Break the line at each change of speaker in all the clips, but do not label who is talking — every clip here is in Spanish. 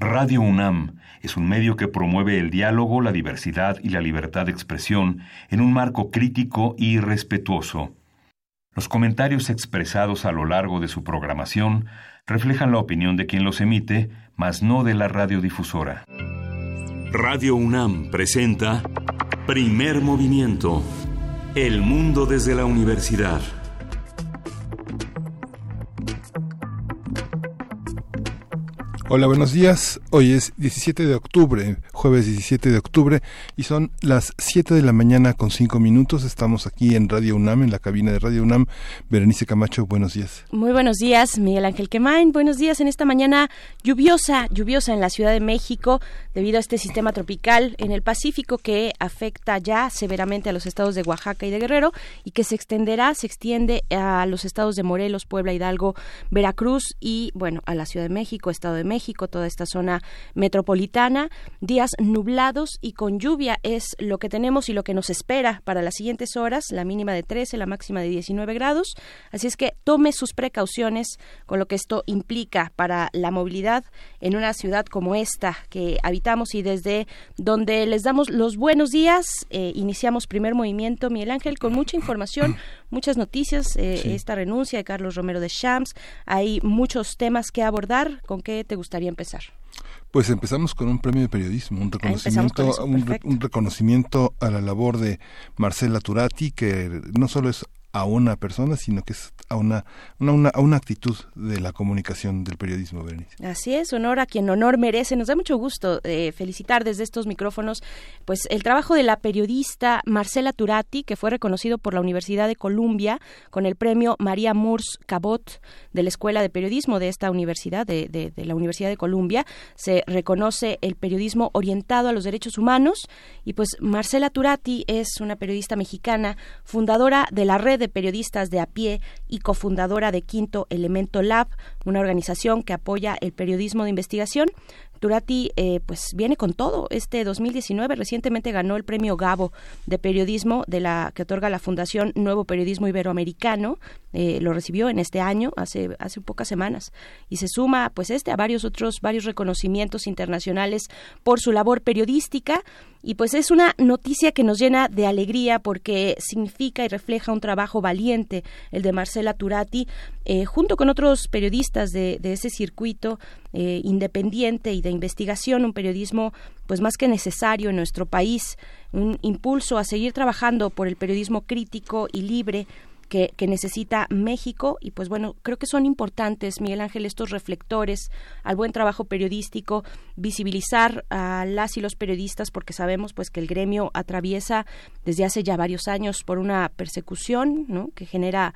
Radio UNAM es un medio que promueve el diálogo, la diversidad y la libertad de expresión en un marco crítico y respetuoso. Los comentarios expresados a lo largo de su programación reflejan la opinión de quien los emite, mas no de la radiodifusora. Radio UNAM presenta Primer Movimiento. El mundo desde la universidad.
Hola, buenos días. Hoy es 17 de octubre, jueves 17 de octubre, y son las 7 de la mañana con 5 minutos. Estamos aquí en Radio UNAM, en la cabina de Radio UNAM. Berenice Camacho, buenos días.
Muy buenos días, Miguel Ángel Quemain. Buenos días en esta mañana lluviosa en la Ciudad de México, debido a este sistema tropical en el Pacífico que afecta ya severamente a los estados de Oaxaca y de Guerrero, y que se extiende a los estados de Morelos, Puebla, Hidalgo, Veracruz y, bueno, a la Ciudad de México, Estado de México, toda esta zona metropolitana. Días nublados y con lluvia es lo que tenemos y lo que nos espera para las siguientes horas, la mínima de 13, la máxima de 19 grados, así es que tome sus precauciones con lo que esto implica para la movilidad en una ciudad como esta que habitamos y desde donde les damos los buenos días. Iniciamos Primer Movimiento, Miguel Ángel, con mucha información, muchas noticias, sí. Esta renuncia de Carlos Romero Deschamps, hay muchos temas que abordar. ¿Con qué te gustaría empezar?
Pues empezamos con un premio de periodismo, un reconocimiento a la labor de Marcela Turati, que no solo es a una persona, sino que es a una actitud de la comunicación del periodismo, Berenice.
Así es, honor a quien honor merece. Nos da mucho gusto felicitar desde estos micrófonos pues el trabajo de la periodista Marcela Turati, que fue reconocido por la Universidad de Columbia con el premio María Moores Cabot de la Escuela de Periodismo de esta universidad, de la Universidad de Columbia. Se reconoce el periodismo orientado a los derechos humanos, y pues Marcela Turati es una periodista mexicana, fundadora de la Red de Periodistas de a pie y cofundadora de Quinto Elemento Lab, una organización que apoya el periodismo de investigación. Turati pues viene con todo. Este 2019 recientemente ganó el premio Gabo de periodismo que otorga la Fundación Nuevo Periodismo Iberoamericano. Lo recibió en este año, hace pocas semanas, y se suma pues a varios reconocimientos internacionales por su labor periodística. Y pues es una noticia que nos llena de alegría porque significa y refleja un trabajo valiente, el de Marcela Turati, junto con otros periodistas de ese circuito independiente y de investigación, un periodismo pues más que necesario en nuestro país, un impulso a seguir trabajando por el periodismo crítico y libre que necesita México. Y pues bueno, creo que son importantes, Miguel Ángel, estos reflectores al buen trabajo periodístico, visibilizar a las y los periodistas, porque sabemos pues que el gremio atraviesa desde hace ya varios años por una persecución, ¿no?, que genera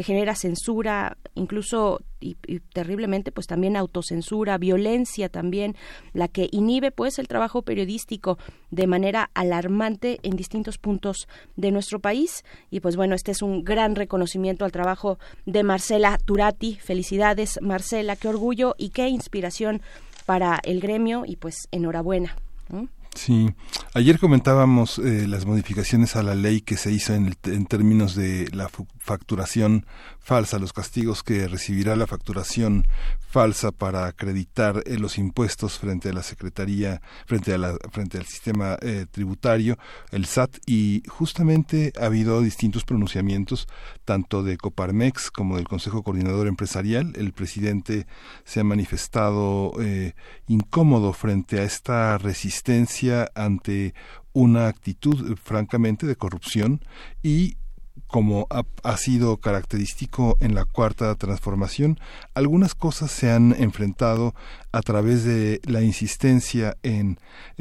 censura, incluso y terriblemente pues también autocensura, violencia también, la que inhibe pues el trabajo periodístico de manera alarmante en distintos puntos de nuestro país. Y pues bueno, este es un gran reconocimiento al trabajo de Marcela Turati. Felicidades, Marcela, qué orgullo y qué inspiración para el gremio, y pues enhorabuena, ¿no?
Sí, ayer comentábamos las modificaciones a la ley que se hizo en términos de la facturación falsa, los castigos que recibirá la facturación falsa para acreditar los impuestos frente a la Secretaría, frente al sistema tributario, el SAT, y justamente ha habido distintos pronunciamientos tanto de Coparmex como del Consejo Coordinador Empresarial. El presidente se ha manifestado incómodo frente a esta resistencia ante una actitud francamente de corrupción, y como ha sido característico en la Cuarta Transformación, algunas cosas se han enfrentado a través de la insistencia en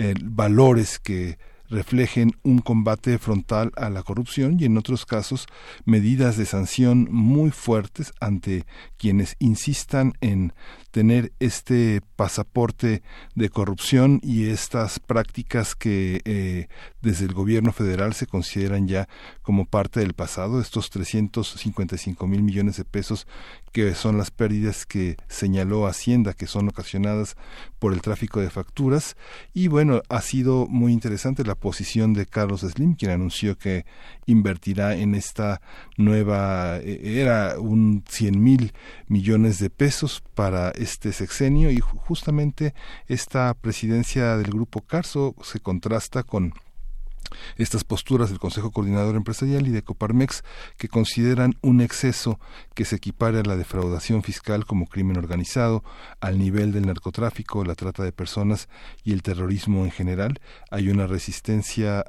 valores que reflejen un combate frontal a la corrupción, y en otros casos medidas de sanción muy fuertes ante quienes insistan en tener este pasaporte de corrupción y estas prácticas que desde el gobierno federal se consideran ya como parte del pasado, estos 355,000 millones de pesos que son las pérdidas que señaló Hacienda, que son ocasionadas por el tráfico de facturas. Y bueno, ha sido muy interesante la posición de Carlos Slim, quien anunció que invertirá en esta nueva era 100,000 millones de pesos para este sexenio, y justamente esta presidencia del Grupo Carso se contrasta con estas posturas del Consejo Coordinador Empresarial y de Coparmex, que consideran un exceso que se equipare a la defraudación fiscal como crimen organizado, al nivel del narcotráfico, la trata de personas y el terrorismo en general. Hay una resistencia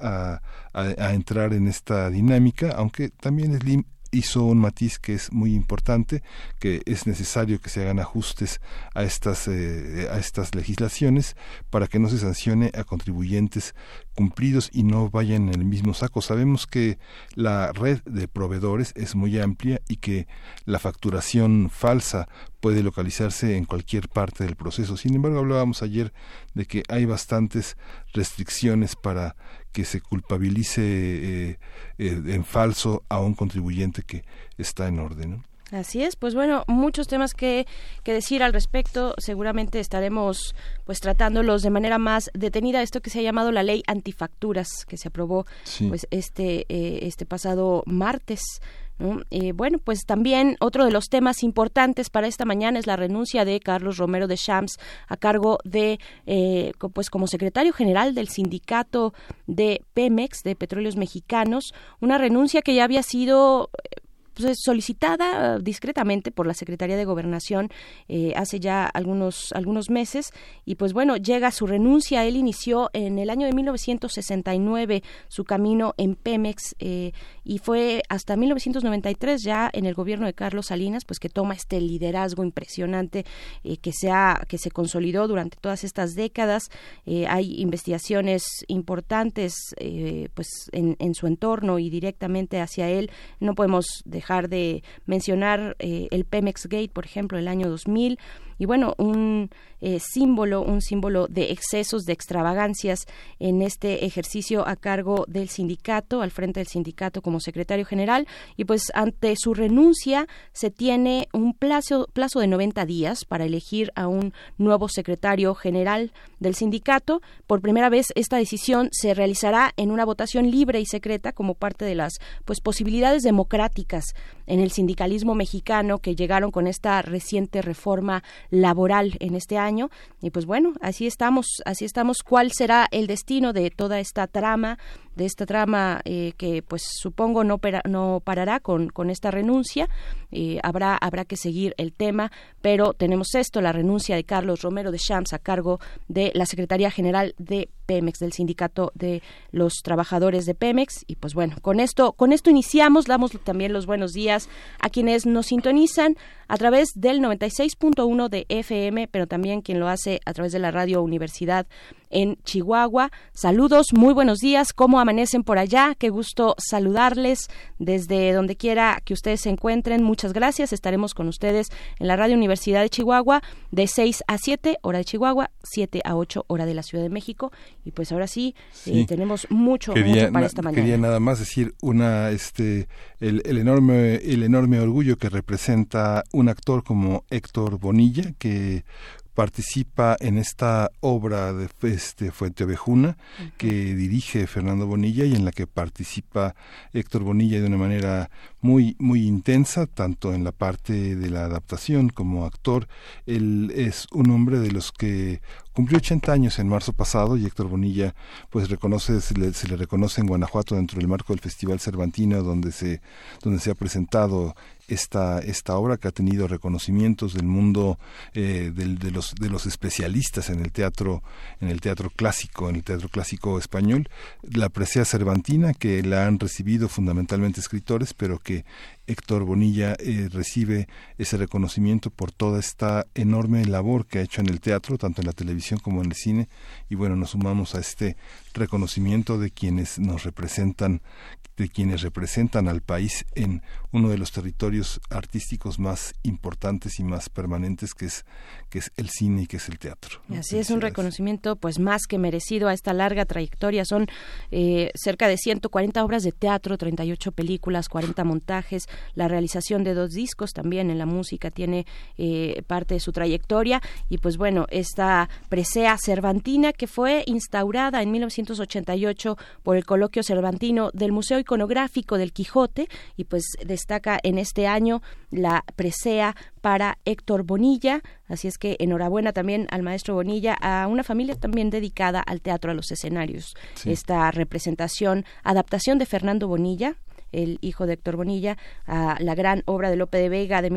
a entrar en esta dinámica, aunque también Slim hizo un matiz que es muy importante, que es necesario que se hagan ajustes a estas legislaciones para que no se sancione a contribuyentes cumplidos y no vayan en el mismo saco. Sabemos que la red de proveedores es muy amplia y que la facturación falsa puede localizarse en cualquier parte del proceso. Sin embargo, hablábamos ayer de que hay bastantes restricciones para que se culpabilice en falso a un contribuyente que está en orden, ¿no?
Así es, pues bueno, muchos temas que decir al respecto. Seguramente estaremos pues tratándolos de manera más detenida. Esto que se ha llamado la ley antifacturas, que se aprobó pues este pasado martes, ¿no? Bueno, pues también otro de los temas importantes para esta mañana es la renuncia de Carlos Romero de Champs a cargo de pues como secretario general del sindicato de Pemex, de Petróleos Mexicanos, una renuncia que ya había sido pues solicitada discretamente por la Secretaría de Gobernación hace ya algunos meses, y pues bueno, llega su renuncia. Él inició en el año de 1969 su camino en Pemex y fue hasta 1993 ya en el gobierno de Carlos Salinas pues que toma este liderazgo impresionante que se consolidó durante todas estas décadas. Hay investigaciones importantes pues en su entorno y directamente hacia él. No podemos dejar de mencionar el Pemex Gate, por ejemplo, el año 2000, y bueno, un símbolo de excesos, de extravagancias en este ejercicio a cargo del sindicato, al frente del sindicato como secretario general. Y pues ante su renuncia se tiene un plazo de 90 días para elegir a un nuevo secretario general del sindicato. Por primera vez esta decisión se realizará en una votación libre y secreta como parte de las pues posibilidades democráticas en el sindicalismo mexicano que llegaron con esta reciente reforma laboral en este año. Y pues bueno, así estamos. ¿Cuál será el destino de toda esta trama? Que pues supongo no parará con esta renuncia. Habrá que seguir el tema, pero tenemos la renuncia de Carlos Romero de Champs a cargo de la Secretaría General de Pemex, del Sindicato de los Trabajadores de Pemex. Y pues bueno, con esto iniciamos. Damos también los buenos días a quienes nos sintonizan a través del 96.1 de FM, pero también quien lo hace a través de la Radio Universidad en Chihuahua. Saludos, muy buenos días, ¿cómo amanecen por allá? Qué gusto saludarles desde donde quiera que ustedes se encuentren. Muchas gracias, estaremos con ustedes en la Radio Universidad de Chihuahua de 6 a 7, hora de Chihuahua, 7 a 8, hora de la Ciudad de México. Y pues ahora sí. Tenemos mucho para esta mañana.
Quería nada más decir el enorme orgullo que representa un actor como Héctor Bonilla, que participa en esta obra de Fuentevejuna que dirige Fernando Bonilla y en la que participa Héctor Bonilla de una manera muy muy intensa, tanto en la parte de la adaptación como actor. Él es un hombre de los que cumplió 80 años en marzo pasado, y Héctor Bonilla pues se le reconoce en Guanajuato dentro del marco del Festival Cervantino, donde se ha presentado esta obra, que ha tenido reconocimientos del mundo de los especialistas en el teatro clásico español. La presea cervantina, que la han recibido fundamentalmente escritores, pero que Héctor Bonilla recibe ese reconocimiento por toda esta enorme labor que ha hecho en el teatro, tanto en la televisión como en el cine. Y bueno, nos sumamos a este reconocimiento de quienes representan al país en uno de los territorios artísticos más importantes y más permanentes, que es el cine y que es el teatro, ¿no?
Así es, un reconocimiento pues más que merecido a esta larga trayectoria. Son cerca de 140 obras de teatro, 38 películas, 40 montajes, la realización de 2 discos, también en la música tiene parte de su trayectoria. Y pues bueno, esta presea cervantina que fue instaurada en 1988 por el Coloquio Cervantino del Museo Iconográfico del Quijote, y pues destaca en este año la presea para Héctor Bonilla. Así es que enhorabuena también al maestro Bonilla, a una familia también dedicada al teatro, a los escenarios. Sí. Esta representación, adaptación de Fernando Bonilla, el hijo de Héctor Bonilla, a la gran obra de Lope de Vega de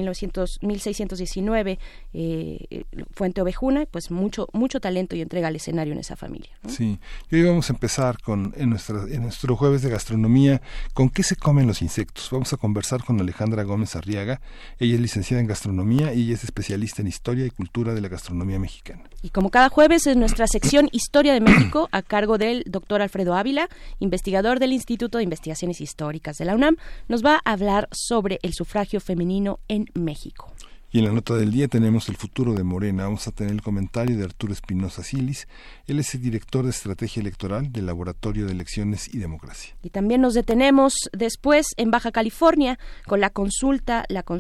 1619, Fuente Ovejuna, pues mucho talento y entrega al escenario en esa familia, ¿no?
Sí, y hoy vamos a empezar en nuestro jueves de gastronomía, ¿con qué se comen los insectos? Vamos a conversar con Alejandra Gómez Arriaga. Ella es licenciada en gastronomía y ella es especialista en historia y cultura de la gastronomía mexicana.
Y como cada jueves en nuestra sección Historia de México, a cargo del doctor Alfredo Ávila, investigador del Instituto de Investigaciones Históricas de la UNAM, nos va a hablar sobre el sufragio femenino en México.
Y en la nota del día tenemos el futuro de Morena. Vamos a tener el comentario de Arturo Espinosa Silis. Él es el director de estrategia electoral del Laboratorio de Elecciones y Democracia.
Y también nos detenemos después en Baja California con la consulta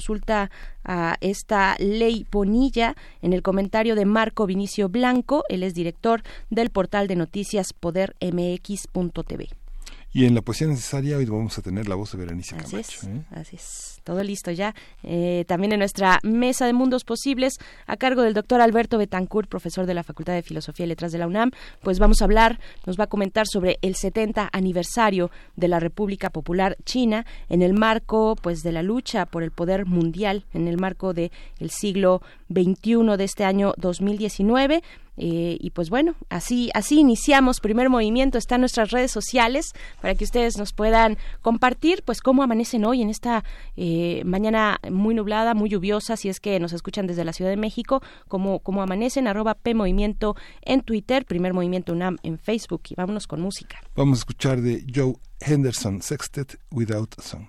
a esta ley Bonilla, en el comentario de Marco Vinicio Blanco. Él es director del portal de noticias podermx.tv.
Y en la poesía necesaria hoy vamos a tener la voz de Berenice Camacho.
Así es, todo listo ya. También en nuestra mesa de mundos posibles, a cargo del doctor Alberto Betancourt, profesor de la Facultad de Filosofía y Letras de la UNAM, pues nos va a comentar sobre el 70 aniversario de la República Popular China, en el marco pues de la lucha por el poder mundial, en el marco del siglo XXI de este año 2019. Y pues bueno, así iniciamos Primer Movimiento. Está en nuestras redes sociales para que ustedes nos puedan compartir pues cómo amanecen hoy en esta mañana muy nublada, muy lluviosa, si es que nos escuchan desde la Ciudad de México, cómo amanecen, @PMovimiento en Twitter, Primer Movimiento UNAM en Facebook. Y vámonos con música.
Vamos a escuchar de Joe Henderson Sextet, Without a Song.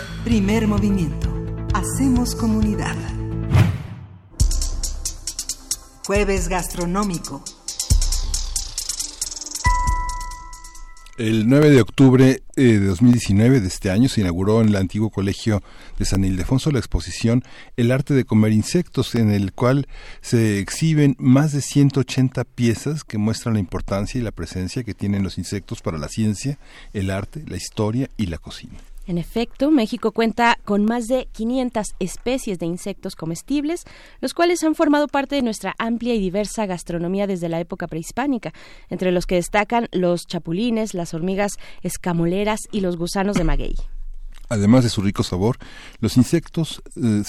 Primer movimiento. Hacemos comunidad. Jueves gastronómico.
El 9 de octubre de 2019 de este año se inauguró en el antiguo colegio de San Ildefonso la exposición El arte de comer insectos, en el cual se exhiben más de 180 piezas que muestran la importancia y la presencia que tienen los insectos para la ciencia, el arte, la historia y la cocina.
En efecto, México cuenta con más de 500 especies de insectos comestibles, los cuales han formado parte de nuestra amplia y diversa gastronomía desde la época prehispánica, entre los que destacan los chapulines, las hormigas escamoleras y los gusanos de maguey.
Además de su rico sabor, los insectos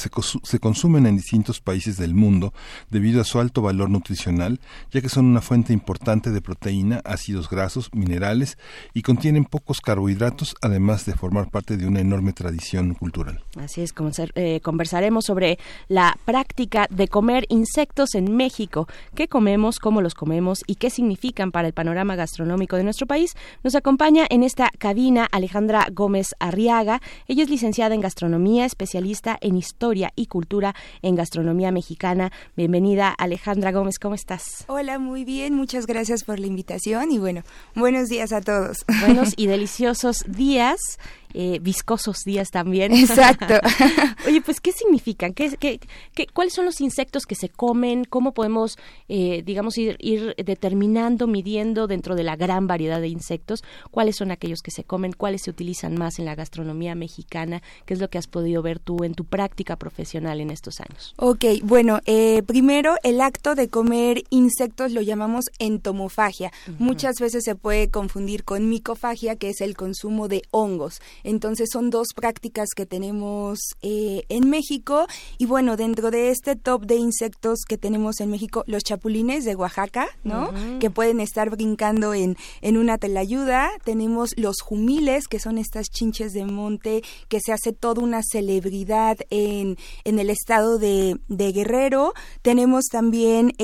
se consumen en distintos países del mundo debido a su alto valor nutricional, ya que son una fuente importante de proteína, ácidos grasos, minerales y contienen pocos carbohidratos, además de formar parte de una enorme tradición cultural.
Así es, conversaremos sobre la práctica de comer insectos en México, qué comemos, cómo los comemos y qué significan para el panorama gastronómico de nuestro país. Nos acompaña en esta cabina Alejandra Gómez Arriaga. Ella es licenciada en gastronomía, especialista en historia y cultura en gastronomía mexicana. Bienvenida, Alejandra Gómez, ¿cómo estás?
Hola, muy bien, muchas gracias por la invitación y bueno, buenos días a todos.
Buenos y deliciosos días. Viscosos días también.
Exacto.
Oye, pues, ¿qué significan? ¿Cuáles son los insectos que se comen? ¿Cómo podemos, digamos, ir determinando, midiendo dentro de la gran variedad de insectos? ¿Cuáles son aquellos que se comen? ¿Cuáles se utilizan más en la gastronomía mexicana? ¿Qué es lo que has podido ver tú en tu práctica profesional en estos años?
Ok, bueno, primero el acto de comer insectos lo llamamos entomofagia. Uh-huh. Muchas veces se puede confundir con micofagia, que es el consumo de hongos. Entonces son dos prácticas que tenemos en México y bueno, dentro de este top de insectos que tenemos en México, los chapulines de Oaxaca, ¿no? Uh-huh. Que pueden estar brincando en una telayuda. Tenemos los jumiles, que son estas chinches de monte que se hace toda una celebridad en el estado de Guerrero. Tenemos también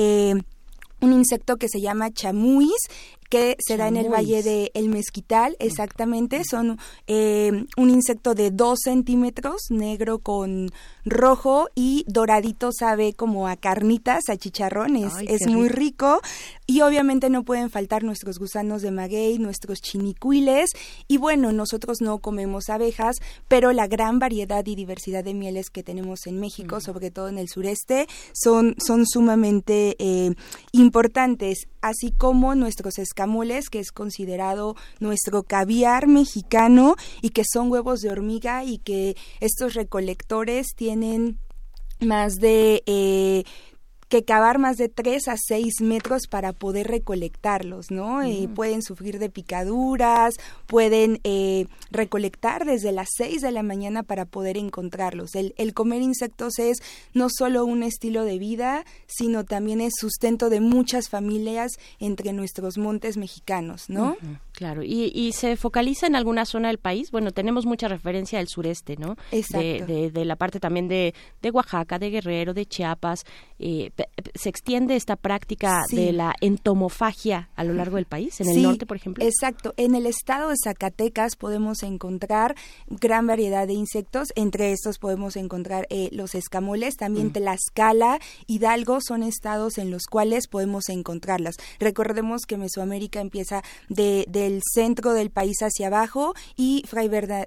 un insecto que se llama chamuis, que se da en el Valle de El Mezquital, exactamente. Son un insecto de 2 centímetros, negro con rojo y doradito, sabe como a carnitas, a chicharrones. Es muy rico. Y obviamente no pueden faltar nuestros gusanos de maguey, nuestros chinicuiles. Y bueno, nosotros no comemos abejas, pero la gran variedad y diversidad de mieles que tenemos en México, sobre todo en el sureste, son sumamente importantes. Así como nuestros escamoles, que es considerado nuestro caviar mexicano y que son huevos de hormiga y que estos recolectores tienen más de que cavar más de 3 a 6 metros para poder recolectarlos, ¿no? Pueden sufrir de picaduras, pueden recolectar desde las 6 de la mañana para poder encontrarlos. El comer insectos es no solo un estilo de vida, sino también es sustento de muchas familias entre nuestros montes mexicanos, ¿no?
Uh-huh. Claro, y se focaliza en alguna zona del país. Bueno, tenemos mucha referencia del sureste, ¿no?
Exacto.
De la parte también de Oaxaca, de Guerrero, de Chiapas. ¿Se extiende esta práctica de la entomofagia a lo largo del país? ¿En el norte, por ejemplo?
Exacto. En el estado de Zacatecas podemos encontrar gran variedad de insectos. Entre estos podemos encontrar los escamoles. También Tlaxcala, Hidalgo son estados en los cuales podemos encontrarlas. Recordemos que Mesoamérica empieza del centro del país hacia abajo y Fray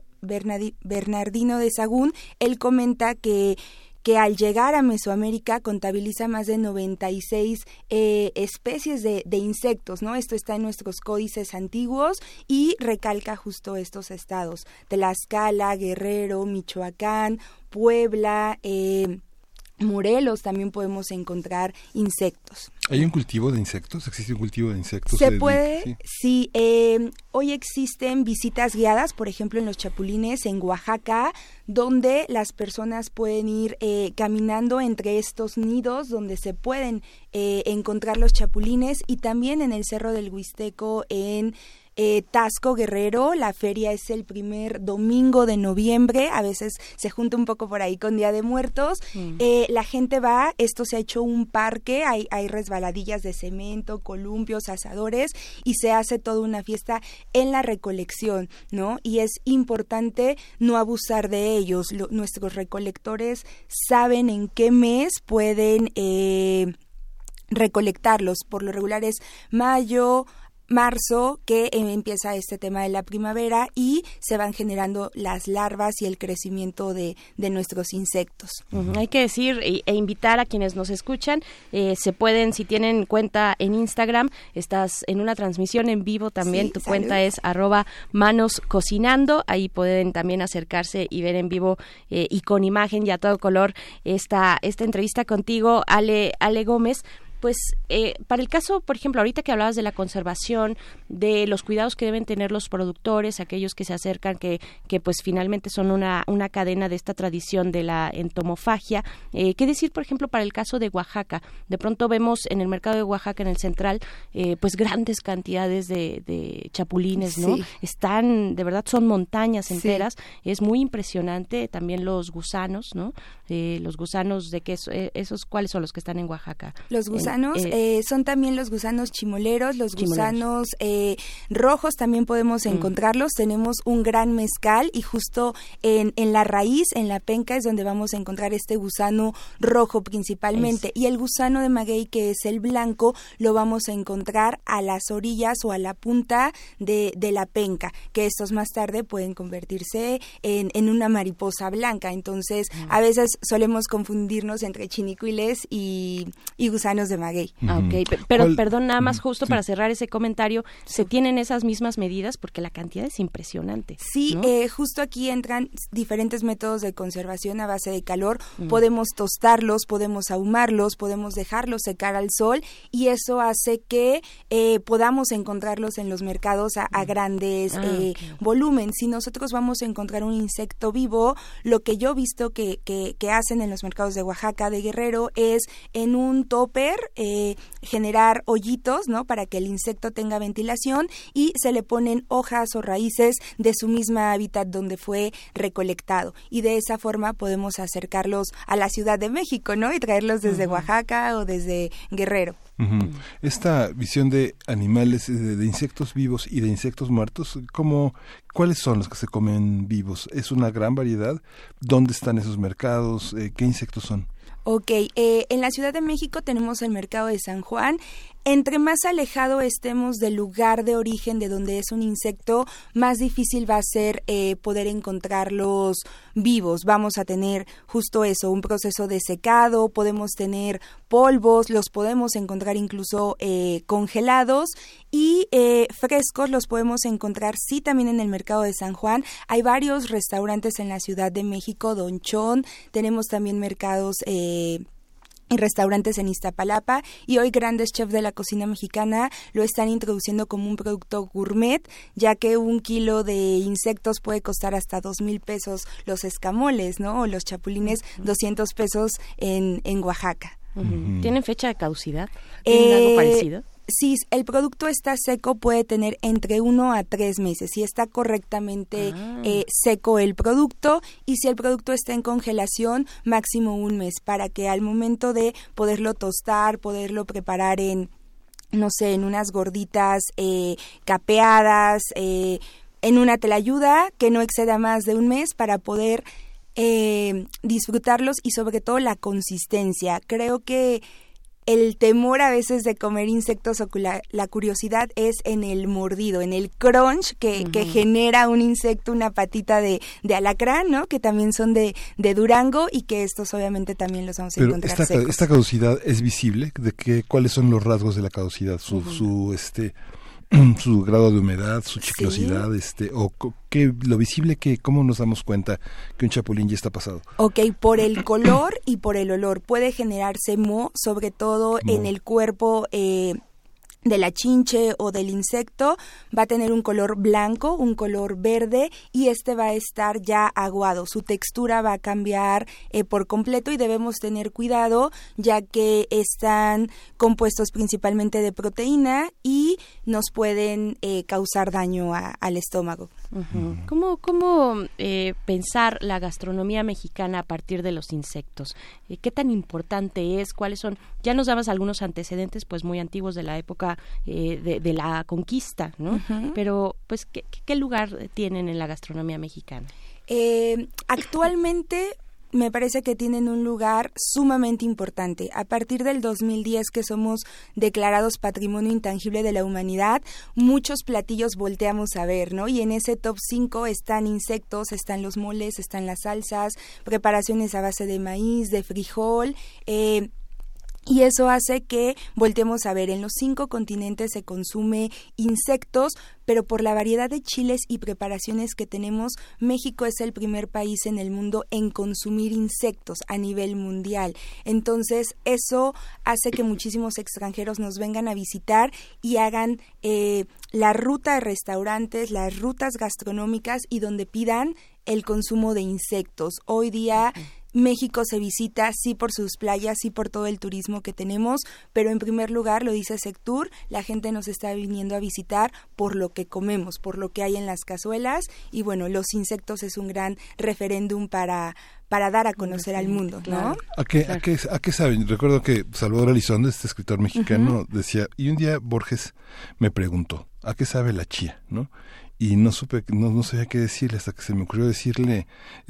Bernardino de Sahagún, él comenta que al llegar a Mesoamérica contabiliza más de 96 especies de insectos, ¿no? Esto está en nuestros códices antiguos y recalca justo estos estados: Tlaxcala, Guerrero, Michoacán, Puebla, Morelos también podemos encontrar insectos.
¿Hay un cultivo de insectos? ¿Existe un cultivo de insectos?
Se puede, sí. Hoy existen visitas guiadas, por ejemplo, en los chapulines, en Oaxaca, donde las personas pueden ir caminando entre estos nidos donde se pueden encontrar los chapulines, y también en el Cerro del Huisteco en Taxco Guerrero. La feria es el primer domingo de noviembre, a veces se junta un poco por ahí con Día de Muertos. La gente va, esto se ha hecho un parque, hay resbaladillas de cemento, columpios, asadores, y se hace toda una fiesta en la recolección, ¿no? Y es importante no abusar de ellos. Nuestros recolectores saben en qué mes pueden recolectarlos. Por lo regular es mayo, marzo, que empieza este tema de la primavera y se van generando las larvas y el crecimiento de nuestros insectos.
Hay que decir e invitar a quienes nos escuchan, se pueden, si tienen cuenta en Instagram, estás en una transmisión en vivo también, tu cuenta es @manoscocinando, ahí pueden también acercarse y ver en vivo y con imagen y a todo color esta entrevista contigo, Ale Gómez. Pues para el caso, por ejemplo, ahorita que hablabas de la conservación, de los cuidados que deben tener los productores, aquellos que se acercan, que pues finalmente son una cadena de esta tradición de la entomofagia, ¿qué decir, por ejemplo, para el caso de Oaxaca? De pronto vemos en el mercado de Oaxaca, en el central, pues grandes cantidades de chapulines, ¿no? Sí. Están, de verdad, son montañas enteras, es muy impresionante, también los gusanos, ¿no? Los gusanos de queso, esos, ¿cuáles son los que están en Oaxaca?
Los gusanos son también los gusanos chimoleros, los gusanos rojos también podemos encontrarlos. Tenemos un gran mezcal y justo en la raíz, en la penca, es donde vamos a encontrar este gusano rojo principalmente. Y el gusano de maguey, que es el blanco, lo vamos a encontrar a las orillas o a la punta de la penca, que estos más tarde pueden convertirse en una mariposa blanca. Entonces, a veces solemos confundirnos entre chinicuiles y gusanos de maguey.
Okay, pero perdón, nada más justo para cerrar ese comentario, ¿se tienen esas mismas medidas? Porque la cantidad es impresionante.
Sí, ¿no? Justo aquí entran diferentes métodos de conservación a base de calor. Podemos tostarlos, podemos ahumarlos, podemos dejarlos secar al sol, y eso hace que podamos encontrarlos en los mercados a grandes volumen. Si nosotros vamos a encontrar un insecto vivo, lo que yo he visto que hacen en los mercados de Oaxaca, de Guerrero, es en un topper generar hoyitos, ¿no? Para que el insecto tenga ventilación, y se le ponen hojas o raíces de su misma hábitat donde fue recolectado, y de esa forma podemos acercarlos a la Ciudad de México, ¿no? Y traerlos desde Oaxaca o desde Guerrero.
Esta visión de animales, de insectos vivos y de insectos muertos, ¿cuáles son los que se comen vivos? ¿Es una gran variedad? ¿Dónde están esos mercados? ¿Qué insectos son?
Ok, en la Ciudad de México tenemos el mercado de San Juan. Entre más alejado estemos del lugar de origen de donde es un insecto, más difícil va a ser poder encontrarlos vivos. Vamos a tener justo eso, un proceso de secado, podemos tener polvos, los podemos encontrar incluso congelados, y frescos los podemos encontrar, sí, también en el mercado de San Juan. Hay varios restaurantes en la Ciudad de México, Don Chon, tenemos también mercados y restaurantes en Iztapalapa, y hoy grandes chefs de la cocina mexicana lo están introduciendo como un producto gourmet, ya que 1 kilo de insectos puede costar hasta 2,000 pesos los escamoles, ¿no? O los chapulines, 200 pesos en Oaxaca.
¿Tienen fecha de caducidad? ¿Tienen algo parecido?
Si el producto está seco, puede tener entre 1 a 3 meses, si está correctamente seco el producto, y si el producto está en congelación, máximo 1 mes, para que al momento de poderlo tostar, poderlo preparar en unas gorditas capeadas, en una tlayuda, que no exceda más de 1 mes para poder disfrutarlos, y sobre todo la consistencia. Creo que el temor a veces de comer insectos, o la curiosidad, es en el mordido, en el crunch que genera un insecto, una patita de alacrán, ¿no? Que también son de Durango, y que estos obviamente también los vamos a encontrar secos.
¿Esta caducidad es visible? ¿Cuáles son los rasgos de la caducidad? Su grado de humedad, su chiclosidad, lo visible, ¿cómo nos damos cuenta que un chapulín ya está pasado?
Ok, por el color y por el olor. Puede generarse moho, sobre todo en el cuerpo de la chinche o del insecto, va a tener un color blanco, un color verde, y va a estar ya aguado. Su textura va a cambiar por completo, y debemos tener cuidado ya que están compuestos principalmente de proteína y nos pueden causar daño al estómago.
Uh-huh. ¿Cómo pensar la gastronomía mexicana a partir de los insectos? ¿Qué tan importante es? ¿Cuáles son? Ya nos dabas algunos antecedentes pues muy antiguos de la época de la conquista, ¿no? Uh-huh. Pero pues ¿qué lugar tienen en la gastronomía mexicana?
Actualmente me parece que tienen un lugar sumamente importante. A partir del 2010, que somos declarados Patrimonio Intangible de la Humanidad, muchos platillos volteamos a ver, ¿no? Y en ese top 5 están insectos, están los moles, están las salsas, preparaciones a base de maíz, de frijol, y eso hace que volteemos a ver. En los 5 continentes se consume insectos, pero por la variedad de chiles y preparaciones que tenemos, México es el primer país en el mundo en consumir insectos a nivel mundial. Entonces, eso hace que muchísimos extranjeros nos vengan a visitar y hagan la ruta de restaurantes, las rutas gastronómicas, y donde pidan el consumo de insectos. Hoy día México se visita sí por sus playas, sí por todo el turismo que tenemos, pero en primer lugar, lo dice Sectur, la gente nos está viniendo a visitar por lo que comemos, por lo que hay en las cazuelas, y bueno, los insectos es un gran referéndum para dar a conocer al mundo, ¿no?
¿A qué saben? Recuerdo que Salvador Elizondo, este escritor mexicano, decía, y un día Borges me preguntó, ¿a qué sabe la chía, no? Y no sabía qué decirle hasta que se me ocurrió decirle,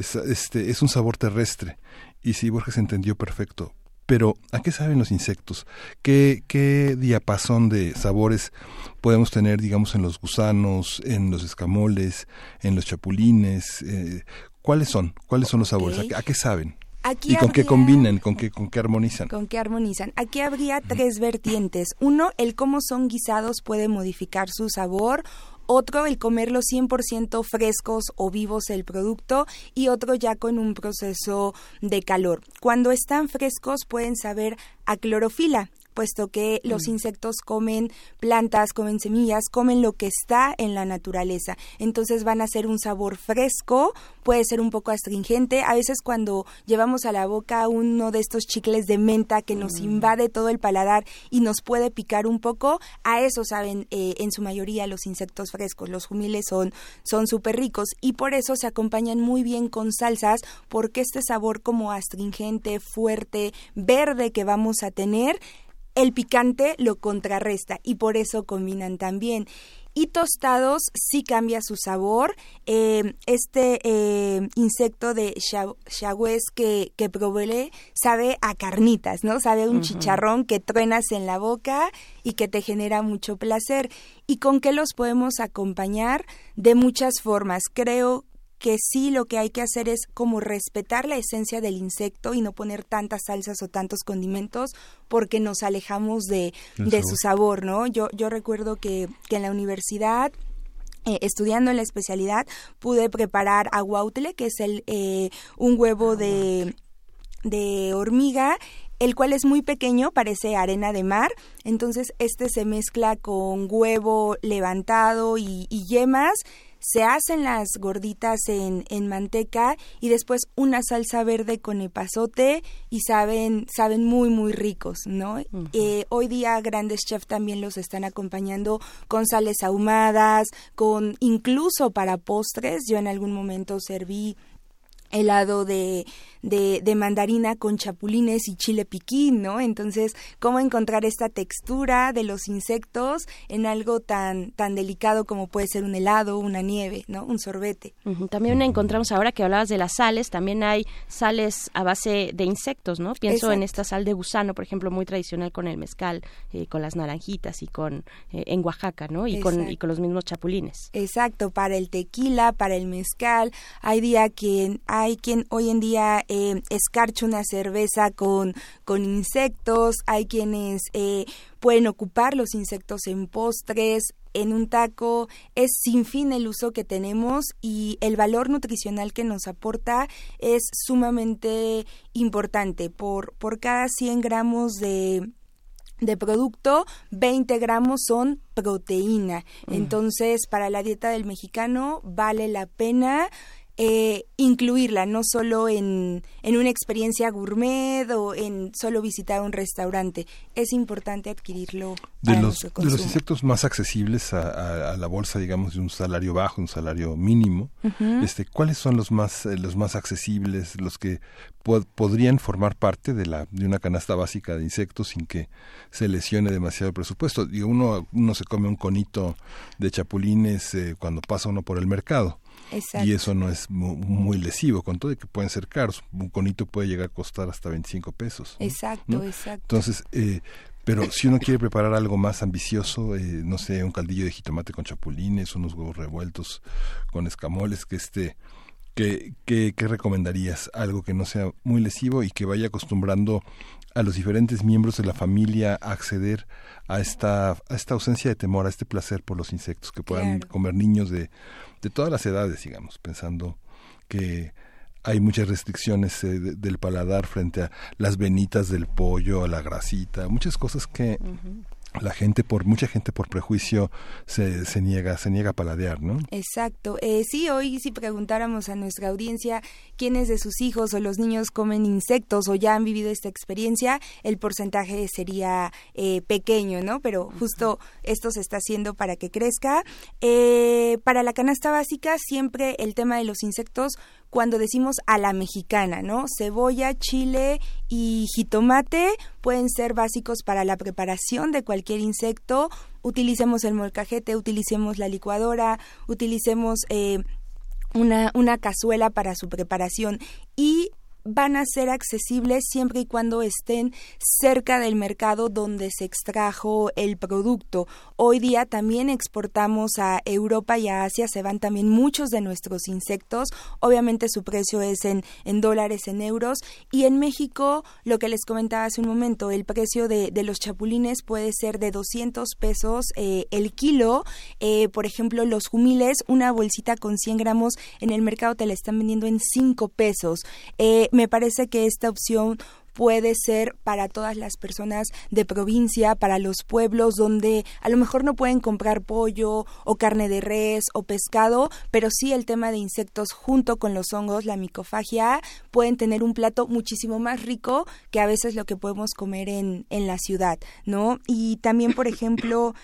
es un sabor terrestre. Y sí, Borges entendió perfecto. Pero, ¿a qué saben los insectos? ¿Qué diapasón de sabores podemos tener, digamos, en los gusanos, en los escamoles, en los chapulines? ¿Cuáles son los sabores? ¿A qué saben? ¿Y con qué combinan? ¿Con qué armonizan?
¿Con qué armonizan? Aquí habría 3 vertientes. Uno, el cómo son guisados puede modificar su sabor. Otro, el comerlos 100% frescos o vivos el producto, y otro ya con un proceso de calor. Cuando están frescos pueden saber a clorofila, puesto que los insectos comen plantas, comen semillas, comen lo que está en la naturaleza. Entonces van a ser un sabor fresco, puede ser un poco astringente. A veces cuando llevamos a la boca uno de estos chicles de menta que nos invade todo el paladar y nos puede picar un poco, a eso saben en su mayoría los insectos frescos. Los jumiles son súper ricos, y por eso se acompañan muy bien con salsas, porque este sabor como astringente, fuerte, verde que vamos a tener, el picante lo contrarresta, y por eso combinan tan bien. Y tostados sí cambia su sabor. Insecto de Xagüez que probé sabe a carnitas, ¿no? Sabe a un chicharrón que truenas en la boca y que te genera mucho placer. ¿Y con qué los podemos acompañar? De muchas formas. Creo que sí, lo que hay que hacer es como respetar la esencia del insecto y no poner tantas salsas o tantos condimentos, porque nos alejamos de su sabor, ¿no? Yo recuerdo que en la universidad, estudiando en la especialidad, pude preparar aguautle, que es un huevo de hormiga, el cual es muy pequeño, parece arena de mar. Entonces se mezcla con huevo levantado y yemas. Se hacen las gorditas en manteca y después una salsa verde con epazote, y saben muy muy ricos, ¿no? Hoy día grandes chefs también los están acompañando con sales ahumadas, con incluso para postres. Yo en algún momento serví helado de mandarina con chapulines y chile piquín, ¿no? Entonces, ¿cómo encontrar esta textura de los insectos en algo tan delicado como puede ser un helado, una nieve, ¿no? Un sorbete.
También encontramos, ahora que hablabas de las sales, también hay sales a base de insectos, ¿no? Pienso en esta sal de gusano, por ejemplo, muy tradicional con el mezcal, con las naranjitas y en Oaxaca, ¿no? Y con los mismos chapulines.
Exacto, para el tequila, para el mezcal. Hay quien hoy en día escarcha una cerveza con insectos. Hay quienes pueden ocupar los insectos en postres, en un taco. Es sin fin el uso que tenemos, y el valor nutricional que nos aporta es sumamente importante. Por cada 100 gramos de de producto, 20 gramos son proteína. Entonces, para la dieta del mexicano vale la pena incluirla, no solo en una experiencia gourmet o en solo visitar un restaurante. Es importante adquirirlo para nuestro consumo.
De los insectos más accesibles a la bolsa, digamos, de un salario bajo, un salario mínimo, ¿cuáles son los más accesibles, los que podrían formar parte de una canasta básica de insectos sin que se lesione demasiado el presupuesto? Digo, uno se come un conito de chapulines cuando pasa uno por el mercado. Exacto. Y eso no es muy lesivo, con todo de que pueden ser caros. Un conito puede llegar a costar hasta 25 pesos.
Exacto, ¿no? Exacto.
Entonces, pero si uno quiere preparar algo más ambicioso, no sé, un caldillo de jitomate con chapulines, unos huevos revueltos con escamoles, ¿qué recomendarías? Algo que no sea muy lesivo y que vaya acostumbrando a los diferentes miembros de la familia a acceder a esta ausencia de temor, a este placer por los insectos, que puedan comer niños de todas las edades, digamos, pensando que hay muchas restricciones del paladar frente a las venitas del pollo, a la grasita, muchas cosas que mucha gente por prejuicio se niega a paladear, ¿no?
Exacto. Sí, hoy si preguntáramos a nuestra audiencia quiénes de sus hijos o los niños comen insectos o ya han vivido esta experiencia, el porcentaje sería pequeño, ¿no? Pero justo esto se está haciendo para que crezca. Para la canasta básica, siempre el tema de los insectos, cuando decimos a la mexicana, ¿no? Cebolla, chile y jitomate pueden ser básicos para la preparación de cualquier insecto. Utilicemos el molcajete, utilicemos la licuadora, utilicemos una cazuela para su preparación, y van a ser accesibles siempre y cuando estén cerca del mercado donde se extrajo el producto. Hoy día también exportamos a Europa y a Asia, se van también muchos de nuestros insectos. Obviamente su precio es en dólares, en euros, y en México, lo que les comentaba hace un momento, el precio de los chapulines puede ser de 200 pesos el kilo. Por ejemplo, los jumiles, una bolsita con 100 gramos en el mercado te la están vendiendo en 5 pesos. Me parece que esta opción puede ser para todas las personas de provincia, para los pueblos donde a lo mejor no pueden comprar pollo o carne de res o pescado, pero sí el tema de insectos junto con los hongos, la micofagia, pueden tener un plato muchísimo más rico que a veces lo que podemos comer en la ciudad, ¿no? Y también, por ejemplo,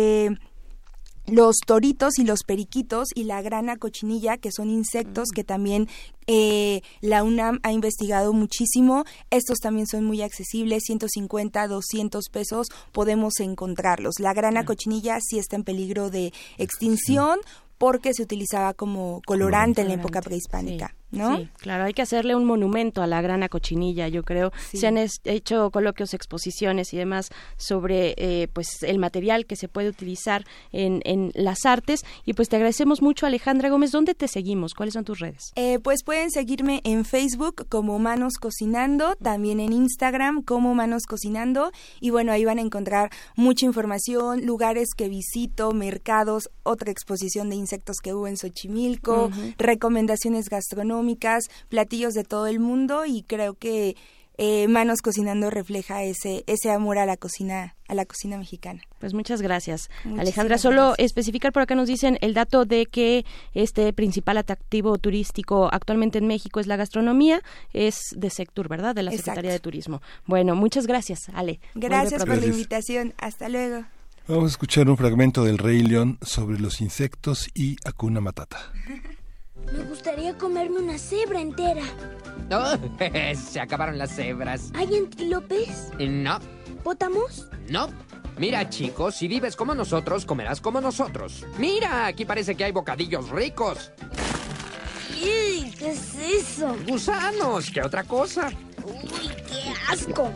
los toritos y los periquitos y la grana cochinilla, que son insectos que también la UNAM ha investigado muchísimo. Estos también son muy accesibles, 150, 200 pesos podemos encontrarlos. La grana cochinilla sí está en peligro de extinción porque se utilizaba como colorante en la época prehispánica, ¿no?
Sí, claro, hay que hacerle un monumento a la grana cochinilla, yo creo. Sí. Se han hecho coloquios, exposiciones y demás sobre pues el material que se puede utilizar en las artes. Y pues te agradecemos mucho, Alejandra Gómez. ¿Dónde te seguimos? ¿Cuáles son tus redes?
Pues pueden seguirme en Facebook como Manos Cocinando, también en Instagram como Manos Cocinando, y bueno, ahí van a encontrar mucha información, lugares que visito, mercados, otra exposición de insectos que hubo en Xochimilco, recomendaciones gastronómicas, platillos de todo el mundo, y creo que Manos Cocinando refleja ese amor a la cocina mexicana.
Pues muchas gracias,
Muchísimas
Alejandra. Solo
gracias.
especificar, por acá nos dicen el dato de que este principal atractivo turístico actualmente en México es la gastronomía, es de Sectur, ¿verdad? De la
Exacto.
Secretaría de Turismo. Bueno, muchas gracias, Ale.
Gracias por la
Gracias.
invitación. Hasta luego.
Vamos a escuchar un fragmento del Rey León sobre los insectos y Hakuna Matata.
Me gustaría comerme una cebra entera.
Oh, se acabaron las cebras.
¿Hay antílopes?
No,
¿Pótamos?
no. Mira, chicos, si vives como nosotros, comerás como nosotros. Mira, aquí parece que hay bocadillos ricos.
¡Uy! ¿Qué es eso?
Gusanos, ¿qué otra cosa?
¡Uy, qué asco!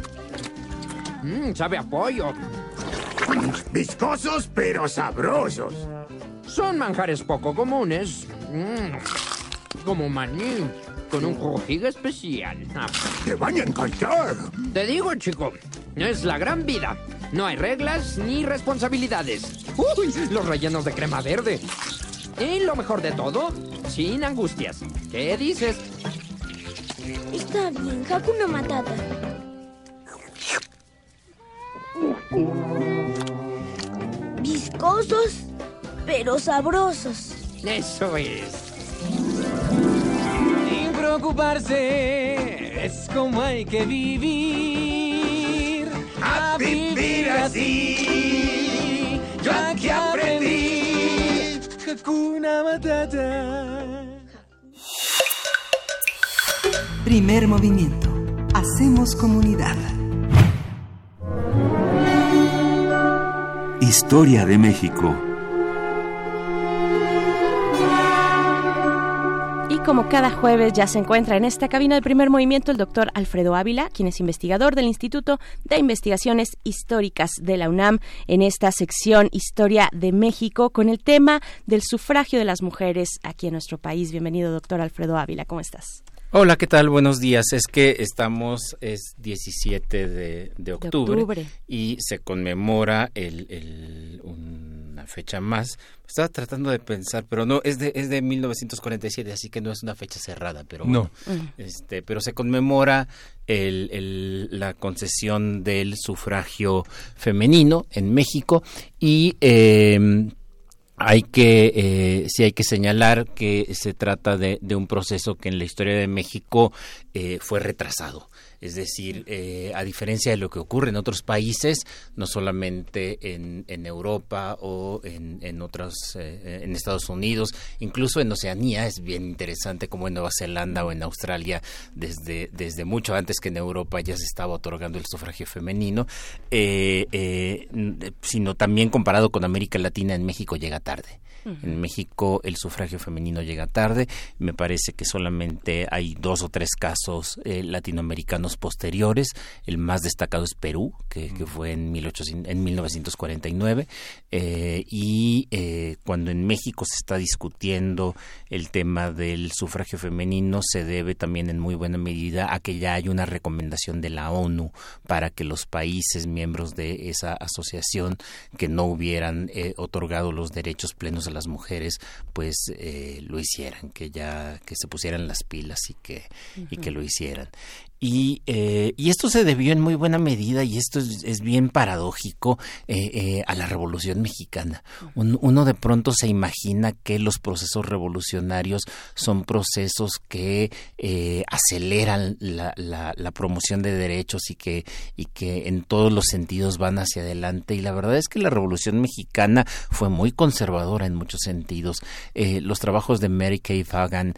Sabe a pollo.
Viscosos pero sabrosos.
Son manjares poco comunes. Como maní, con un crujir especial.
Te van a encantar.
Te digo, chico, es la gran vida. No hay reglas ni responsabilidades. ¡Uy! Los rellenos de crema verde. Y lo mejor de todo, sin angustias. ¿Qué dices?
Está bien, Hakuna Matata. Viscosos, pero sabrosos.
Eso es.
Sin preocuparse, es como hay que vivir. A vivir así. Yo aquí aprendí. Hakuna Matata.
Primer movimiento. Hacemos comunidad.
Historia de México.
Y como cada jueves ya se encuentra en esta cabina de Primer Movimiento el doctor Alfredo Ávila, quien es investigador del Instituto de Investigaciones Históricas de la UNAM, en esta sección Historia de México, con el tema del sufragio de las mujeres aquí en nuestro país. Bienvenido, doctor Alfredo Ávila, ¿cómo estás?
Hola, ¿qué tal? Buenos días. Es que es 17 de octubre y se conmemora una fecha más. Estaba tratando de pensar, pero no, es de 1947, así que no es una fecha cerrada, pero
no.
Pero se conmemora la concesión del sufragio femenino en México y hay que señalar que se trata de un proceso que en la historia de México fue retrasado. Es decir, a diferencia de lo que ocurre en otros países, no solamente en Europa o en otros, en Estados Unidos, incluso en Oceanía es bien interesante, como en Nueva Zelanda o en Australia, desde mucho antes que en Europa ya se estaba otorgando el sufragio femenino, sino también comparado con América Latina, en México llega tarde. En México el sufragio femenino llega tarde. Me parece que solamente hay 2 o 3 casos latinoamericanos posteriores. El más destacado es Perú, que fue en 1949. Cuando en México se está discutiendo el tema del sufragio femenino, se debe también en muy buena medida a que ya hay una recomendación de la ONU para que los países miembros de esa asociación que no hubieran otorgado los derechos plenos a las mujeres, pues lo hicieran, que se pusieran las pilas y que lo hicieran. Y esto se debió en muy buena medida, y esto es bien paradójico, a la Revolución Mexicana. Uno de pronto se imagina que los procesos revolucionarios son procesos que aceleran la promoción de derechos y que en todos los sentidos van hacia adelante. Y la verdad es que la Revolución Mexicana fue muy conservadora en muchos sentidos. Los trabajos de Mary Kay Fagan,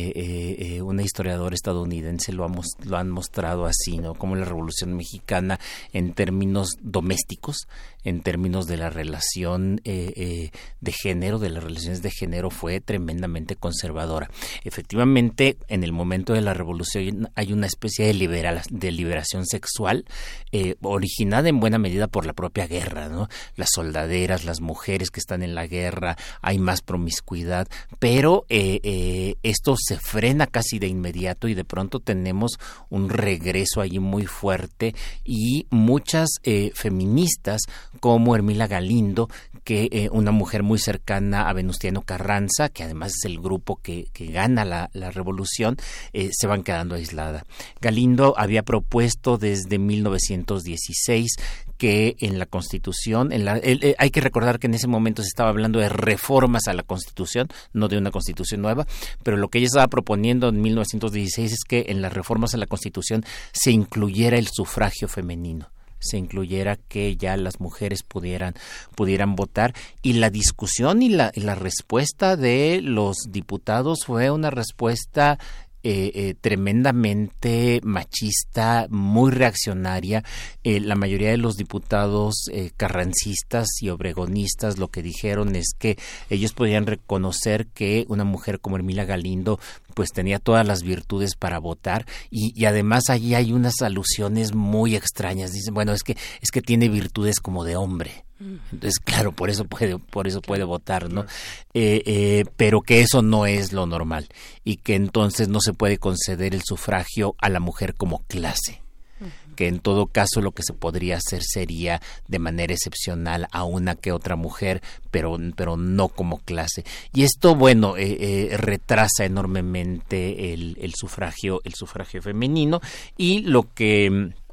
una historiadora estadounidense, lo han mostrado así, ¿no? Como la Revolución Mexicana, en términos domésticos, en términos de la relación de género, de las relaciones de género, fue tremendamente conservadora. Efectivamente, en el momento de la Revolución hay una especie de liberación sexual, originada en buena medida por la propia guerra, ¿no? Las soldaderas, las mujeres que están en la guerra, hay más promiscuidad, pero esto se frena casi de inmediato y de pronto tenemos un regreso allí muy fuerte, y muchas feministas como Hermila Galindo, que una mujer muy cercana a Venustiano Carranza, que además es el grupo que gana la revolución, se van quedando aisladas. Galindo había propuesto desde 1916 que en la Constitución, hay que recordar que en ese momento se estaba hablando de reformas a la Constitución, no de una Constitución nueva, pero lo que ella estaba proponiendo en 1916 es que en las reformas a la Constitución se incluyera el sufragio femenino, se incluyera que ya las mujeres pudieran votar, y la discusión y la respuesta de los diputados fue una respuesta tremendamente machista, muy reaccionaria. La mayoría de los diputados carrancistas y obregonistas lo que dijeron es que ellos podían reconocer que una mujer como Hermila Galindo pues tenía todas las virtudes para votar, y además allí hay unas alusiones muy extrañas. Dicen, bueno, es que tiene virtudes como de hombre. Entonces, claro, por eso puede votar, ¿no? Pero que eso no es lo normal, y que entonces no se puede conceder el sufragio a la mujer como clase, que en todo caso lo que se podría hacer sería de manera excepcional a una que otra mujer, pero no como clase. Y esto, bueno, retrasa enormemente el sufragio femenino, y lo que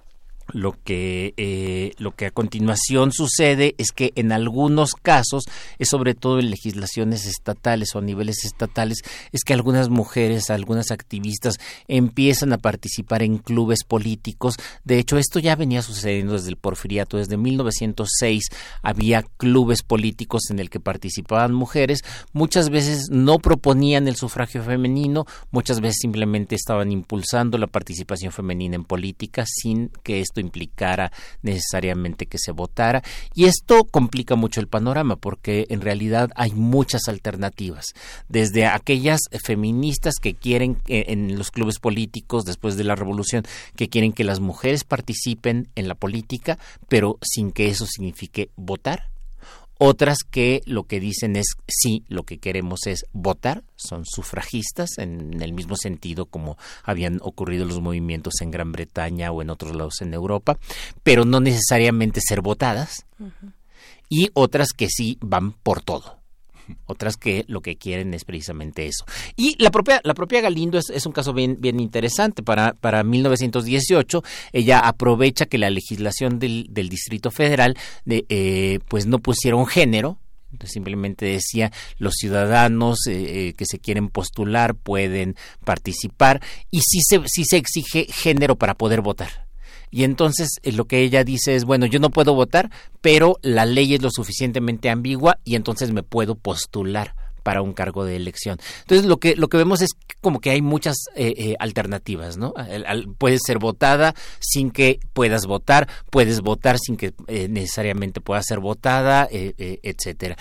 lo que a continuación sucede es que en algunos casos, es sobre todo en legislaciones estatales o a niveles estatales, es que algunas mujeres, algunas activistas empiezan a participar en clubes políticos. De hecho, esto ya venía sucediendo desde el Porfiriato. Desde 1906 había clubes políticos en el que participaban mujeres. Muchas veces no proponían el sufragio femenino, muchas veces simplemente estaban impulsando la participación femenina en política sin que esto implicara necesariamente que se votara, y esto complica mucho el panorama porque en realidad hay muchas alternativas, desde aquellas feministas que quieren en los clubes políticos después de la revolución, que quieren que las mujeres participen en la política pero sin que eso signifique votar. Otras que lo que dicen es sí, lo que queremos es votar, son sufragistas en el mismo sentido como habían ocurrido los movimientos en Gran Bretaña o en otros lados en Europa, pero no necesariamente ser votadas. Uh-huh. Y otras que sí van por todo. Otras que lo que quieren es precisamente eso. Y la propia Galindo es un caso bien interesante. Para 1918 ella aprovecha que la legislación del Distrito Federal pues no pusieron género. Simplemente decía los ciudadanos que se quieren postular pueden participar, y sí se exige género para poder votar. Y entonces lo que ella dice es, bueno, yo no puedo votar, pero la ley es lo suficientemente ambigua y entonces me puedo postular para un cargo de elección. Entonces lo que vemos es como que hay muchas alternativas, ¿no? Puedes ser votada sin que puedas votar, puedes votar sin que necesariamente puedas ser votada, etcétera.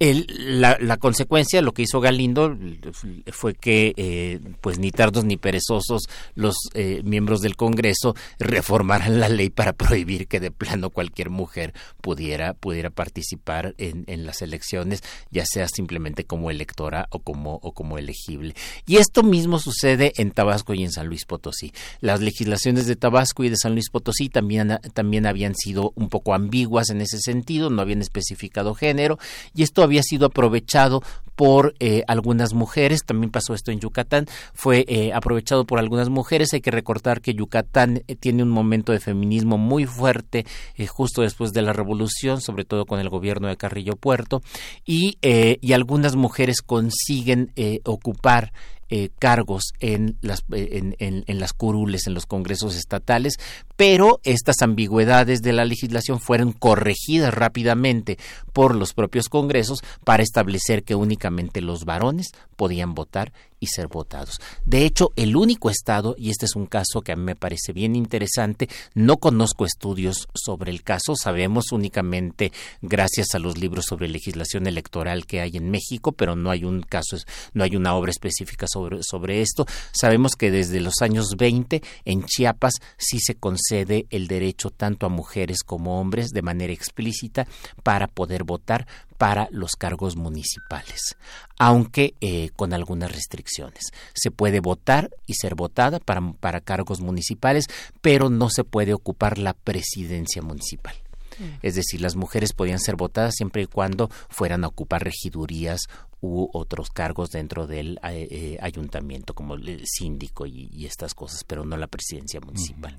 La consecuencia, lo que hizo Galindo fue que pues ni tardos ni perezosos los miembros del Congreso reformaran la ley para prohibir que de plano cualquier mujer pudiera participar en las elecciones, ya sea simplemente como electora o como elegible. Y esto mismo sucede en Tabasco y en San Luis Potosí. Las legislaciones de Tabasco y de San Luis Potosí también habían sido un poco ambiguas en ese sentido, no habían especificado género, y esto había sido aprovechado por algunas mujeres. También pasó esto en Yucatán, fue aprovechado por algunas mujeres. Hay que recordar que Yucatán tiene un momento de feminismo muy fuerte justo después de la revolución, sobre todo con el gobierno de Carrillo Puerto, y algunas mujeres consiguen ocupar cargos en las curules, en los congresos estatales, pero estas ambigüedades de la legislación fueron corregidas rápidamente por los propios congresos para establecer que únicamente los varones podían votar y ser votados. De hecho, el único estado, y este es un caso que a mí me parece bien interesante, no conozco estudios sobre el caso, sabemos únicamente gracias a los libros sobre legislación electoral que hay en México, pero no hay un caso, no hay una obra específica sobre esto. Sabemos que desde los años 20 en Chiapas sí se concede el derecho tanto a mujeres como hombres de manera explícita para poder votar para los cargos municipales, aunque con algunas restricciones. Se puede votar y ser votada para cargos municipales, pero no se puede ocupar la presidencia municipal. Es decir, las mujeres podían ser votadas siempre y cuando fueran a ocupar regidurías u otros cargos dentro del ayuntamiento, como el síndico y estas cosas, pero no la presidencia municipal.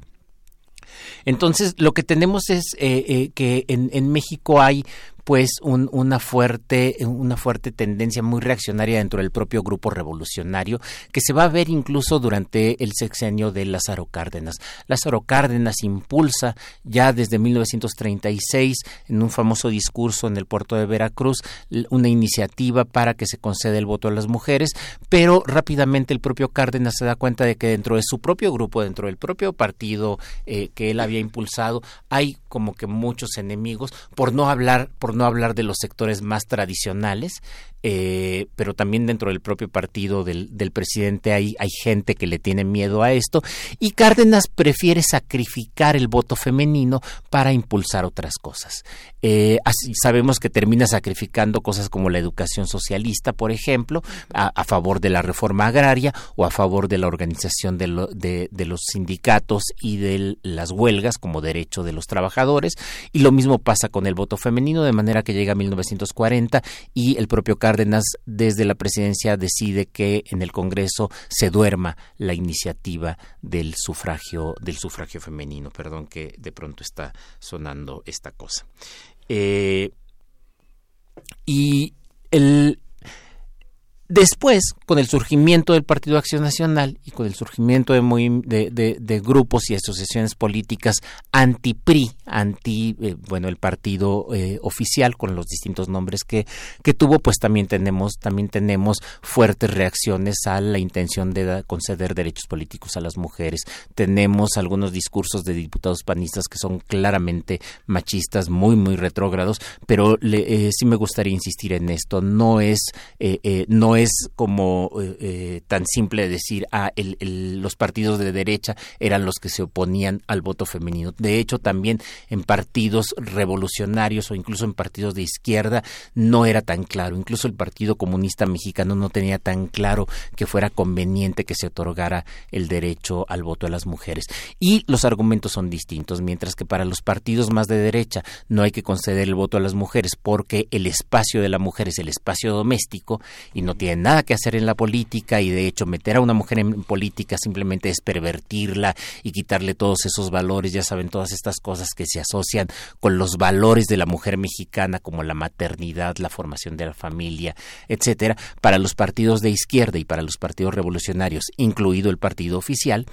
Entonces, lo que tenemos es que en México hay pues una fuerte tendencia muy reaccionaria dentro del propio grupo revolucionario, que se va a ver incluso durante el sexenio de Lázaro Cárdenas. Lázaro Cárdenas impulsa ya desde 1936, en un famoso discurso en el puerto de Veracruz, una iniciativa para que se conceda el voto a las mujeres, pero rápidamente el propio Cárdenas se da cuenta de que dentro de su propio grupo, dentro del propio partido que él había impulsado, hay como que muchos enemigos, por no hablar de los sectores más tradicionales, pero también dentro del propio partido del presidente hay gente que le tiene miedo a esto, y Cárdenas prefiere sacrificar el voto femenino para impulsar otras cosas. Así sabemos que termina sacrificando cosas como la educación socialista, por ejemplo, a favor de la reforma agraria o a favor de la organización de los sindicatos y de las huelgas como derecho de los trabajadores, y lo mismo pasa con el voto femenino, de manera que llega 1940 y el propio Cárdenas Cárdenas desde la presidencia decide que en el Congreso se duerma la iniciativa del sufragio femenino. Perdón que de pronto está sonando esta cosa. Después, con el surgimiento del Partido Acción Nacional y con el surgimiento de grupos y asociaciones políticas anti-PRI, el partido oficial con los distintos nombres que tuvo, pues también tenemos fuertes reacciones a la intención de conceder derechos políticos a las mujeres. Tenemos algunos discursos de diputados panistas que son claramente machistas, muy, muy retrógrados, pero sí me gustaría insistir en esto. No es como tan simple decir los partidos de derecha eran los que se oponían al voto femenino. De hecho, también en partidos revolucionarios o incluso en partidos de izquierda no era tan claro. Incluso el Partido Comunista Mexicano no tenía tan claro que fuera conveniente que se otorgara el derecho al voto a las mujeres. Y los argumentos son distintos, mientras que para los partidos más de derecha no hay que conceder el voto a las mujeres porque el espacio de la mujer es el espacio doméstico y no tiene nada que hacer en la política, y de hecho meter a una mujer en política simplemente es pervertirla y quitarle todos esos valores, ya saben, todas estas cosas que se asocian con los valores de la mujer mexicana como la maternidad, la formación de la familia, etcétera. Para los partidos de izquierda y para los partidos revolucionarios, incluido el partido oficial,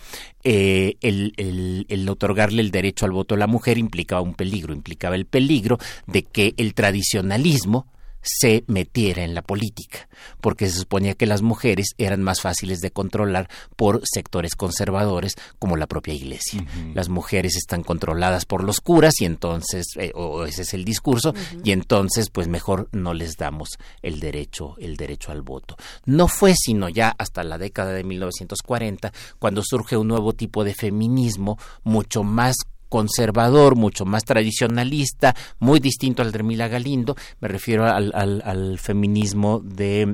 el otorgarle el derecho al voto a la mujer implicaba el peligro de que el tradicionalismo se metiera en la política, porque se suponía que las mujeres eran más fáciles de controlar por sectores conservadores como la propia Iglesia. Uh-huh. Las mujeres están controladas por los curas y entonces, ese es el discurso, uh-huh. Y entonces pues mejor no les damos el derecho al voto. No fue sino ya hasta la década de 1940 cuando surge un nuevo tipo de feminismo mucho más conservador, mucho más tradicionalista, muy distinto al de Ermila Galindo. Me refiero al feminismo de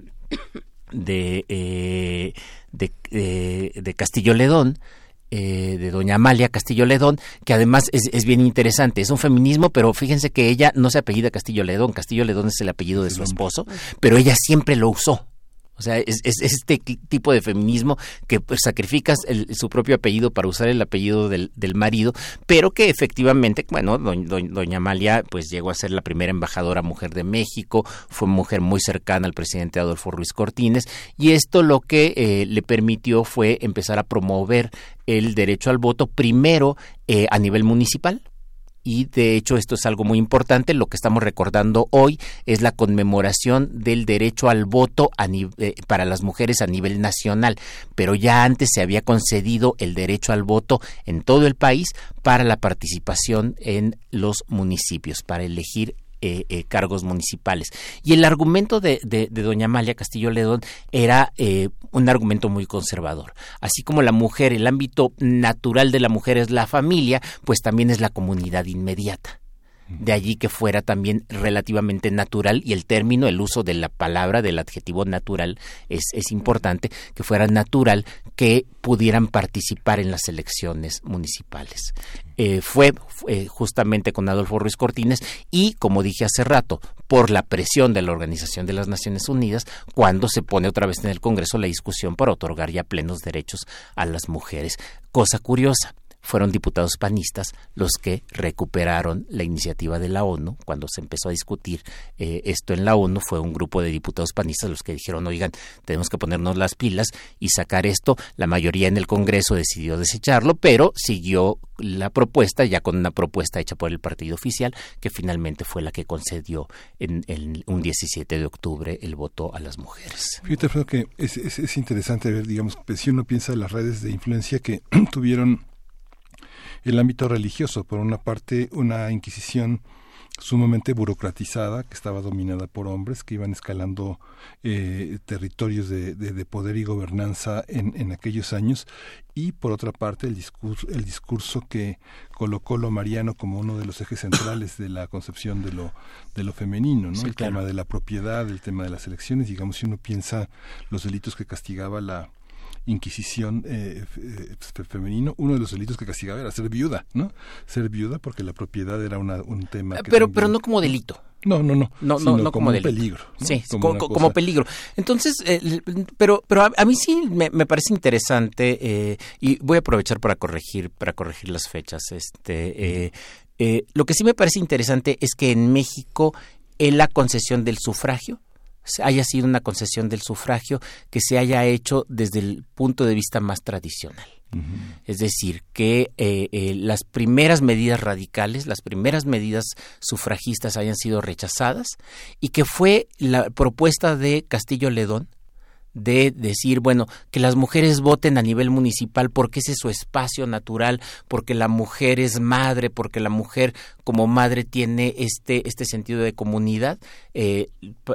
Castillo Ledón, de doña Amalia Castillo Ledón, que además es bien interesante. Es un feminismo, pero fíjense que ella no se apellida Castillo Ledón es el apellido de su esposo, pero ella siempre lo usó. O sea, es este tipo de feminismo que pues, sacrificas su propio apellido para usar el apellido del marido, pero que efectivamente, bueno, doña Amalia pues llegó a ser la primera embajadora mujer de México, fue mujer muy cercana al presidente Adolfo Ruiz Cortines, y esto lo que le permitió fue empezar a promover el derecho al voto primero a nivel municipal. Y de hecho esto es algo muy importante. Lo que estamos recordando hoy es la conmemoración del derecho al voto para las mujeres a nivel nacional, pero ya antes se había concedido el derecho al voto en todo el país para la participación en los municipios, para elegir cargos municipales. Y el argumento de doña Amalia Castillo Ledón era un argumento muy conservador. Así como la mujer, el ámbito natural de la mujer es la familia, pues también es la comunidad inmediata. De allí que fuera también relativamente natural, y el término, el uso de la palabra, del adjetivo natural es importante, que fuera natural que pudieran participar en las elecciones municipales. Fue justamente con Adolfo Ruiz Cortines y, como dije hace rato, por la presión de la Organización de las Naciones Unidas, cuando se pone otra vez en el Congreso la discusión para otorgar ya plenos derechos a las mujeres. Cosa curiosa, fueron diputados panistas los que recuperaron la iniciativa de la ONU. Cuando se empezó a discutir esto en la ONU, fue un grupo de diputados panistas los que dijeron, oigan, tenemos que ponernos las pilas y sacar esto. La mayoría en el Congreso decidió desecharlo, pero siguió la propuesta, ya con una propuesta hecha por el partido oficial, que finalmente fue la que concedió en un 17 de octubre el voto a las mujeres.
Fíjate, Alfredo, que es interesante ver, digamos, si uno piensa en las redes de influencia que tuvieron el ámbito religioso. Por una parte, una Inquisición sumamente burocratizada, que estaba dominada por hombres que iban escalando territorios de poder y gobernanza en aquellos años, y por otra parte el discurso que colocó lo mariano como uno de los ejes centrales de la concepción de lo femenino, ¿no? Sí, el tema de la propiedad, el tema de las elecciones. Digamos, si uno piensa los delitos que castigaba la Inquisición femenino, uno de los delitos que castigaba era ser viuda, ¿no? Ser viuda, porque la propiedad era un tema que
pero no como delito.
No
como
delito. Peligro, ¿no?
Sí, como peligro. Entonces, pero a mí sí me parece interesante, y voy a aprovechar para corregir las fechas. Lo que sí me parece interesante es que en México la concesión del sufragio haya sido una concesión del sufragio que se haya hecho desde el punto de vista más tradicional. Es decir, que las primeras medidas radicales, las primeras medidas sufragistas hayan sido rechazadas y que fue la propuesta de Castillo Ledón de decir, bueno, que las mujeres voten a nivel municipal porque ese es su espacio natural, porque la mujer es madre, porque la mujer como madre tiene este sentido de comunidad, y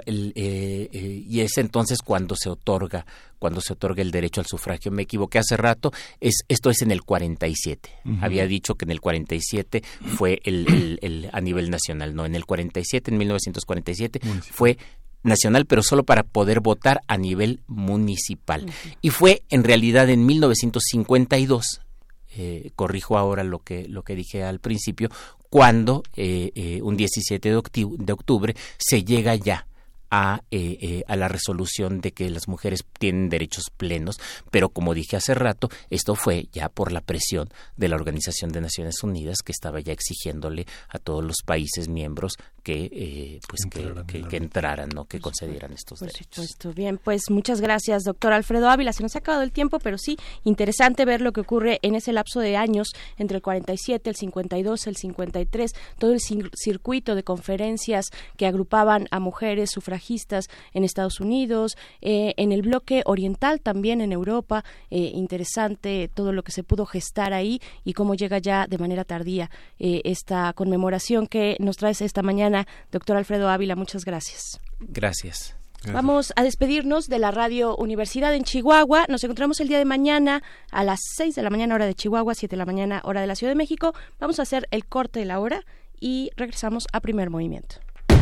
es entonces cuando se otorga el derecho al sufragio. Me equivoqué hace rato, esto es en el 47. Había dicho que en el 47 fue el a nivel nacional, no, en el 47, en 1947 fue nacional, pero solo para poder votar a nivel municipal. Y fue en realidad en 1952, corrijo ahora lo que dije al principio, cuando un 17 de octubre se llega ya a la resolución de que las mujeres tienen derechos plenos, pero como dije hace rato, esto fue ya por la presión de la Organización de Naciones Unidas, que estaba ya exigiéndole a todos los países miembros que entraran, ¿no? Que concedieran estos derechos.
Por supuesto. Bien, pues muchas gracias, doctor Alfredo Ávila. Se nos ha acabado el tiempo, pero sí, interesante ver lo que ocurre en ese lapso de años entre el 47, el 52, el 53, todo el circuito de conferencias que agrupaban a mujeres sufragistas en Estados Unidos, en el bloque oriental también en Europa. Interesante todo lo que se pudo gestar ahí y cómo llega ya de manera tardía esta conmemoración que nos traes esta mañana, doctor Alfredo Ávila. Muchas gracias.
Gracias.
Vamos a despedirnos de la Radio Universidad en Chihuahua. Nos encontramos el día de mañana a las 6 de la mañana hora de Chihuahua, 7 de la mañana hora de la Ciudad de México. Vamos a hacer el corte de la hora y regresamos a Primer Movimiento.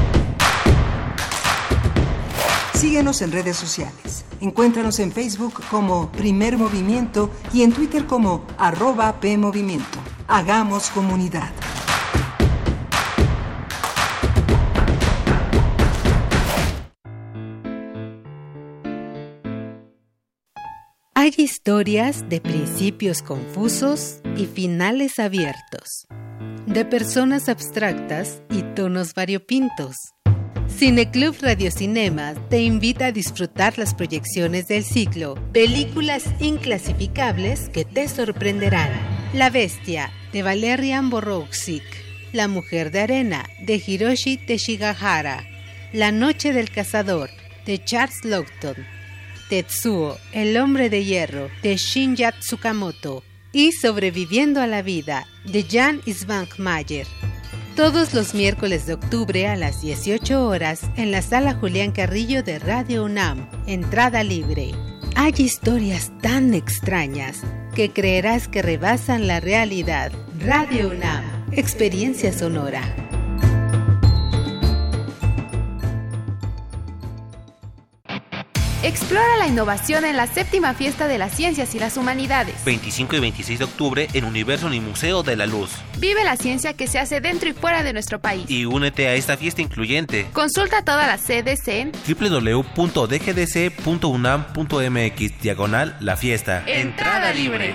Síguenos en redes sociales. Encuéntranos en Facebook como Primer Movimiento y en Twitter como @PMovimiento. Hagamos comunidad.
Hay historias de principios confusos y finales abiertos, de personas abstractas y tonos variopintos. Cineclub Radiocinema te invita a disfrutar las proyecciones del ciclo Películas Inclasificables que te sorprenderán. La Bestia, de Valerian Borowczyk. La Mujer de Arena, de Hiroshi Teshigahara. La Noche del Cazador, de Charles Laughton. Tetsuo, el Hombre de Hierro, de Shinya Tsukamoto. Y Sobreviviendo a la Vida, de Jan Svankmajer. Todos los miércoles de octubre a las 18 horas en la Sala Julián Carrillo de Radio UNAM. Entrada libre. Hay historias tan extrañas que creerás que rebasan la realidad. Radio UNAM, experiencia sonora.
Explora la innovación en la 7ª Fiesta de las Ciencias y las Humanidades.
25 y 26 de octubre en Universo y Museo de la Luz.
Vive la ciencia que se hace dentro y fuera de nuestro país.
Y únete a esta fiesta incluyente.
Consulta todas las sedes en
www.dgdc.unam.mx/la fiesta.
Entrada libre.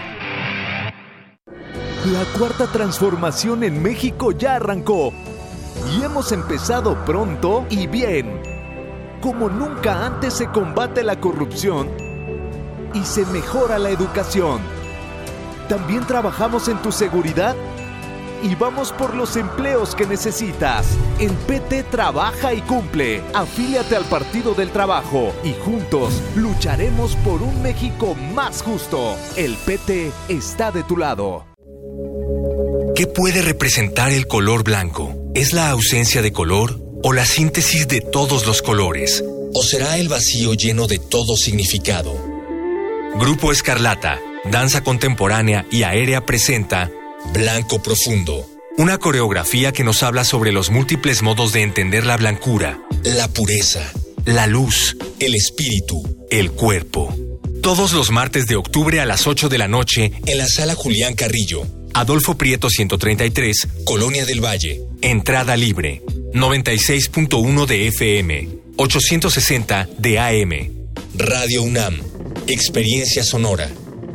La cuarta transformación en México ya arrancó. Y hemos empezado pronto y bien. Como nunca antes se combate la corrupción y se mejora la educación. También trabajamos en tu seguridad y vamos por los empleos que necesitas. En PT trabaja y cumple. Afíliate al Partido del Trabajo y juntos lucharemos por un México más justo. El PT está de tu lado.
¿Qué puede representar el color blanco? ¿Es la ausencia de color o la síntesis de todos los colores? ¿O será el vacío lleno de todo significado? Grupo Escarlata, Danza Contemporánea y Aérea presenta Blanco Profundo, una coreografía que nos habla sobre los múltiples modos de entender la blancura, la pureza, la luz, el espíritu, el cuerpo. Todos los martes de octubre a las 8 de la noche en la Sala Julián Carrillo, Adolfo Prieto 133, Colonia del Valle. Entrada libre. 96.1 de FM, 860 de AM. Radio UNAM, experiencia sonora.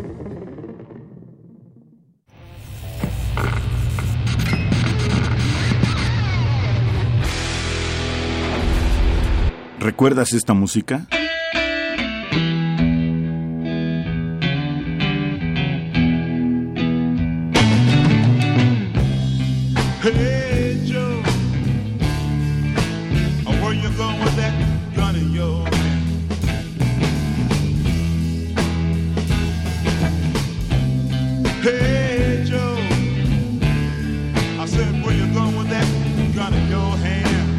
¿Recuerdas esta música?
Hey Joe, where you going with that gun in your hand? Hey Joe, I said where you going with that gun in your hand?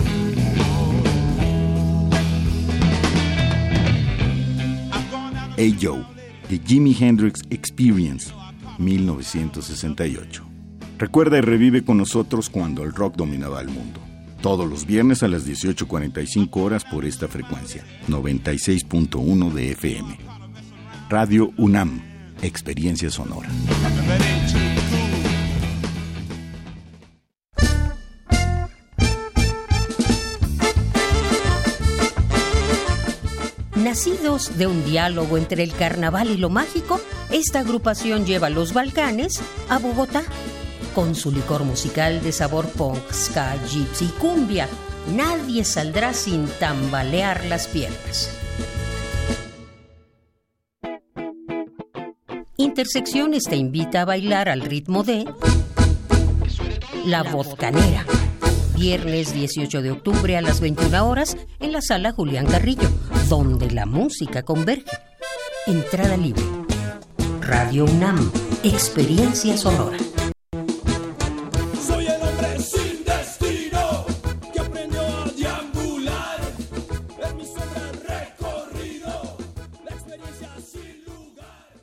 Hey Joe, The Jimi Hendrix Experience, 1968. Recuerda y revive con nosotros cuando el rock dominaba el mundo. Todos los viernes a las 18:45 horas por esta frecuencia, 96.1 de FM. Radio UNAM, experiencia sonora.
Nacidos de un diálogo entre el carnaval y lo mágico, esta agrupación lleva los Balcanes a Bogotá. Con su licor musical de sabor punk, ska, gypsy y cumbia, nadie saldrá sin tambalear las piernas. Intersecciones te invita a bailar al ritmo de La Vodkanera. Viernes 18 de octubre a las 21 horas en la Sala Julián Carrillo, donde la música converge. Entrada libre. Radio UNAM, experiencia sonora.
Soy el hombre sin destino que aprendió a deambular. En mi sombra recorrido, la experiencia sin lugar.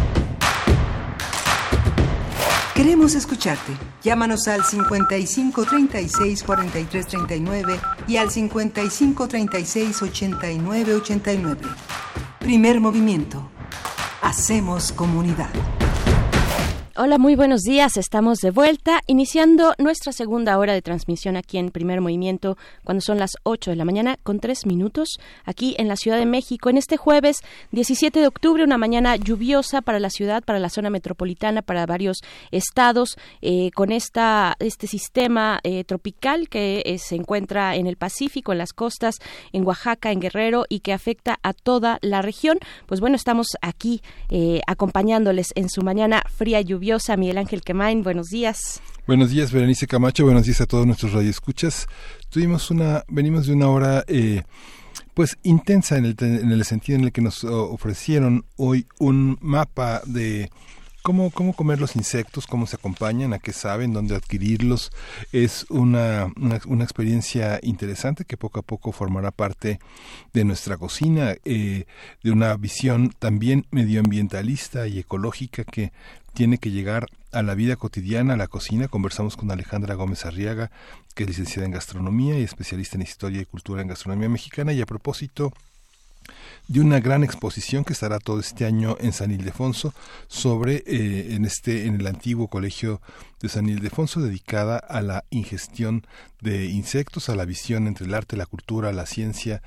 Queremos escucharte. Llámanos al 55 36 43 39 y al 55 36 89 89. Primer movimiento. Hacemos comunidad.
Hola, muy buenos días. Estamos de vuelta, iniciando nuestra segunda hora de transmisión aquí en Primer Movimiento, cuando son las 8 de la mañana con 3 minutos, aquí en la Ciudad de México, en este jueves 17 de octubre, una mañana lluviosa para la ciudad, para la zona metropolitana, para varios estados, con este sistema tropical que se encuentra en el Pacífico, en las costas, en Oaxaca, en Guerrero, y que afecta a toda la región. Pues bueno, estamos aquí acompañándoles en su mañana fría y lluviosa. Miguel Ángel Quemain, buenos días.
Buenos días, Berenice Camacho, buenos días a todos nuestros radioescuchas. Venimos de una hora pues intensa en el sentido en el que nos ofrecieron hoy un mapa de cómo comer los insectos, cómo se acompañan, a qué saben, dónde adquirirlos. Es una experiencia interesante que poco a poco formará parte de nuestra cocina, de una visión también medioambientalista y ecológica que tiene que llegar a la vida cotidiana, a la cocina. Conversamos con Alejandra Gómez Arriaga, que es licenciada en gastronomía y especialista en historia y cultura en gastronomía mexicana, y a propósito de una gran exposición que estará todo este año en San Ildefonso sobre en el antiguo colegio de San Ildefonso, dedicada a la ingestión de insectos, a la visión entre el arte, la cultura, la ciencia,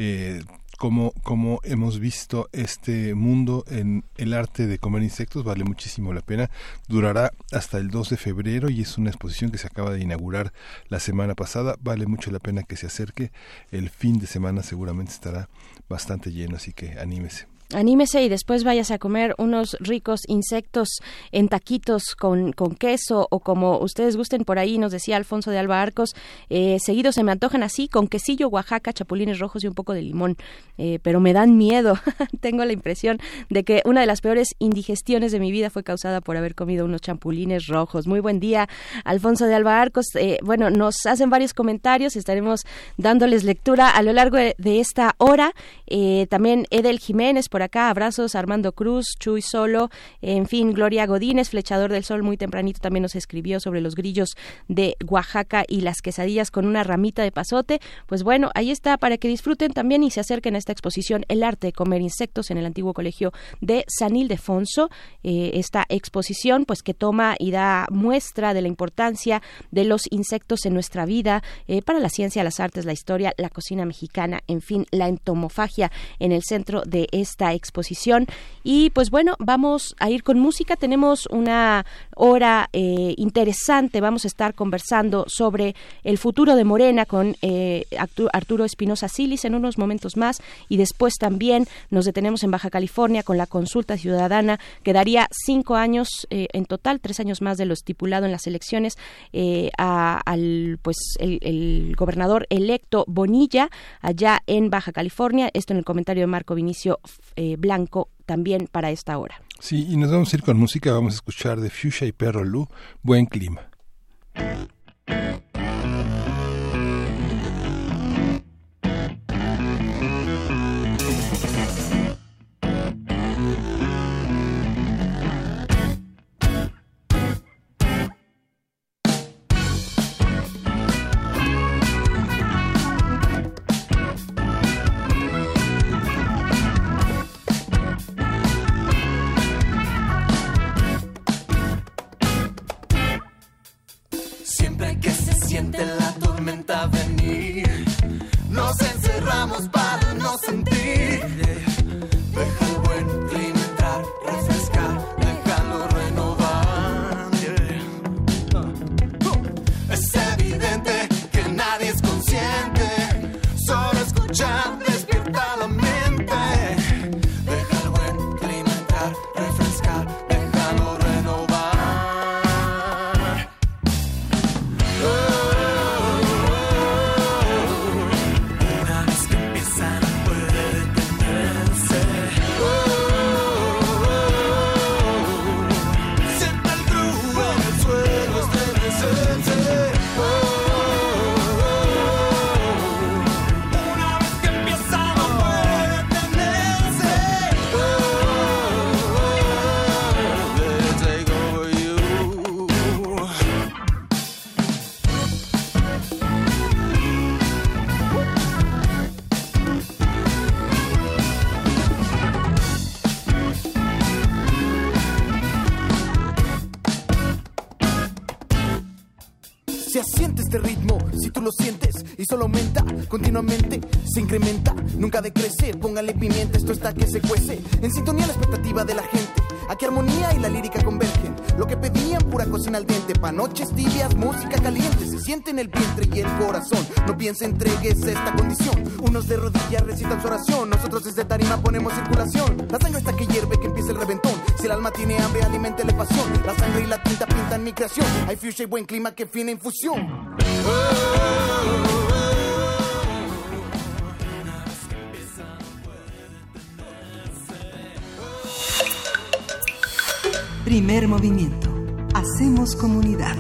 cómo hemos visto este mundo en el arte de comer insectos. Vale muchísimo la pena. Durará hasta el 2 de febrero y es una exposición que se acaba de inaugurar la semana pasada. Vale mucho la pena que se acerque. El fin de semana seguramente estará bastante lleno, así que anímese.
Anímese y después váyase a comer unos ricos insectos en taquitos con queso, o como ustedes gusten. Por ahí nos decía Alfonso de Alba Arcos, seguido se me antojan así, con quesillo Oaxaca, chapulines rojos y un poco de limón, pero me dan miedo. Tengo la impresión de que una de las peores indigestiones de mi vida fue causada por haber comido unos chapulines rojos. Muy buen día, Alfonso de Alba Arcos. Bueno, nos hacen varios comentarios, estaremos dándoles lectura a lo largo de esta hora. También Edel Jiménez por acá. Abrazos, Armando Cruz, Chuy Solo, en fin, Gloria Godínez, Flechador del Sol, muy tempranito también nos escribió sobre los grillos de Oaxaca y las quesadillas con una ramita de pasote. Pues bueno, ahí está para que disfruten también y se acerquen a esta exposición El arte de comer insectos en el antiguo colegio de San Ildefonso. Esta exposición pues que toma y da muestra de la importancia de los insectos en nuestra vida, para la ciencia, las artes, la historia, la cocina mexicana, en fin, la entomofagia en el centro de esta exposición. Y pues bueno, vamos a ir con música. Tenemos una hora interesante. Vamos a estar conversando sobre el futuro de Morena con Arturo Espinosa Silis en unos momentos más, y después también nos detenemos en Baja California con la consulta ciudadana que daría 5 años en total, 3 años más de lo estipulado en las elecciones, al el gobernador electo Bonilla allá en Baja California. Esto en el comentario de Marco Vinicio Blanco también para esta hora.
Sí, y nos vamos a ir con música. Vamos a escuchar de Fuchsia y Perro Lu, Buen Clima.
Siempre que se siente la tormenta venir, nos encerramos para no sentir. Deja el buen clima entrar, refrescar, déjalo renovar. Es evidente que nadie es consciente, solo escuchar despierta la mente. Deja el buen clima entrar, refrescar, déjalo renovar. Una vez que empieza no puede detenerse. Sienta el groove en el suelo, estremecerse. Una vez que empieza no puede detenerse. Let's take over you.
Se asiente este ritmo, si tú lo sientes y solo aumenta continuamente, se incrementa, nunca decrece, póngale pimienta, esto está que se cuece, en sintonía la expectativa de la gente, aquí armonía y la lírica convergen, lo que pedían pura cocina al dente, pa' noches tibias, música caliente, se siente en el vientre y el corazón, no piense, entregues esta condición, unos de rodillas recitan su oración, nosotros desde tarima ponemos circulación, la sangre está que hierve, que empieza el reventón, si el alma tiene hambre, aliméntele pasión, la sangre y la tinta pintan mi creación, hay fuchsia y buen clima que fina infusión.
Primer movimiento. Hacemos comunidad.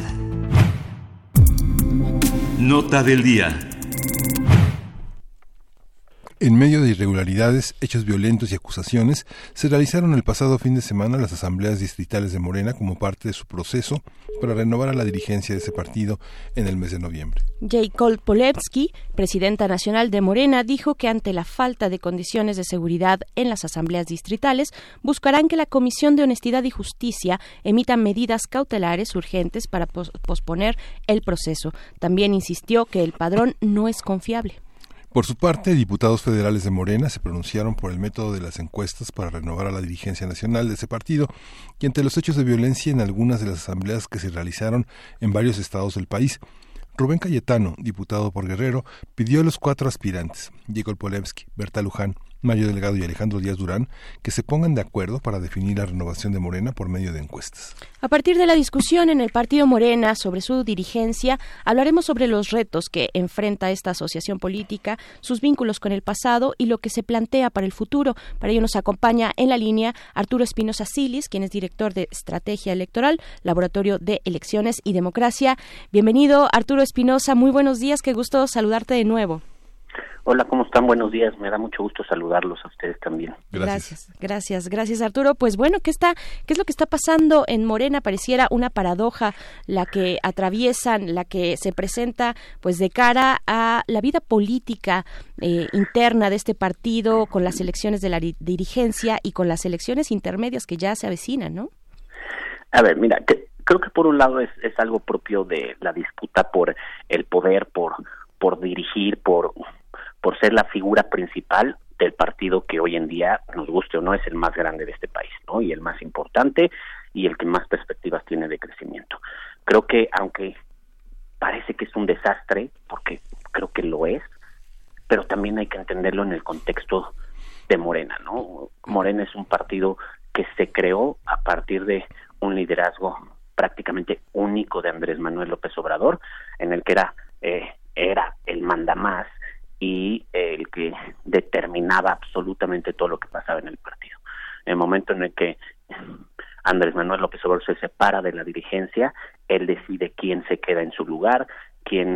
Nota del día.
En medio de irregularidades, hechos violentos y acusaciones, se realizaron el pasado fin de semana las asambleas distritales de Morena como parte de su proceso para renovar a la dirigencia de ese partido en el mes de noviembre.
Jacob Polewski, presidenta nacional de Morena, dijo que ante la falta de condiciones de seguridad en las asambleas distritales, buscarán que la Comisión de Honestidad y Justicia emita medidas cautelares urgentes para posponer el proceso. También insistió que el padrón no es confiable.
Por su parte, diputados federales de Morena se pronunciaron por el método de las encuestas para renovar a la dirigencia nacional de ese partido y ante los hechos de violencia en algunas de las asambleas que se realizaron en varios estados del país. Rubén Cayetano, diputado por Guerrero, pidió a los 4 aspirantes, Jacob Polewski, Berta Luján, Mario Delgado y Alejandro Díaz Durán, que se pongan de acuerdo para definir la renovación de Morena por medio de encuestas.
A partir de la discusión en el partido Morena sobre su dirigencia, hablaremos sobre los retos que enfrenta esta asociación política, sus vínculos con el pasado y lo que se plantea para el futuro. Para ello nos acompaña en la línea Arturo Espinosa Silis, quien es director de Estrategia Electoral, Laboratorio de Elecciones y Democracia. Bienvenido, Arturo Espinosa, muy buenos días, qué gusto saludarte de nuevo.
Hola, ¿cómo están? Buenos días. Me da mucho gusto saludarlos a ustedes también.
Gracias, Arturo. Pues bueno, ¿qué es lo que está pasando en Morena? Pareciera una paradoja la que atraviesan, la que se presenta pues de cara a la vida política interna de este partido, con las elecciones de la dirigencia y con las elecciones intermedias que ya se avecinan, ¿no?
A ver, mira, creo que por un lado es algo propio de la disputa por el poder, por dirigir, por ser la figura principal del partido que hoy en día, nos guste o no, es el más grande de este país, ¿no? Y el más importante y el que más perspectivas tiene de crecimiento. Creo que, aunque parece que es un desastre, porque creo que lo es, pero también hay que entenderlo en el contexto de Morena, ¿no? Morena es un partido que se creó a partir de un liderazgo prácticamente único de Andrés Manuel López Obrador, en el que era el mandamás y el que determinaba absolutamente todo lo que pasaba en el partido. En el momento en el que Andrés Manuel López Obrador se separa de la dirigencia, él decide quién se queda en su lugar, quién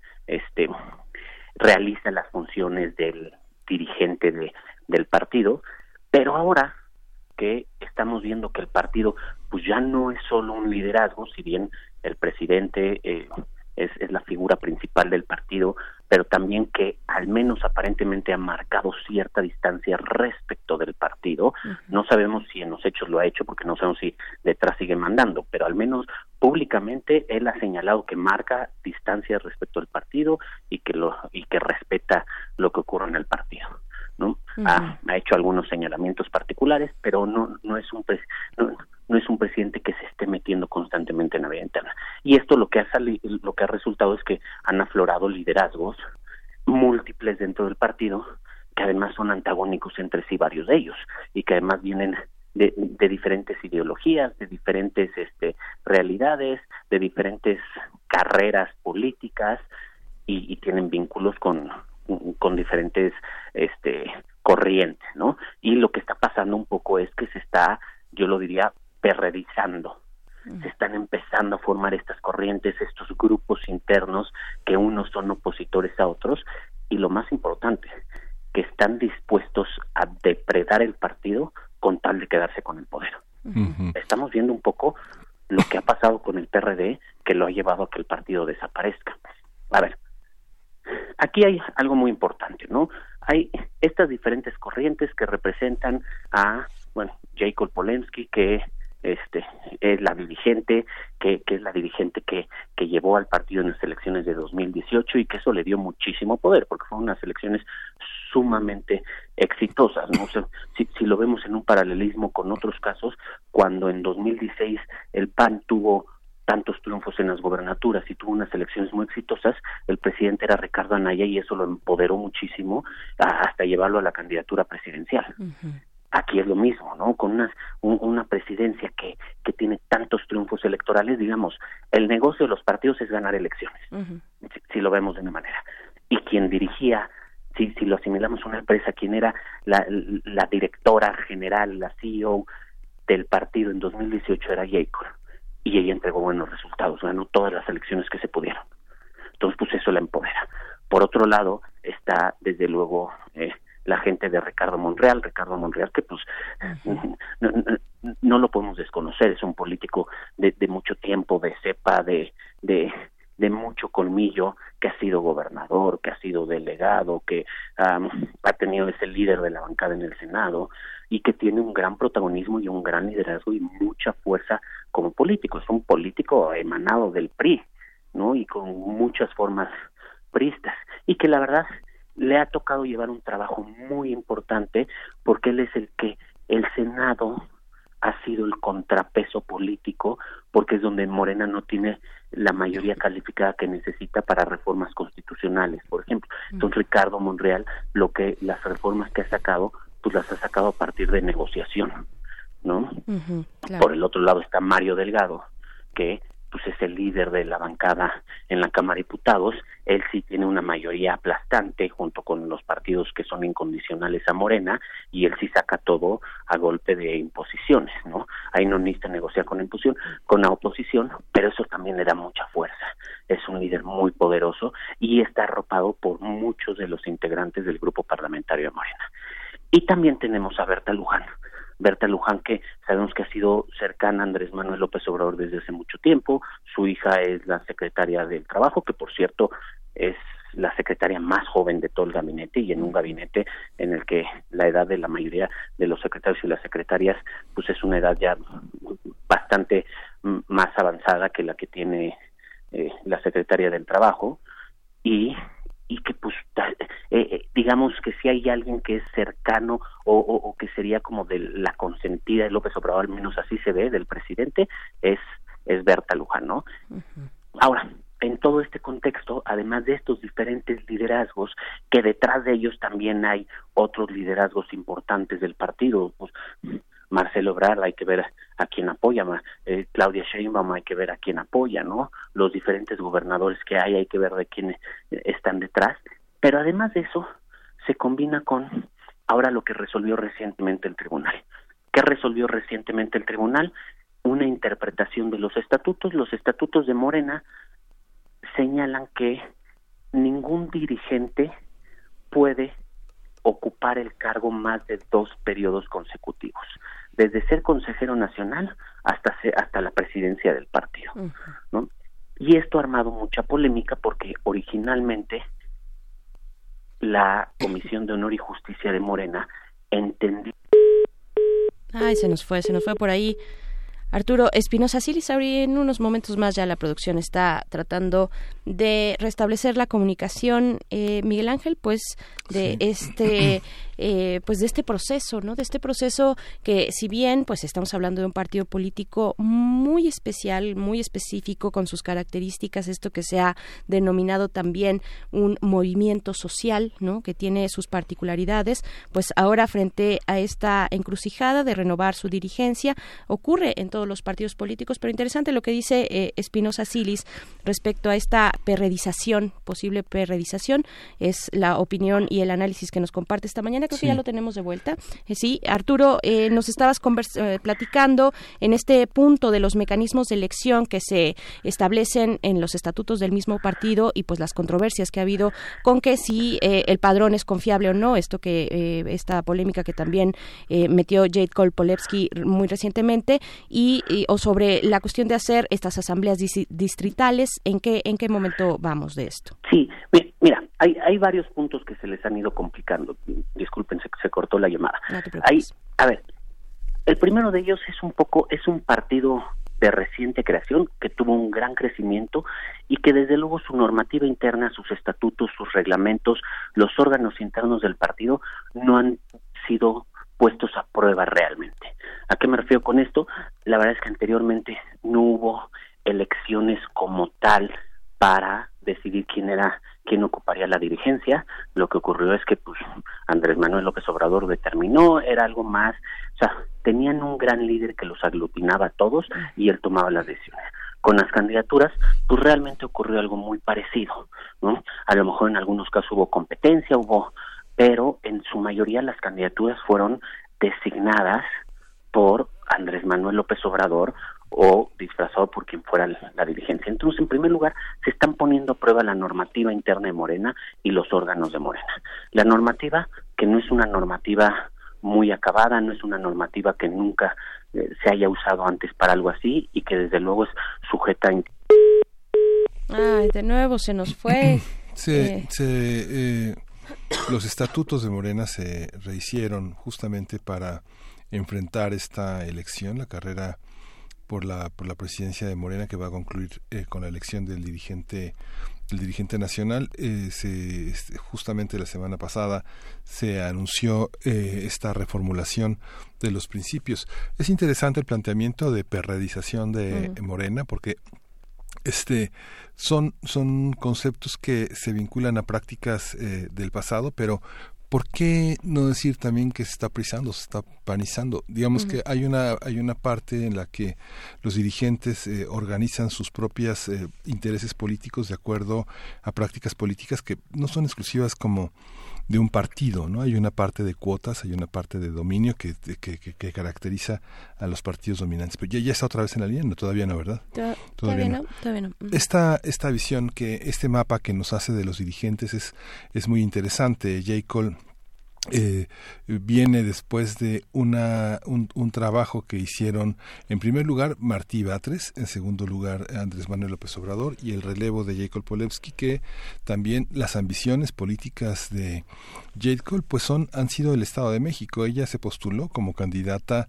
realiza las funciones del dirigente del partido, pero ahora que estamos viendo que el partido pues ya no es solo un liderazgo, si bien el presidente es la figura principal del partido, pero también que al menos aparentemente ha marcado cierta distancia respecto del partido. No sabemos si en los hechos lo ha hecho, porque no sabemos si detrás sigue mandando, pero al menos públicamente él ha señalado que marca distancia respecto al partido y que respeta lo que ocurre en el partido, ¿no? Ha hecho algunos señalamientos particulares, pero no es un presidente que se esté metiendo constantemente en la vida interna. Y esto lo que ha resultado es que han aflorado liderazgos múltiples dentro del partido, que además son antagónicos entre sí, varios de ellos, y que además vienen de diferentes ideologías, de diferentes realidades, de diferentes carreras políticas, y tienen vínculos con diferentes corrientes, ¿no? Y lo que está pasando un poco es que se está, yo lo diría, perredizando. Se están empezando a formar estas corrientes, estos grupos internos, que unos son opositores a otros, y lo más importante, que están dispuestos a depredar el partido con tal de quedarse con el poder. Estamos viendo un poco lo que ha pasado con el PRD, que lo ha llevado a que el partido desaparezca. A ver, aquí hay algo muy importante, ¿no? Hay estas diferentes corrientes que representan a, Jacob Polensky, que es la dirigente, que es la dirigente que llevó al partido en las elecciones de 2018, y que eso le dio muchísimo poder, porque fueron unas elecciones sumamente exitosas, ¿no? O sea, si lo vemos en un paralelismo con otros casos, cuando en 2016 el PAN tuvo tantos triunfos en las gobernaturas y tuvo unas elecciones muy exitosas, el presidente era Ricardo Anaya, y eso lo empoderó muchísimo hasta llevarlo a la candidatura presidencial. Aquí es lo mismo, ¿no? Con una presidencia que tiene tantos triunfos electorales, digamos, el negocio de los partidos es ganar elecciones, si lo vemos de una manera. Y quien dirigía, si lo asimilamos a una empresa, quien era la directora general, la CEO del partido en 2018 era Jacob, y ella entregó buenos resultados, ganó todas las elecciones que se pudieron. Entonces, pues eso la empodera. Por otro lado, está desde luego la gente de Ricardo Monreal, que pues no lo podemos desconocer, es un político de mucho tiempo, de cepa, de mucho colmillo, que ha sido gobernador, que ha sido delegado, que ha tenido ese líder de la bancada en el Senado, y que tiene un gran protagonismo y un gran liderazgo y mucha fuerza como político. Es un político emanado del PRI, ¿no? Y con muchas formas priistas, y que la verdad le ha tocado llevar un trabajo muy importante, porque él es el Senado ha sido el contrapeso político, porque es donde Morena no tiene la mayoría calificada que necesita para reformas constitucionales, por ejemplo. Entonces Ricardo Monreal, las reformas que ha sacado, pues las ha sacado a partir de negociación, ¿no? Claro. Por el otro lado está Mario Delgado, que pues es el líder de la bancada en la Cámara de Diputados. Él sí tiene una mayoría aplastante junto con los partidos que son incondicionales a Morena, y él sí saca todo a golpe de imposiciones, ¿no? Ahí no necesita negociar con la oposición, pero eso también le da mucha fuerza. Es un líder muy poderoso y está arropado por muchos de los integrantes del grupo parlamentario de Morena. Y también tenemos a Berta Luján, que sabemos que ha sido cercana a Andrés Manuel López Obrador desde hace mucho tiempo. Su hija es la secretaria del Trabajo, que por cierto es la secretaria más joven de todo el gabinete, y en un gabinete en el que la edad de la mayoría de los secretarios y las secretarias pues es una edad ya bastante más avanzada que la que tiene la secretaria del Trabajo, y que pues digamos que si hay alguien que es cercano o que sería como de la consentida de López Obrador, al menos así se ve, del presidente, es Berta Luján, ¿no? Uh-huh. Ahora, en todo este contexto, además de estos diferentes liderazgos, que detrás de ellos también hay otros liderazgos importantes del partido, pues Marcelo Ebrard, hay que ver a quién apoya, Claudia Sheinbaum, hay que ver a quién apoya, ¿no? Los diferentes gobernadores que hay que ver de quién están detrás, pero además de eso, se combina con ahora lo que resolvió recientemente el tribunal. ¿Qué resolvió recientemente el tribunal? Una interpretación de los estatutos. Los estatutos de Morena señalan que ningún dirigente puede ocupar el cargo más de 2 periodos consecutivos, desde ser consejero nacional hasta la presidencia del partido, ¿no? Y esto ha armado mucha polémica porque originalmente la Comisión de Honor y Justicia de Morena entendió...
Ay, se nos fue por ahí Arturo Espinosa Silis. En unos momentos más ya la producción está tratando de restablecer la comunicación, Miguel Ángel, pues de este proceso, ¿no? De este proceso que, si bien pues estamos hablando de un partido político muy especial, muy específico con sus características, esto que se ha denominado también un movimiento social, ¿no? Que tiene sus particularidades, pues ahora frente a esta encrucijada de renovar su dirigencia, ocurre en todos los partidos políticos, pero interesante lo que dice Espinosa Silis respecto a esta posible perredización, es la opinión y el análisis que nos comparte esta mañana. Creo que ya lo tenemos de vuelta. Sí, Arturo, nos estabas platicando en este punto de los mecanismos de elección que se establecen en los estatutos del mismo partido y pues las controversias que ha habido con que si el padrón es confiable o no, esta polémica que también metió Jade Cole Polevsky muy recientemente, o sobre la cuestión de hacer estas asambleas distritales. ¿En qué momento vamos de esto?
Sí, mira, hay varios puntos que se les han ido complicando. Disculpen, se cortó la llamada.
No te preocupes.
A ver, el primero de ellos es un partido de reciente creación que tuvo un gran crecimiento y que desde luego su normativa interna, sus estatutos, sus reglamentos, los órganos internos del partido no han sido puestos a prueba realmente. ¿A qué me refiero con esto? La verdad es que anteriormente no hubo elecciones como tal para decidir quién ocuparía la dirigencia. Lo que ocurrió es que pues Andrés Manuel López Obrador determinó, era algo más, o sea, tenían un gran líder que los aglutinaba a todos y él tomaba las decisiones. Con las candidaturas, pues realmente ocurrió algo muy parecido, ¿no? A lo mejor en algunos casos hubo competencia, pero en su mayoría las candidaturas fueron designadas por Andrés Manuel López Obrador o disfrazado por quien fuera la dirigencia. Entonces, en primer lugar, se están poniendo a prueba la normativa interna de Morena y los órganos de Morena. La normativa, que no es una normativa muy acabada, no es una normativa que nunca se haya usado antes para algo así y que desde luego es sujeta a...
Ay, de nuevo se nos fue.
Los estatutos de Morena se rehicieron justamente para enfrentar esta elección, la carrera por la presidencia de Morena, que va a concluir con la elección del dirigente nacional. Justamente la semana pasada se anunció esta reformulación de los principios. Es interesante el planteamiento de perredización de Morena, porque son conceptos que se vinculan a prácticas del pasado, pero ¿por qué no decir también que se está prisando, se está panizando? Digamos que hay una parte en la que los dirigentes organizan sus propios intereses políticos de acuerdo a prácticas políticas que no son exclusivas como de un partido, ¿no? Hay una parte de cuotas, hay una parte de dominio que caracteriza a los partidos dominantes. Pero ya está otra vez en la línea, no, todavía no, ¿verdad?
Todavía no.
Esta visión, este mapa que nos hace de los dirigentes es muy interesante. J. Cole viene después de un trabajo que hicieron en primer lugar Martí Batres, en segundo lugar Andrés Manuel López Obrador y el relevo de Jacob Polewski, que también las ambiciones políticas de Jacob pues han sido el Estado de México. Ella se postuló como candidata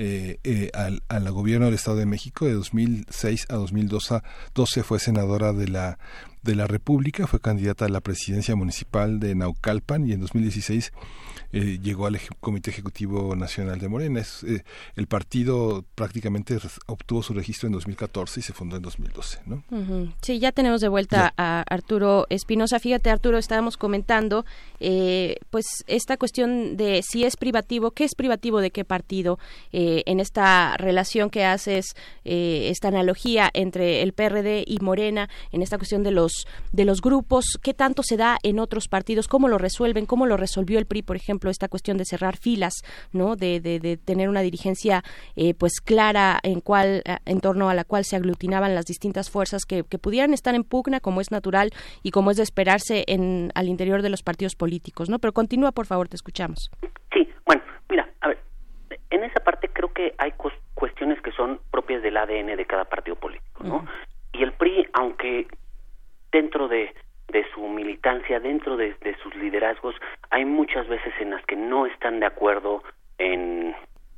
al gobierno del Estado de México de 2006 a 2012, fue senadora de la República, fue candidata a la presidencia municipal de Naucalpan y en 2016 llegó al Comité Ejecutivo Nacional de Morena. El partido prácticamente obtuvo su registro en 2014 y se fundó en 2012, ¿no?
Sí, ya tenemos de vuelta a Arturo Espinosa. Fíjate, Arturo, estábamos comentando pues esta cuestión de si es privativo, qué es privativo de qué partido, en esta relación que haces, esta analogía entre el PRD y Morena, en esta cuestión de los grupos, qué tanto se da en otros partidos, cómo lo resuelven, cómo lo resolvió el PRI, por ejemplo, esta cuestión de cerrar filas, ¿no? De tener una dirigencia pues clara en torno a la cual se aglutinaban las distintas fuerzas que pudieran estar en pugna, como es natural y como es de esperarse al interior de los partidos políticos, ¿no? Pero continúa, por favor, te escuchamos.
Sí, bueno, mira, a ver, en esa parte creo que hay cuestiones que son propias del ADN de cada partido político, ¿no? Y el PRI, aunque dentro de su militancia, dentro de sus liderazgos, hay muchas veces en las que no están de acuerdo en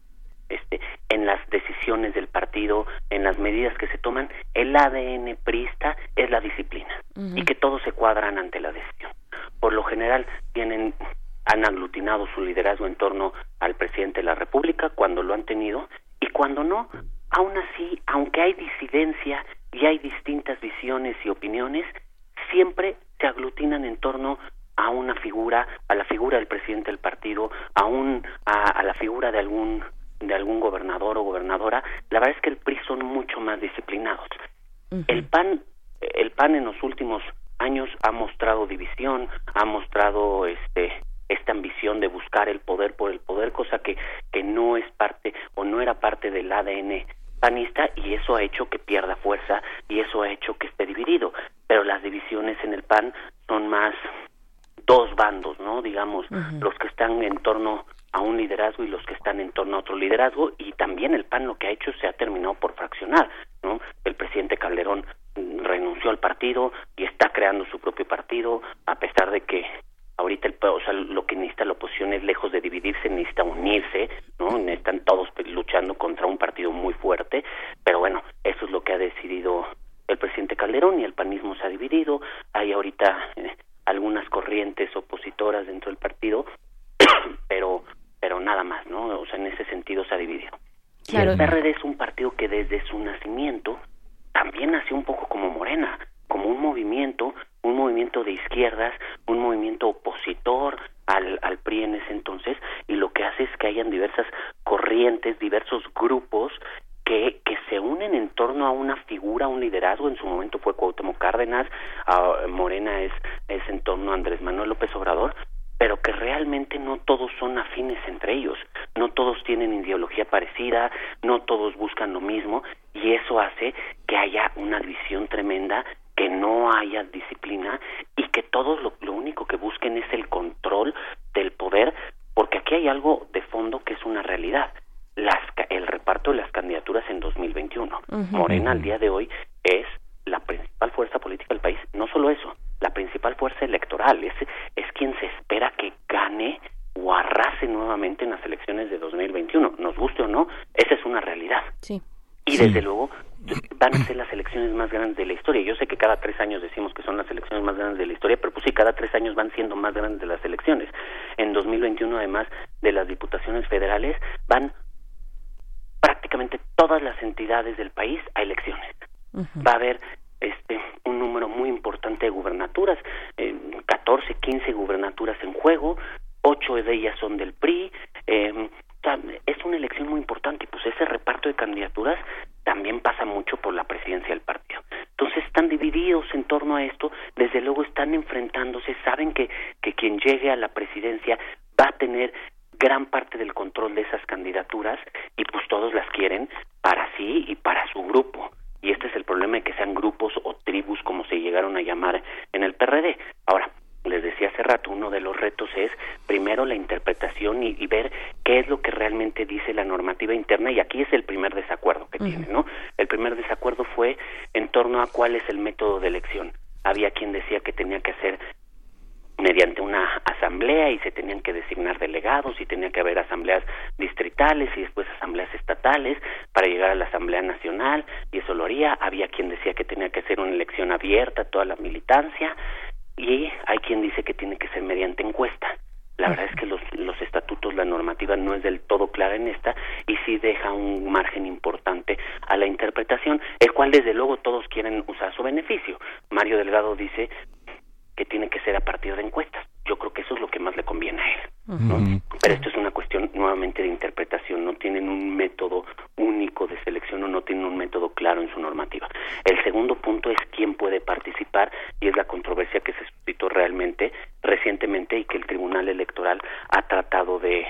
las decisiones del partido, en las medidas que se toman. El ADN priista es la disciplina y que todos se cuadran ante la decisión. Por lo general han aglutinado su liderazgo en torno al presidente de la República cuando lo han tenido, y cuando no, aún así, aunque hay disidencia y hay distintas visiones y opiniones, siempre se aglutinan en torno a una figura, a la figura del presidente del partido, a la figura de algún gobernador o gobernadora. La verdad es que el PRI son mucho más disciplinados. El PAN en los últimos años ha mostrado división, ha mostrado esta ambición de buscar el poder por el poder, cosa que no es parte o no era parte del ADN panista, y eso ha hecho que pierda fuerza y eso ha hecho que esté dividido. Pero las divisiones en el PAN son más dos bandos, ¿no? Digamos, los que están en torno a un liderazgo y los que están en torno a otro liderazgo, y también el PAN lo que ha hecho se ha terminado por fraccionar, ¿no? El presidente Calderón renunció al partido y está creando su propio partido, a pesar de que ahorita lo que necesita la oposición es, lejos de dividirse, necesita unirse, ¿no? Están todos luchando contra un partido muy fuerte, pero bueno, eso es lo que ha decidido el presidente Calderón, y el panismo se ha dividido. Hay ahorita algunas corrientes opositoras dentro del partido, pero nada más, ¿no? O sea, en ese sentido se ha dividido. Claro. Y el PRD es un partido que desde su nacimiento también nació un poco como Morena, como un movimiento de izquierdas, un movimiento opositor al PRI en ese entonces, y lo que hace es que hayan diversas corrientes, diversos grupos que se unen en torno a una figura, un liderazgo. En su momento fue Cuauhtémoc Cárdenas, Morena es en torno a Andrés Manuel López Obrador, pero que realmente no todos son afines entre ellos, no todos tienen ideología parecida, no todos buscan lo mismo, y eso hace que haya una división tremenda, que no haya disciplina y que todos lo único que busquen es el control del poder, porque aquí hay algo de fondo que es una realidad. El reparto de las candidaturas en 2021. Morena al día de hoy es la principal fuerza política del país. No solo eso, la principal fuerza electoral, es quien se espera que gane o arrase nuevamente en las elecciones de 2021. Nos guste o no, esa es una realidad.
Sí.
Y desde luego van a ser las elecciones más grandes de la historia. Yo sé que cada 3 años decimos que son las elecciones más grandes de la historia, pero pues sí, cada 3 años van siendo más grandes de las elecciones. En 2021, además de las diputaciones federales, van prácticamente todas las entidades del país a elecciones. Va a haber un número muy importante de gubernaturas, 14, 15 gubernaturas en juego, 8 de ellas son del PRI. Es una elección muy importante y pues ese reparto de candidaturas también pasa mucho por la presidencia del partido. Entonces están divididos en torno a esto, desde luego están enfrentándose, saben que quien llegue a la presidencia va a tener gran parte del control de esas candidaturas y pues todos las quieren para sí y para su grupo. Y este es el problema de que sean grupos o tribus como se llegaron a llamar en el PRD. Ahora, les decía hace rato, uno de los retos es primero la interpretación y ver qué es lo que realmente dice la normativa interna, y aquí es el primer desacuerdo que tiene, ¿no? El primer desacuerdo fue en torno a cuál es el método de elección. Había quien decía que tenía que ser mediante una asamblea y se tenían que designar delegados y tenía que haber asambleas distritales y después asambleas estatales para llegar a la Asamblea Nacional, y eso lo haría. Había quien decía que tenía que ser una elección abierta a toda la militancia, y hay quien dice que tiene que ser mediante encuesta. La verdad es que los estatutos, la normativa no es del todo clara en esta y sí deja un margen importante a la interpretación, el cual desde luego todos quieren usar a su beneficio. Mario Delgado dice que tiene que ser a partir de encuestas. Yo creo que eso es lo que más le conviene a él, ¿no? Pero esto es una cuestión nuevamente de interpretación. No tienen un método único de selección o no tienen un método claro en su normativa. El segundo punto es quién puede participar, y es la controversia que se suscitó realmente recientemente y que el Tribunal Electoral ha tratado de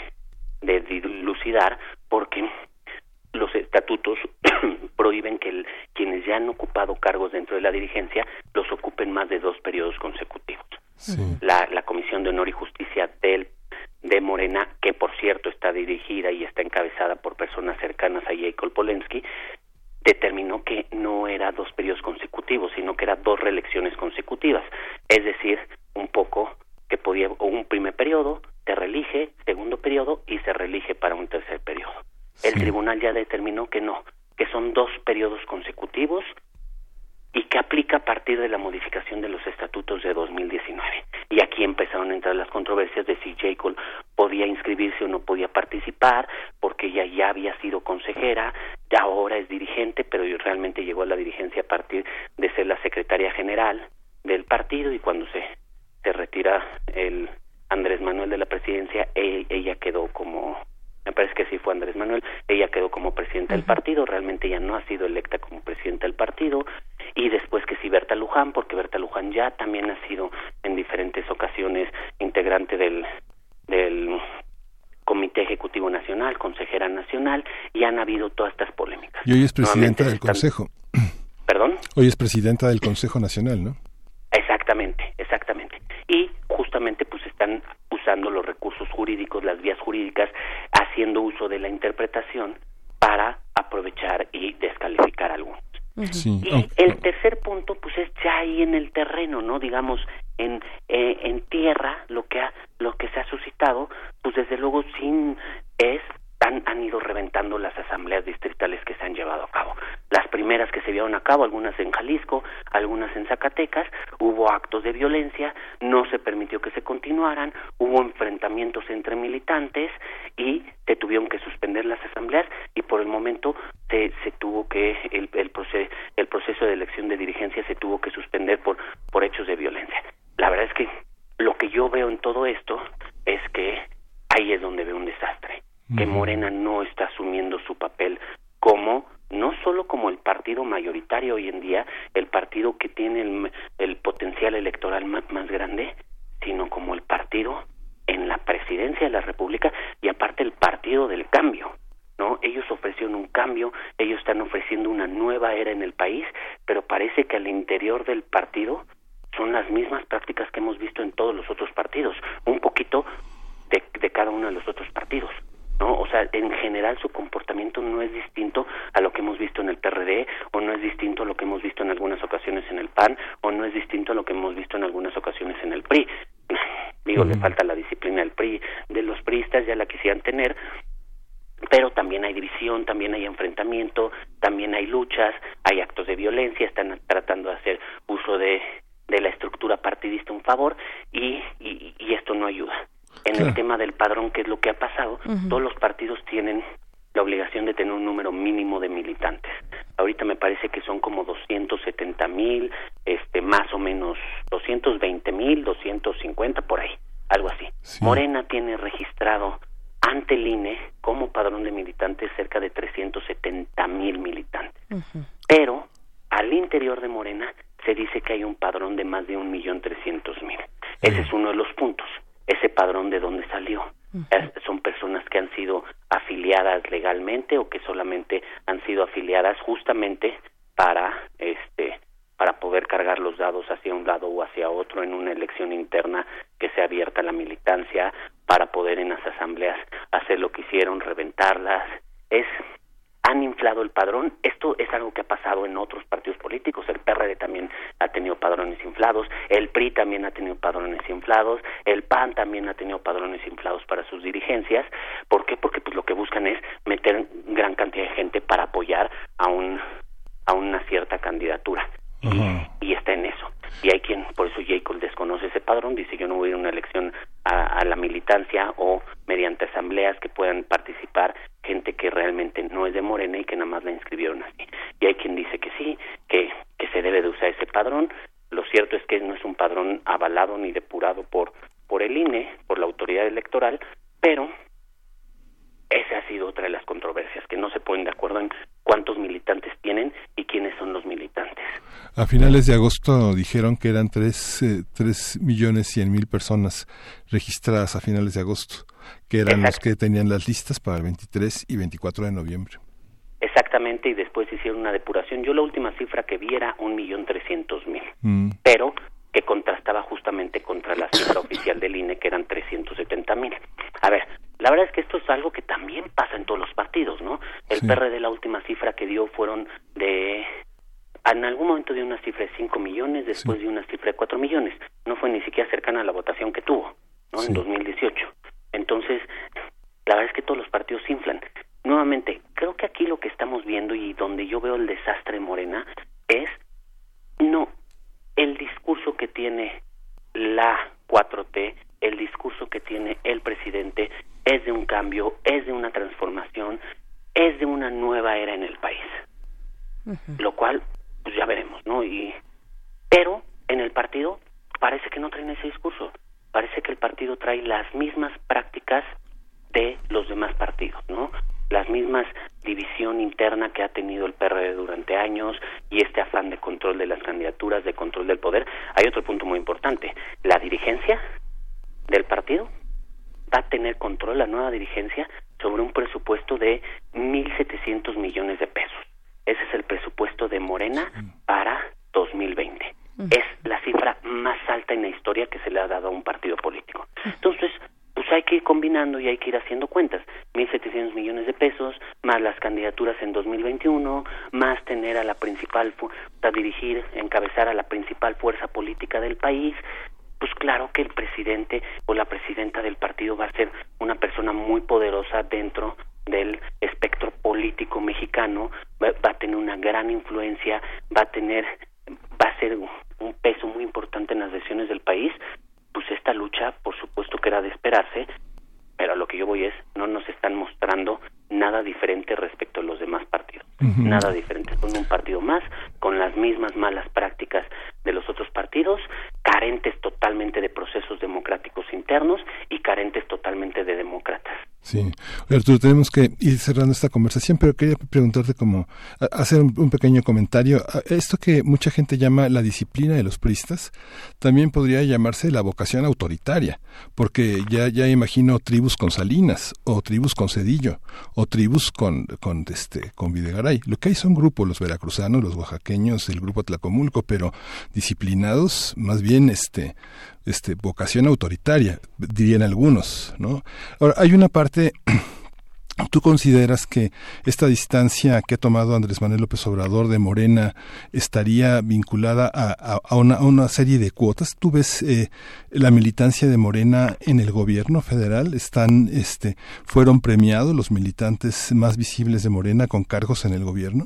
dilucidar, porque los estatutos prohíben que quienes ya han ocupado cargos dentro de la dirigencia los ocupen más de 2 periodos consecutivos. Sí. La Comisión de Honor y Justicia de Morena, que por cierto está dirigida y está encabezada por personas cercanas a Jacob Polensky, determinó que no era 2 periodos consecutivos, sino que era 2 reelecciones consecutivas. Es decir, un poco que podía, o un primer periodo, se reelige, segundo periodo y se reelige para un tercer periodo. Sí. El tribunal ya determinó que no, que son 2 periodos consecutivos y que aplica a partir de la modificación de los estatutos de 2019. Y aquí empezaron a entrar las controversias de si Jacob podía inscribirse o no podía participar, porque ella ya había sido consejera, ya ahora es dirigente, pero realmente llegó a la dirigencia a partir de ser la secretaria general del partido, y cuando se retira el Andrés Manuel de la presidencia, ella quedó como... Me parece que sí fue Andrés Manuel, ella quedó como presidenta del partido, realmente ella no ha sido electa como presidenta del partido, y después que sí Berta Luján, porque Berta Luján ya también ha sido en diferentes ocasiones integrante del Comité Ejecutivo Nacional, consejera nacional, y han habido todas estas polémicas.
Y hoy es presidenta del Consejo.
¿Perdón?
Hoy es presidenta del Consejo Nacional, ¿no?
Exactamente. Y justamente pues están usando los recursos jurídicos, las vías jurídicas, haciendo uso de la interpretación para aprovechar y descalificar a algunos. Sí. Y el tercer punto pues es ya ahí en el terreno, ¿no? Digamos, en tierra, lo que se ha suscitado, pues desde luego han ido reventando las asambleas distritales que se han llevado a cabo. Las primeras que se llevaron a cabo, algunas en Jalisco, algunas en Zacatecas, hubo actos de violencia, no se permitió que se continuaran, hubo enfrentamientos entre militantes y se tuvieron que suspender las asambleas, y por el momento se tuvo que el proceso de elección de dirigencia se tuvo que suspender por hechos de violencia. La verdad es que lo que yo veo en todo esto es que ahí es donde veo un desastre, que Morena no está asumiendo su papel no solo como el partido mayoritario hoy en día, el partido que tiene el potencial electoral más grande, sino como el partido en la presidencia de la República, y aparte el partido del cambio, ¿no? Ellos ofrecieron un cambio, ellos están ofreciendo una nueva era en el país, pero parece que al interior del partido son las mismas prácticas que hemos visto en todos los otros partidos, un poquito de cada uno de los otros partidos, ¿no? O sea, en general su comportamiento no es distinto a lo que hemos visto en el PRD, o no es distinto a lo que hemos visto en algunas ocasiones en el PAN, o no es distinto a lo que hemos visto en algunas ocasiones en el PRI. Digo, le falta la disciplina del PRI, de los priistas ya la quisieran tener, pero también hay división, también hay enfrentamiento, también hay luchas, hay actos de violencia, están tratando de hacer uso de la estructura partidista a un favor, y esto no ayuda. En el tema del padrón, ¿qué es lo que ha pasado? Todos los partidos tienen la obligación de tener un número mínimo de militantes. Ahorita me parece que son como 270,000, más o menos 220,000, 250 por ahí, algo así. Sí. Morena tiene registrado ante el INE como padrón de militantes cerca de 370,000 militantes. Pero al interior de Morena se dice que hay un padrón de más de 1,300,000. Ese es uno de los puntos. Ese padrón, ¿de dónde salió? Son personas que han sido afiliadas legalmente o que solamente han sido afiliadas justamente para poder cargar los dados hacia un lado o hacia otro en una elección interna que sea abierta a la militancia, para poder en las asambleas hacer lo que hicieron, reventarlas. Han inflado el padrón. Esto es algo que ha pasado en otros partidos políticos. El PRD también ha tenido padrones inflados, el PRI también ha tenido padrones inflados, el PAN también ha tenido padrones inflados para sus dirigencias. ¿Por qué? Porque pues lo que buscan es meter gran cantidad de gente para apoyar a una cierta candidatura. Y está en eso. Y hay quien, por eso Jacob desconoce ese padrón, dice: yo no voy a ir a una elección a la militancia o mediante asambleas que puedan participar gente que realmente no es de Morena y que nada más la inscribieron así. Y hay quien dice que sí, que se debe de usar ese padrón. Lo cierto es que no es un padrón avalado ni depurado por el INE, por la autoridad electoral, pero esa ha sido otra de las controversias, que no se ponen de acuerdo en cuántos militantes tienen y quiénes son los militantes.
A finales de agosto dijeron que eran 3.100.000 personas registradas a finales de agosto, que eran los que tenían las listas para el 23 y 24 de noviembre.
Exactamente, y después hicieron una depuración. Yo la última cifra que vi era 1,300,000, pero que contrastaba justamente contra la cifra oficial del INE, que eran 370,000. A ver, la verdad es que esto es algo que también pasa en todos los partidos, ¿no? El PRD, la última cifra que dio fueron en algún momento dio una cifra de 5 millones, después dio una cifra de 4 millones. No fue ni siquiera cercana a la votación que tuvo, ¿no? En 2018. Entonces, la verdad es que todos los partidos inflan. Nuevamente, creo que aquí lo que estamos viendo y donde yo veo el desastre en Morena es el discurso que tiene la 4T, el discurso que tiene el presidente es de un cambio, es de una transformación, es de una nueva era en el país. Lo cual, pues ya veremos, ¿no? Pero en el partido parece que no traen ese discurso. Parece que el partido trae las mismas prácticas de los demás partidos, ¿no? Las mismas división interna que ha tenido el PRD durante años y este afán de control de las candidaturas, de control del poder. Hay otro punto muy importante. La dirigencia del partido va a tener control, la nueva dirigencia, sobre un presupuesto de 1,700 millones de pesos. Ese es el presupuesto de Morena para 2020. Es la cifra más alta en la historia que se le ha dado a un partido político. Entonces, pues hay que ir combinando y hay que ir haciendo cuentas. 1,700 millones de pesos, más las candidaturas en 2021, más tener a la principal, encabezar a la principal fuerza política del país. Pues claro que el presidente o la presidenta del partido va a ser una persona muy poderosa dentro del espectro político mexicano, va a tener una gran influencia, va a ser un peso muy importante en las decisiones del país. Pues esta lucha, por supuesto que era de esperarse, pero a lo que yo voy es, no nos están mostrando nada diferente respecto a los demás partidos. Nada diferente. Son un partido más, con las mismas malas prácticas de los otros partidos, carentes totalmente de procesos democráticos internos y carentes totalmente de demócratas.
Sí, Arturo, tenemos que ir cerrando esta conversación, pero quería preguntarte hacer un pequeño comentario. Esto que mucha gente llama la disciplina de los priistas, también podría llamarse la vocación autoritaria, porque ya imagino tribus con Salinas, o tribus con Zedillo, o tribus con Videgaray. Lo que hay son grupos, los veracruzanos, los oaxaqueños, el grupo Tlacomulco, pero disciplinados, más bien vocación autoritaria, dirían algunos, ¿no? Ahora, hay una parte, ¿tú consideras que esta distancia que ha tomado Andrés Manuel López Obrador de Morena estaría vinculada a una serie de cuotas? ¿Tú ves la militancia de Morena en el gobierno federal? ¿Fueron premiados los militantes más visibles de Morena con cargos en el gobierno?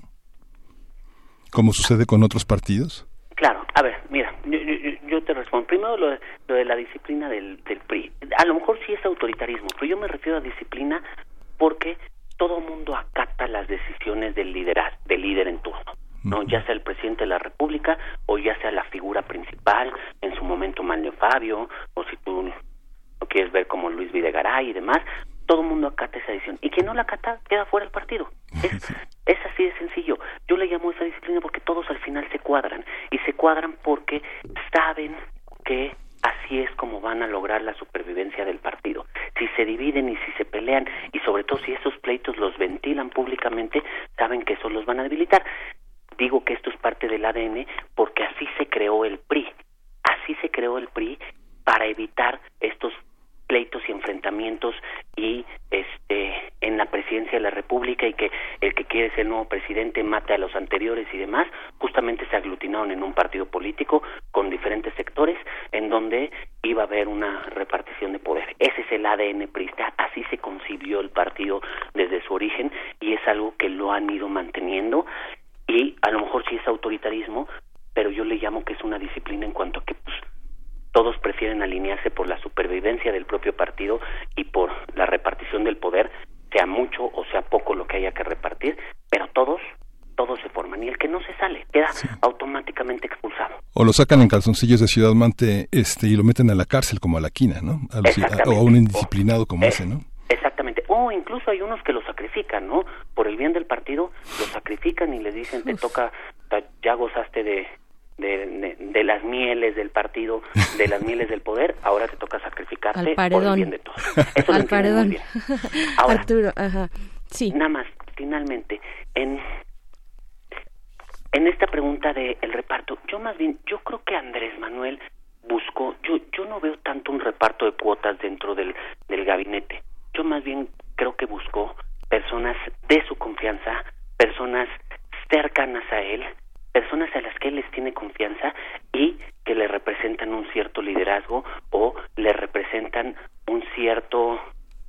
¿Como sucede con otros partidos?
Claro, a ver, mira, yo te respondo. Primero lo de la disciplina del PRI. A lo mejor sí es autoritarismo, pero yo me refiero a disciplina porque todo mundo acata las decisiones del líder en turno, ¿no? Ya sea el presidente de la República o ya sea la figura principal, en su momento Manlio Fabio, o si tú quieres ver como Luis Videgaray y demás, todo el mundo acata esa decisión. Y quien no la acata, queda fuera del partido. Es así de sencillo. Yo le llamo esa disciplina porque todos al final se cuadran. Y se cuadran porque saben que así es como van a lograr la supervivencia del partido. Si se dividen y si se pelean, y sobre todo si esos pleitos los ventilan públicamente, saben que eso los van a debilitar. Digo que esto es parte del ADN porque así se creó el PRI. Así se creó el PRI para evitar estos pleitos y enfrentamientos y en la presidencia de la República, y que el que quiere ser el nuevo presidente mate a los anteriores y demás. Justamente se aglutinaron en un partido político con diferentes sectores en donde iba a haber una repartición de poder. Ese es el ADN priista, así se concibió el partido desde su origen y es algo que lo han ido manteniendo, y a lo mejor sí es autoritarismo, pero yo le llamo que es una disciplina en cuanto a que todos prefieren alinearse por la supervivencia del propio partido y por la repartición del poder, sea mucho o sea poco lo que haya que repartir, pero todos se forman, y el que no se sale queda automáticamente expulsado.
O lo sacan en calzoncillos de Ciudad Mante y lo meten a la cárcel como a la quina, ¿no? O a un indisciplinado como ese, ¿no?
Exactamente. O incluso hay unos que lo sacrifican, ¿no? Por el bien del partido, lo sacrifican y les dicen, te toca, ya gozaste de las mieles del partido, de las mieles del poder, ahora te toca sacrificarte por el bien de todos. Eso lo entiendo muy bien. Ahora,
Arturo, ajá. Sí.
Nada más, finalmente, en esta pregunta del reparto, yo creo que Andrés Manuel buscó, yo no veo tanto un reparto de cuotas dentro del gabinete. Yo más bien creo que buscó personas de su confianza, personas cercanas a él, personas a las que él les tiene confianza y que le representan un cierto liderazgo o le representan un cierto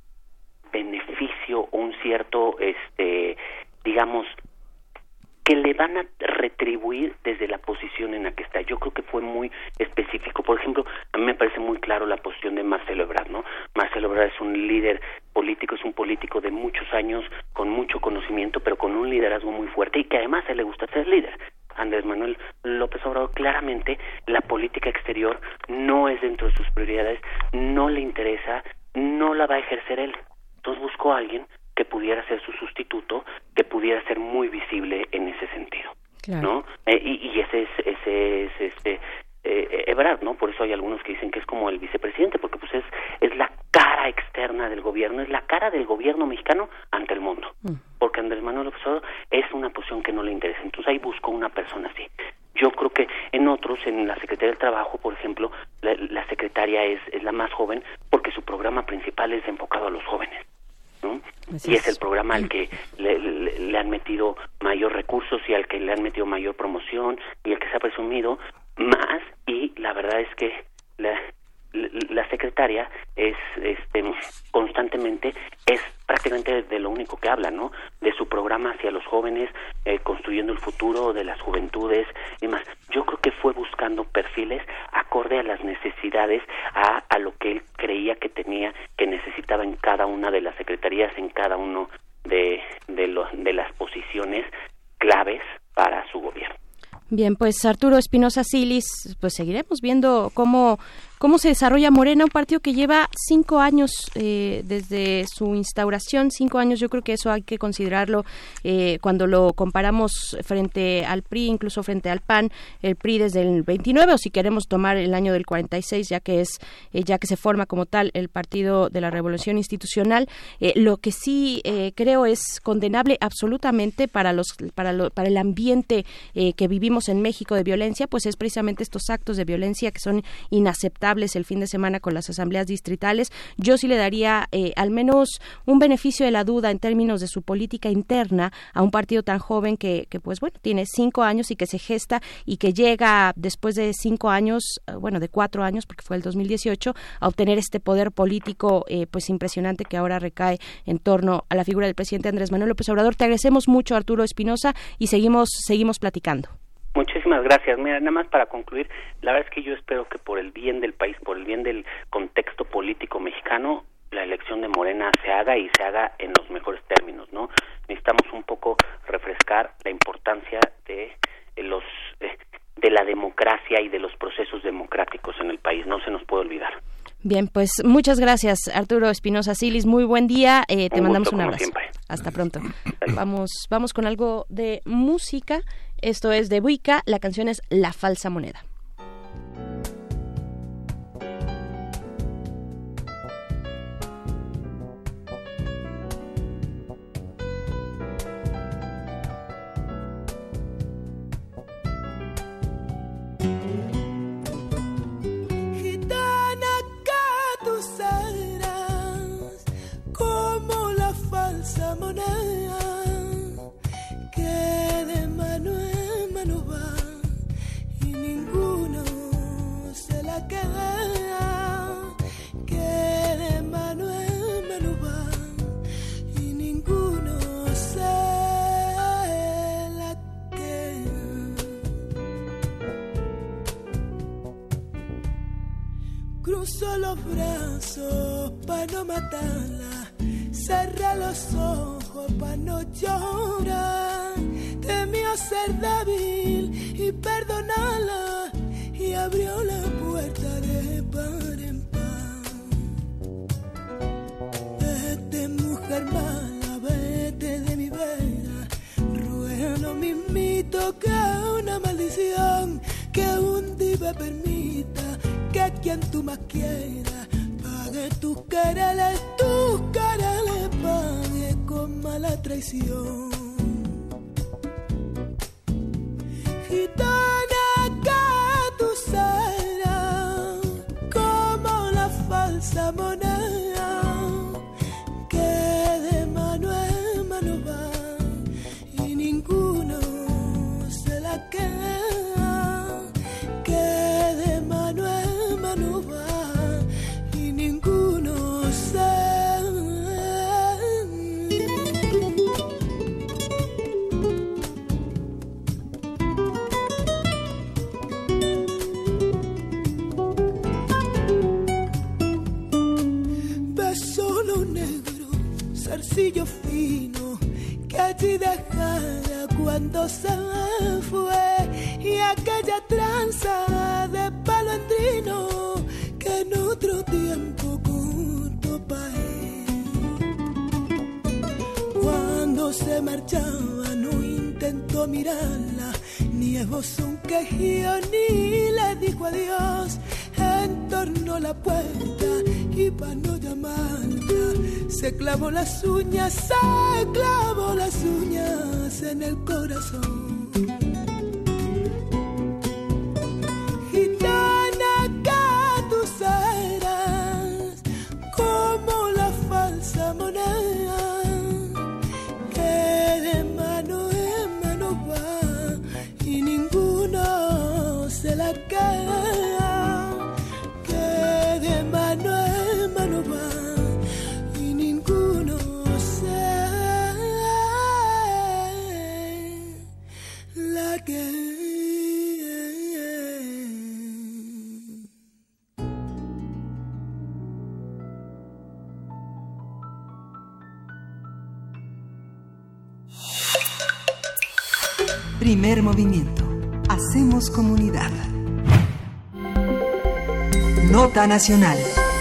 beneficio, un cierto, digamos, que le van a retribuir desde la posición en la que está. Yo creo que fue muy específico. Por ejemplo, a mí me parece muy claro la posición de Marcelo Ebrard, ¿no? Marcelo Ebrard es un líder político, es un político de muchos años, con mucho conocimiento, pero con un liderazgo muy fuerte y que además a él le gusta ser líder. Andrés Manuel López Obrador, claramente la política exterior no es dentro de sus prioridades, no le interesa, no la va a ejercer él. Entonces buscó a alguien que pudiera ser su sustituto, que pudiera ser muy visible en ese sentido, claro. ¿No? Y ese es Ebrard, ¿no? Por eso hay algunos que dicen que es como el vicepresidente, porque pues es la cara externa del gobierno, es la cara del gobierno mexicano ante el mundo, porque Andrés Manuel López Obrador es una posición que no le interesa. Entonces ahí buscó una persona así. Yo creo que en otros, en la Secretaría del Trabajo, por ejemplo, la secretaria es la más joven porque su programa principal es enfocado a los jóvenes, ¿no? Y es el programa al que le han metido mayor recursos y al que le han metido mayor promoción y el que se ha presumido más, y la verdad es que la secretaria es constantemente es prácticamente de lo único que habla, ¿no? De su programa hacia los jóvenes, construyendo el futuro de las juventudes y demás. Yo creo que fue buscando perfiles acorde a las necesidades, a lo que él creía que necesitaba en cada una de las secretarías, en cada uno de las posiciones claves para su gobierno.
Bien, pues Arturo Espinosa Silis, pues seguiremos viendo cómo se desarrolla Morena, un partido que lleva 5 años desde su instauración, 5 años. Yo creo que eso hay que considerarlo cuando lo comparamos frente al PRI, incluso frente al PAN, el PRI desde el 29, o si queremos tomar el año del 46, ya que se forma como tal el Partido de la Revolución Institucional. Lo que sí creo es condenable absolutamente para el ambiente que vivimos en México de violencia, pues es precisamente estos actos de violencia que son inaceptables el fin de semana con las asambleas distritales. Yo sí le daría al menos un beneficio de la duda en términos de su política interna a un partido tan joven que pues bueno, tiene 5 años y que se gesta y que llega después de 5 años, de 4 años, porque fue el 2018, a obtener este poder político pues impresionante que ahora recae en torno a la figura del presidente Andrés Manuel López Obrador. Te agradecemos mucho, Arturo Espinosa, y seguimos platicando.
Muchísimas gracias. Mira, nada más para concluir, la verdad es que yo espero que por el bien del país, por el bien del contexto político mexicano, la elección de Morena se haga y se haga en los mejores términos, ¿no? Necesitamos un poco refrescar la importancia de la democracia y de los procesos democráticos en el país. No se nos puede olvidar.
Bien, pues muchas gracias, Arturo Espinosa Silis. Muy buen día. Te mandamos un abrazo.
Siempre.
Hasta pronto. Vamos con algo de música. Esto es de Buica. La canción es La Falsa Moneda.
Falsa moneda que de mano en mano va y ninguno se la queda, que de mano en mano va y ninguno se la queda. Cruzó los brazos para no matarla, cerra los ojos pa' no llorar, temió ser débil y perdonarla, y abrió la puerta de par en par. Vete, mujer mala, vete de mi vera, ruego lo mismito que una maldición, que un día permita que quien tú más quieras pague tus quereres pague con mala traición. Gitana que tú serás como la falsa moneda que de mano en mano va y ninguno se la queda, que de mano en mano va y ninguno se zarcillo fino que allí dejara cuando se fue, y aquella tranza de palondrino que en otro tiempo cortó pa' él. Cuando se marchaba no intentó mirarla, ni esbozó un quejío ni le dijo adiós, entornó la puerta y pa' no llamarla se clavó las uñas en el corazón. Gitana que tú serás como la falsa moneda que de mano en mano va y ninguno se la queda, que de mano en mano va y ninguno se la queda.
Primer movimiento. Hacemos comunidad. Nota nacional.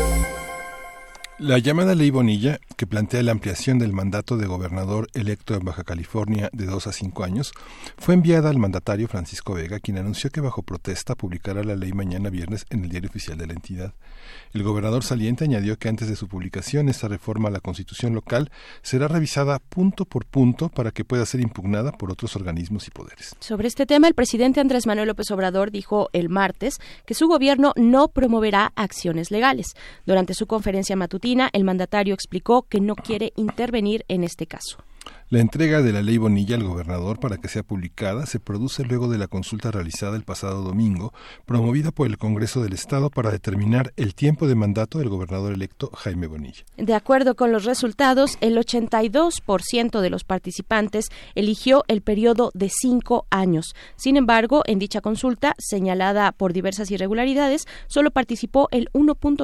La llamada Ley Bonilla, que plantea la ampliación del mandato de gobernador electo en Baja California de 2 a 5 años, fue enviada al mandatario Francisco Vega, quien anunció que bajo protesta publicará la ley mañana viernes en el Diario Oficial de la entidad. El gobernador saliente añadió que antes de su publicación, esta reforma a la Constitución local será revisada punto por punto para que pueda ser impugnada por otros organismos y poderes.
Sobre este tema, el presidente Andrés Manuel López Obrador dijo el martes que su gobierno no promoverá acciones legales. Durante su conferencia matutina, el mandatario explicó que no quiere intervenir en este caso.
La entrega de la Ley Bonilla al gobernador para que sea publicada se produce luego de la consulta realizada el pasado domingo, promovida por el Congreso del Estado para determinar el tiempo de mandato del gobernador electo Jaime Bonilla.
De acuerdo con los resultados, el 82% de los participantes eligió el periodo de 5 años. Sin embargo, en dicha consulta, señalada por diversas irregularidades, solo participó el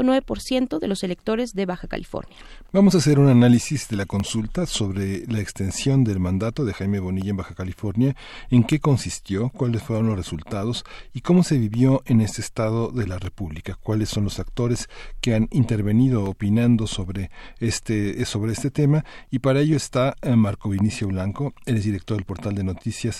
1.9% de los electores de Baja California.
Vamos a hacer un análisis de la consulta sobre la extensión impugnación del mandato de Jaime Bonilla en Baja California. ¿En qué consistió? ¿Cuáles fueron los resultados? ¿Y cómo se vivió en este estado de la República? ¿Cuáles son los actores que han intervenido opinando sobre este tema? Y para ello está Marco Vinicio Blanco. Él es director del portal de noticias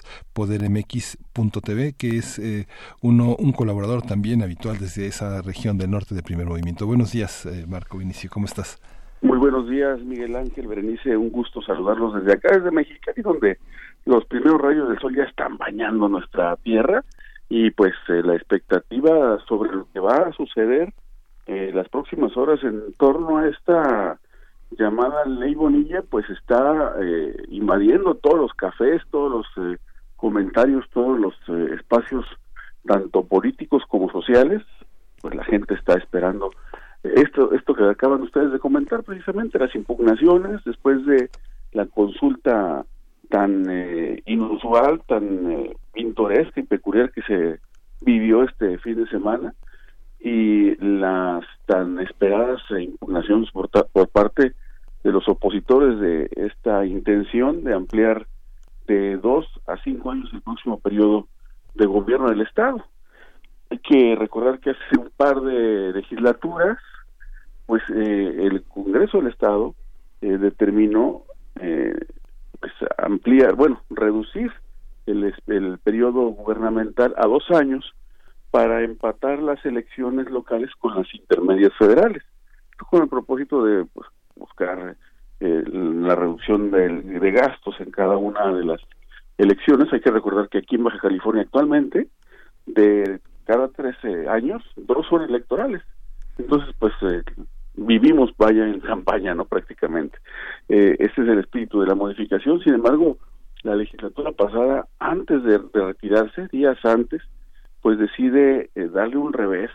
podermx.tv, que es un colaborador también habitual desde esa región del norte de Primer Movimiento. Buenos días, Marco Vinicio, ¿cómo estás?
Muy buenos días, Miguel Ángel, Berenice, un gusto saludarlos desde acá, desde Mexicali, donde los primeros rayos del sol ya están bañando nuestra tierra, y pues la expectativa sobre lo que va a suceder las próximas horas en torno a esta llamada Ley Bonilla, pues está invadiendo todos los cafés, todos los comentarios, todos los espacios, tanto políticos como sociales. Pues la gente está esperando esto que acaban ustedes de comentar, precisamente las impugnaciones después de la consulta tan inusual, tan pintoresca y peculiar que se vivió este fin de semana, y las tan esperadas impugnaciones por parte de los opositores de esta intención de ampliar de 2 a 5 años el próximo periodo de gobierno del Estado. Hay que recordar que hace un par de legislaturas, pues el Congreso del Estado determinó pues reducir el periodo gubernamental a 2 años para empatar las elecciones locales con las intermedias federales, con el propósito de pues, buscar la reducción de gastos en cada una de las elecciones. Hay que recordar que aquí en Baja California actualmente, de cada 13 años, 2 son electorales. Entonces, pues vivimos, en campaña, ¿no? Prácticamente. Ese es el espíritu de la modificación. Sin embargo, la legislatura pasada, antes de retirarse, días antes, pues decide darle un revés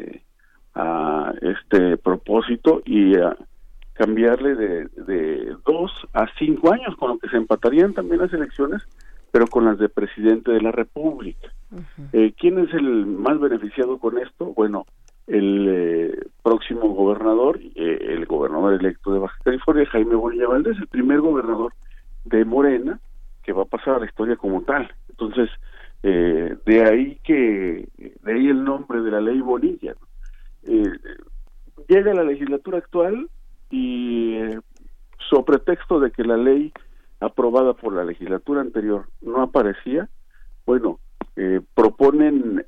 a este propósito y a cambiarle de 2 a 5 años, con lo que se empatarían también las elecciones, pero con las de presidente de la República. Uh-huh. ¿Quién es el más beneficiado con esto? Bueno, el próximo gobernador, el gobernador electo de Baja California, Jaime Bonilla Valdez, el primer gobernador de Morena, que va a pasar a la historia como tal. Entonces, de ahí el nombre de la Ley Bonilla. Llega la legislatura actual y sobre pretexto de que la ley aprobada por la legislatura anterior no aparecía, bueno, proponen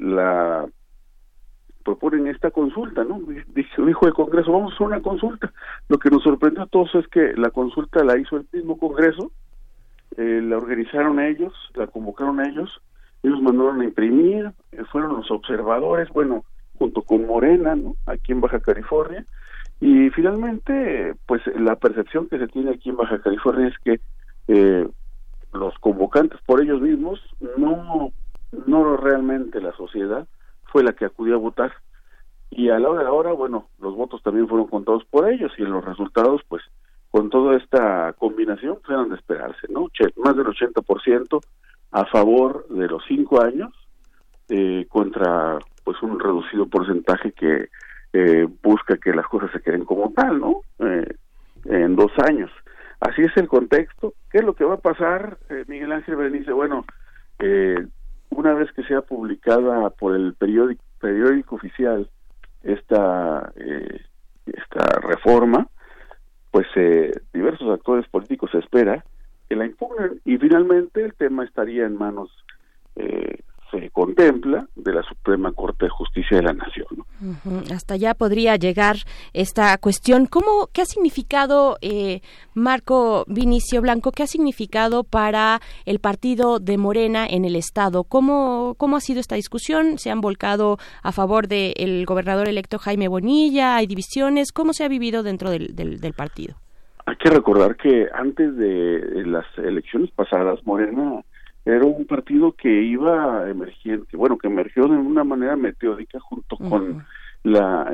esta consulta, ¿no? Dijo el Congreso, vamos a hacer una consulta. Lo que nos sorprendió a todos es que la consulta la hizo el mismo Congreso, la organizaron ellos, la convocaron ellos mandaron a imprimir, fueron los observadores, bueno, junto con Morena, ¿no? Aquí en Baja California, y finalmente, pues la percepción que se tiene aquí en Baja California es que los convocantes por ellos mismos, no realmente la sociedad fue la que acudió a votar, y a la hora de la hora, bueno, los votos también fueron contados por ellos, y en los resultados, pues, con toda esta combinación, pues eran de esperarse, ¿no? Más del 80% a favor de los 5 años, contra, pues, un reducido porcentaje que busca que las cosas se queden como tal, ¿no? En 2 años. Así es el contexto. ¿Qué es lo que va a pasar, Miguel Ángel Berenice? Bueno, una vez que sea publicada por el periódico oficial esta reforma, pues diversos actores políticos se espera que la impugnen, y finalmente el tema estaría en manos, se contempla, de la Suprema Corte de Justicia de la Nación, ¿no?
Uh-huh. Hasta allá podría llegar esta cuestión. ¿Qué ha significado, Marco Vinicio Blanco, qué ha significado para el partido de Morena en el Estado? ¿Cómo ha sido esta discusión? ¿Se han volcado a favor del gobernador electo Jaime Bonilla? ¿Hay divisiones? ¿Cómo se ha vivido dentro del partido?
Hay que recordar que antes de las elecciones pasadas, Morena era un partido que iba emergiente, bueno, que emergió de una manera meteórica junto con la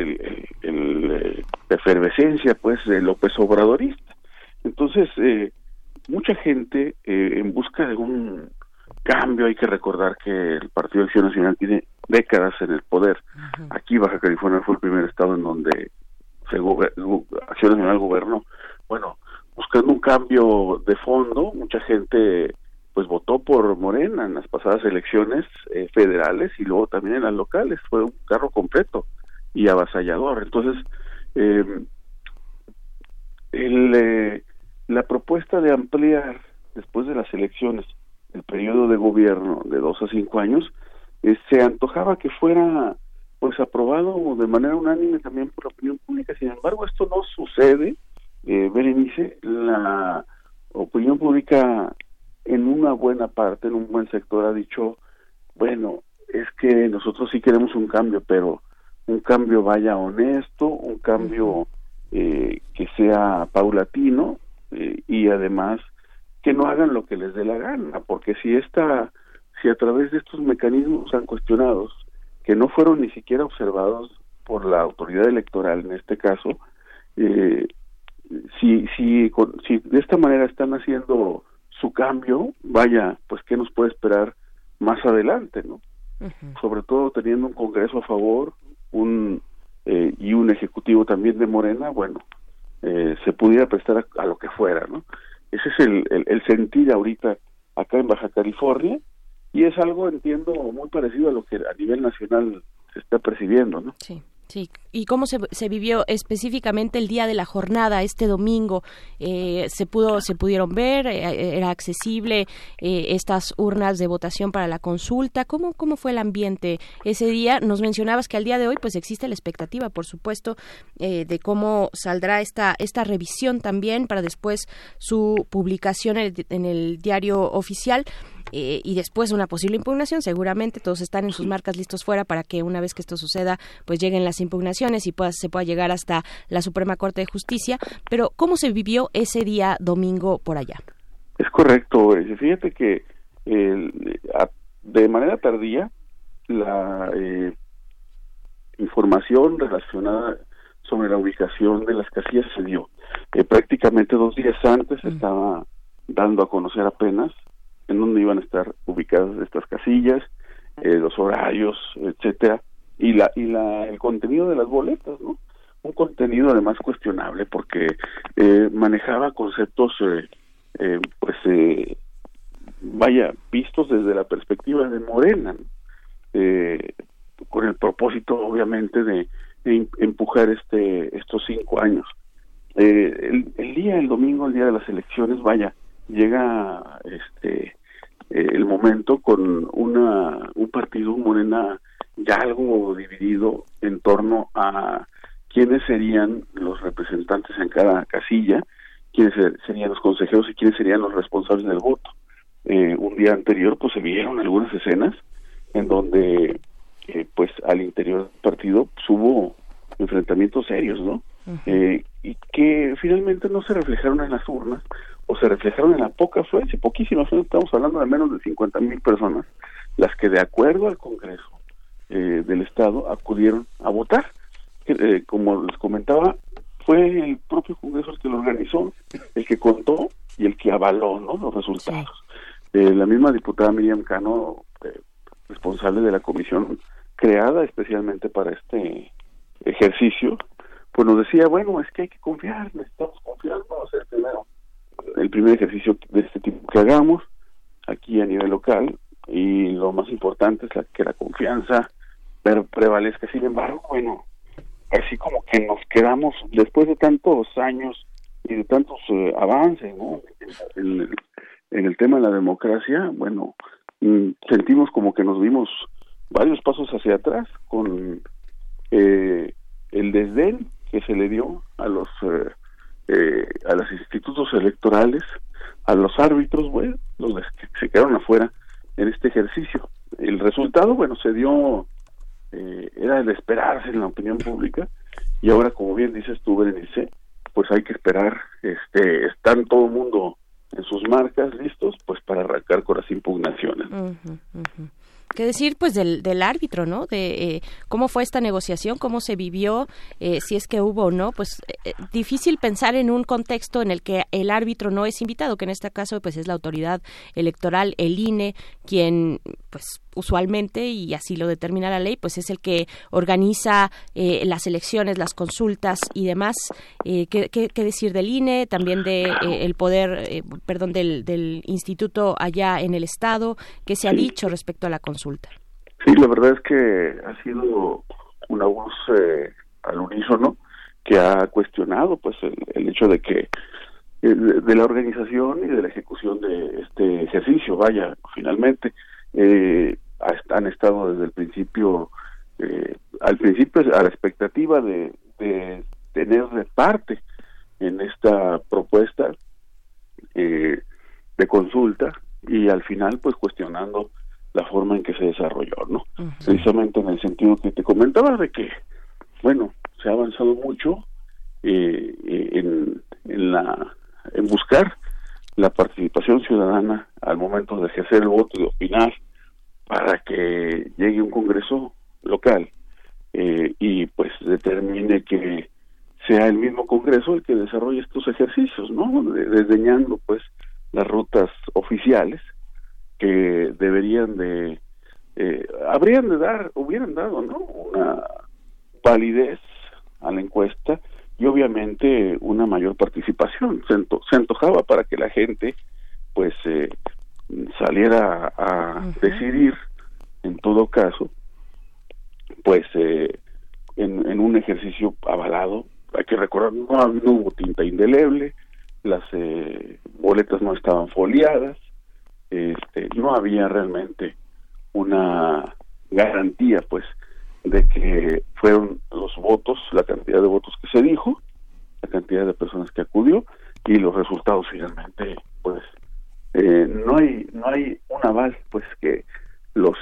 efervescencia, pues, de López Obradorista. Entonces, mucha gente en busca de un cambio. Hay que recordar que el Partido de Acción Nacional tiene décadas en el poder. Aquí Baja California fue el primer estado en donde Acción Nacional gobernó. Bueno, buscando un cambio de fondo. Mucha gente pues votó por Morena en las pasadas elecciones federales y luego también en las locales. Fue un carro completo y avasallador. Entonces, la propuesta de ampliar después de las elecciones el periodo de gobierno de 2 a 5 años se antojaba que fuera pues aprobado de manera unánime también por la opinión pública. Sin embargo, esto no sucede. Berenice, la opinión pública en una buena parte, en un buen sector, ha dicho, bueno, es que nosotros sí queremos un cambio, pero un cambio vaya honesto, un cambio que sea paulatino y además que no hagan lo que les dé la gana, porque si a través de estos mecanismos tan cuestionados, que no fueron ni siquiera observados por la autoridad electoral en este caso, si de esta manera están haciendo su cambio, vaya, pues qué nos puede esperar más adelante, ¿no? Sobre todo teniendo un Congreso a favor, y un Ejecutivo también de Morena, bueno, se pudiera prestar a lo que fuera, ¿no? Ese es el sentir ahorita acá en Baja California, y es algo, entiendo, muy parecido a lo que a nivel nacional se está percibiendo, ¿no?
Sí. Sí, ¿y cómo se vivió específicamente el día de la jornada, este domingo? ¿Se pudieron ver? ¿Era accesible estas urnas de votación para la consulta? ¿Cómo fue el ambiente ese día? Nos mencionabas que al día de hoy pues existe la expectativa, por supuesto, de cómo saldrá esta revisión también para después su publicación en el diario oficial. Y después una posible impugnación, seguramente todos están en sus marcas listos fuera para que una vez que esto suceda, pues lleguen las impugnaciones y se pueda llegar hasta la Suprema Corte de Justicia. Pero, ¿cómo se vivió ese día domingo por allá?
Es correcto, fíjate que de manera tardía la información relacionada sobre la ubicación de las casillas se dio. Prácticamente 2 días antes se estaba dando a conocer apenas en dónde iban a estar ubicadas estas casillas, los horarios, etcétera, y el contenido de las boletas, ¿no? Un contenido además cuestionable porque manejaba conceptos vistos desde la perspectiva de Morena, con el propósito obviamente de empujar estos 5 años. El domingo, el día de las elecciones, llega el momento con un partido, Morena, ya algo dividido en torno a quiénes serían los representantes en cada casilla, quiénes serían los consejeros y quiénes serían los responsables del voto. Un día anterior pues se vieron algunas escenas en donde pues al interior del partido hubo enfrentamientos serios, ¿no? Y que finalmente no se reflejaron en las urnas, o se reflejaron en la poca afluencia, poquísima afluencia. Estamos hablando de menos de 50,000 personas, las que de acuerdo al Congreso del Estado acudieron a votar. Como les comentaba, fue el propio Congreso el que lo organizó, el que contó y el que avaló, ¿no?, los resultados. La misma diputada Miriam Cano, responsable de la comisión creada especialmente para este ejercicio, pues nos decía, bueno, es que hay que confiar, necesitamos confiar, vamos a hacer el primer ejercicio de este tipo que hagamos aquí a nivel local, y lo más importante es que la confianza prevalezca. Sin embargo, bueno, así como que nos quedamos después de tantos años y de tantos avances, ¿no?, en el tema de la democracia, bueno, sentimos como que nos vimos varios pasos hacia atrás con el desdén que se le dio a los institutos electorales, a los árbitros, bueno, los que se quedaron afuera en este ejercicio. El resultado, bueno, se dio, era de esperarse en la opinión pública, y ahora, como bien dices tú, Berenice, pues hay que esperar, están todo el mundo en sus marcas listos, pues para arrancar con las impugnaciones.
¿Qué decir, pues, del árbitro, ¿no? De cómo fue esta negociación, cómo se vivió, si es que hubo o no. Pues difícil pensar en un contexto en el que el árbitro no es invitado, que en este caso pues es la autoridad electoral, el INE, quien pues usualmente, y así lo determina la ley, pues es el que organiza las elecciones, las consultas y demás. ¿Qué decir del INE? También de el poder, del instituto allá en el estado. ¿Qué se ha dicho respecto a la consulta?
Sí, la verdad es que ha sido una voz al unísono que ha cuestionado pues el hecho de que de la organización y de la ejecución de este ejercicio. Vaya, finalmente han estado desde el principio, al principio a la expectativa de tener parte en esta propuesta de consulta, y al final pues cuestionando la forma en que se desarrolló, ¿no? Uh-huh. Precisamente en el sentido que te comentaba de que, bueno, se ha avanzado mucho en buscar la participación ciudadana al momento de ejercer el voto y de opinar, para que llegue un congreso local y pues determine que sea el mismo congreso el que desarrolle estos ejercicios, ¿no? Desdeñando pues las rutas oficiales que deberían de hubieran dado, ¿no? Una validez a la encuesta y obviamente una mayor participación. Se antojaba para que la gente pues saliera a decidir, en todo caso, pues en un ejercicio avalado. Hay que recordar, no hubo tinta indeleble, las boletas no estaban foliadas, no había realmente una garantía pues de que fueron los votos, la cantidad de votos que se dijo, la cantidad de personas que acudió, y los resultados finalmente pues no hay un aval pues que los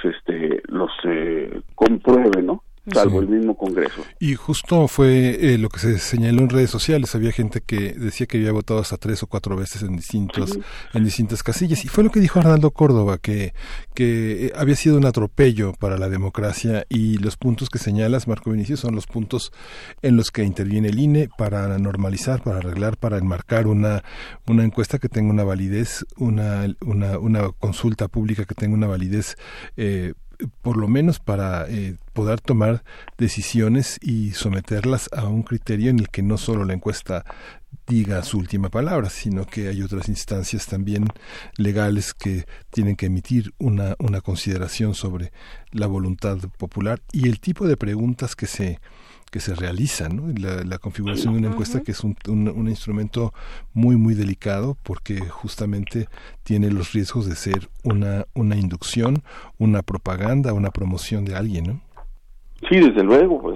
compruebe, ¿no? Salvo el mismo Congreso.
Y justo fue lo que se señaló en redes sociales. Había gente que decía que había votado hasta 3 o 4 veces en distintas casillas, y fue lo que dijo Arnaldo Córdoba, que había sido un atropello para la democracia, y los puntos que señalas, Marco Vinicio, son los puntos en los que interviene el INE para normalizar, para arreglar, para enmarcar una encuesta que tenga una validez, una consulta pública que tenga una validez, por lo menos para poder tomar decisiones y someterlas a un criterio en el que no solo la encuesta diga su última palabra, sino que hay otras instancias también legales que tienen que emitir una consideración sobre la voluntad popular y el tipo de preguntas que se realizan, ¿no? La configuración de una encuesta, que es un instrumento muy muy delicado, porque justamente tiene los riesgos de ser una inducción, una propaganda, una promoción de alguien, ¿no?
Sí, desde luego, pues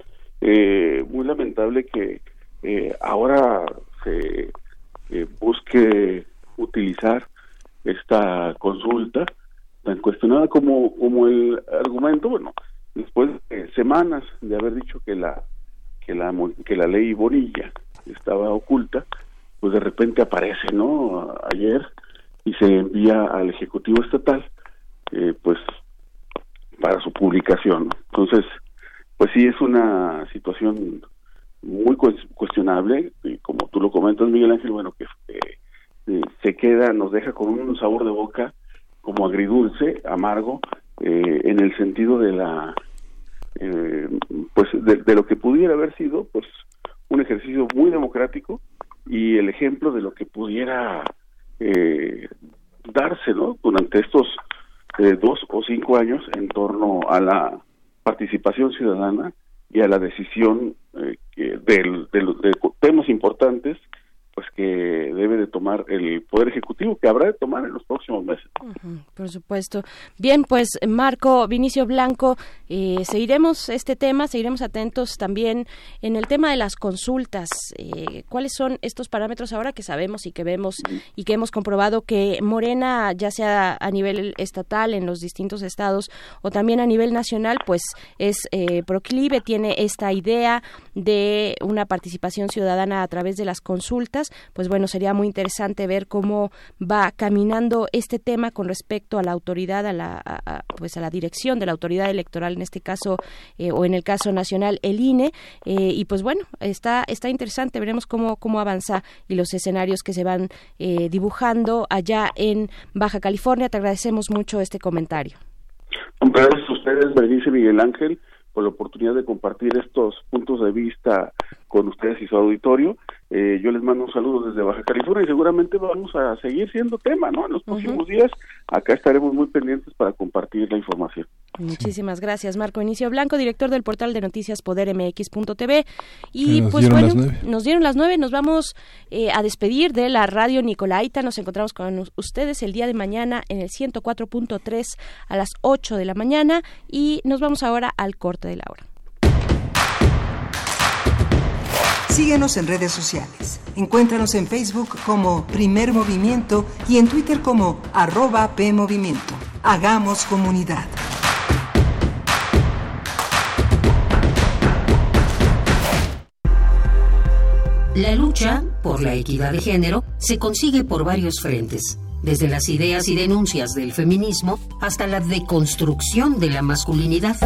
es muy lamentable que ahora se busque utilizar esta consulta tan cuestionada como el argumento, bueno, después de semanas de haber dicho que la ley Bonilla estaba oculta, pues de repente aparece, ¿no? Ayer, y se envía al Ejecutivo Estatal, pues para su publicación, ¿no? Entonces, pues sí es una situación muy cuestionable, y como tú lo comentas, Miguel Ángel, bueno, que nos deja con un sabor de boca como agridulce, amargo, en el sentido de la pues de lo que pudiera haber sido pues un ejercicio muy democrático y el ejemplo de lo que pudiera darse, ¿no? Durante estos 2 o 5 años en torno a la participación ciudadana y a la decisión de temas importantes pues que debe de tomar el Poder Ejecutivo, que habrá de tomar en los próximos meses.
Uh-huh, por supuesto. Bien, pues Marco Vinicio Blanco, seguiremos este tema, seguiremos atentos también en el tema de las consultas. ¿Cuáles son estos parámetros ahora que sabemos y que vemos y que hemos comprobado que Morena, ya sea a nivel estatal en los distintos estados o también a nivel nacional, pues es proclive, tiene esta idea de una participación ciudadana a través de las consultas? Pues bueno, sería muy interesante ver cómo va caminando este tema con respecto a la autoridad, a la dirección de la autoridad electoral en este caso, o en el caso nacional, el INE, y pues bueno, está interesante, veremos cómo avanza y los escenarios que se van dibujando allá en Baja California. Te agradecemos mucho este comentario.
Gracias a ustedes, Berenice, Miguel Ángel, por la oportunidad de compartir estos puntos de vista con ustedes y su auditorio. Yo les mando un saludo desde Baja California y seguramente vamos a seguir siendo tema, ¿no? En los próximos días acá estaremos muy pendientes para compartir la información.
Muchísimas gracias, Marco Inicio Blanco, director del portal de noticias podermx.tv. Y
nos
pues
dieron
bueno,
las 9.
nos dieron las 9, nos vamos a despedir de la radio Nicolaita. Nos encontramos con ustedes el día de mañana en el 104.3 a las 8 de la mañana y nos vamos ahora al corte de la hora.
Síguenos en redes sociales. Encuéntranos en Facebook como Primer Movimiento y en Twitter como @PMovimiento. Hagamos comunidad.
La lucha por la equidad de género se consigue por varios frentes, desde las ideas y denuncias del feminismo hasta la deconstrucción de la masculinidad.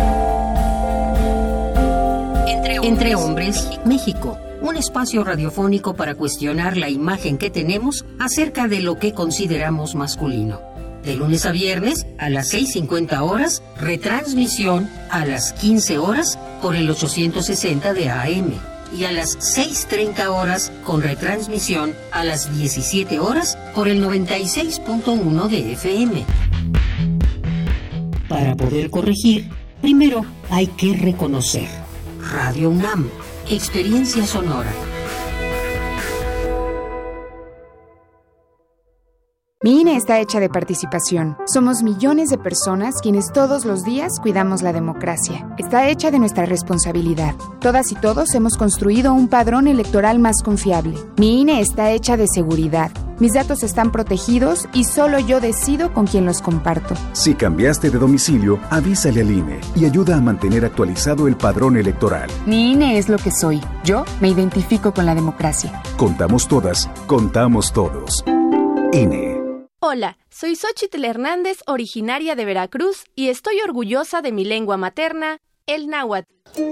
Entre hombres, México, un espacio radiofónico para cuestionar la imagen que tenemos acerca de lo que consideramos masculino. De lunes a viernes a las 6:50 horas, retransmisión a las 15 horas por el 860 de AM y a las 6:30 horas con retransmisión a las 17 horas por el 96.1 de FM. Para poder corregir, primero hay que reconocer. Radio UNAM, experiencia sonora.
Mi INE está hecha de participación. Somos millones de personas quienes todos los días cuidamos la democracia. Está hecha de nuestra responsabilidad. Todas y todos hemos construido un padrón electoral más confiable. Mi INE está hecha de seguridad. Mis datos están protegidos y solo yo decido con quién los comparto.
Si cambiaste de domicilio, avísale al INE y ayuda a mantener actualizado el padrón electoral.
Mi INE es lo que soy. Yo me identifico con la democracia.
Contamos todas, contamos todos. INE.
Hola, soy Xóchitl Hernández, originaria de Veracruz, y estoy orgullosa de mi lengua materna, el náhuatl.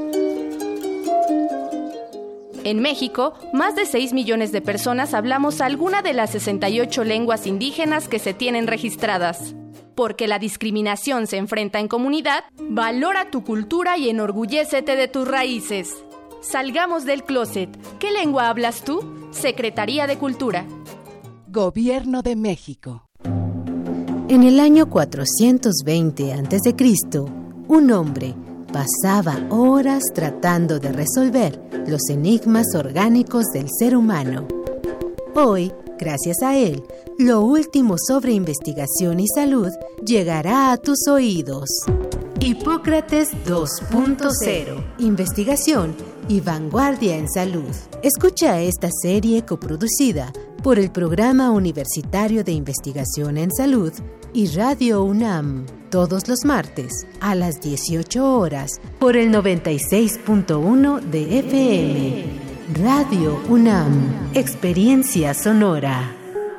En México, más de 6 millones de personas hablamos alguna de las 68 lenguas indígenas que se tienen registradas. Porque la discriminación se enfrenta en comunidad, valora tu cultura y enorgullécete de tus raíces. Salgamos del closet. ¿Qué lengua hablas tú? Secretaría de Cultura.
Gobierno de México.
En el año 420 a.C., un hombre pasaba horas tratando de resolver los enigmas orgánicos del ser humano. Hoy, gracias a él, lo último sobre investigación y salud llegará a tus oídos. Hipócrates 2.0. Investigación y vanguardia en salud. Escucha esta serie coproducida por el Programa Universitario de Investigación en Salud y Radio UNAM, todos los martes a las 18 horas por el 96.1 de FM. Radio UNAM, experiencia sonora.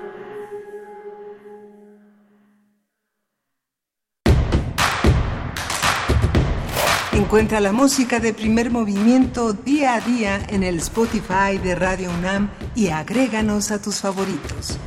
Encuentra la música de Primer Movimiento día a día en el Spotify de Radio UNAM y agréganos a tus favoritos.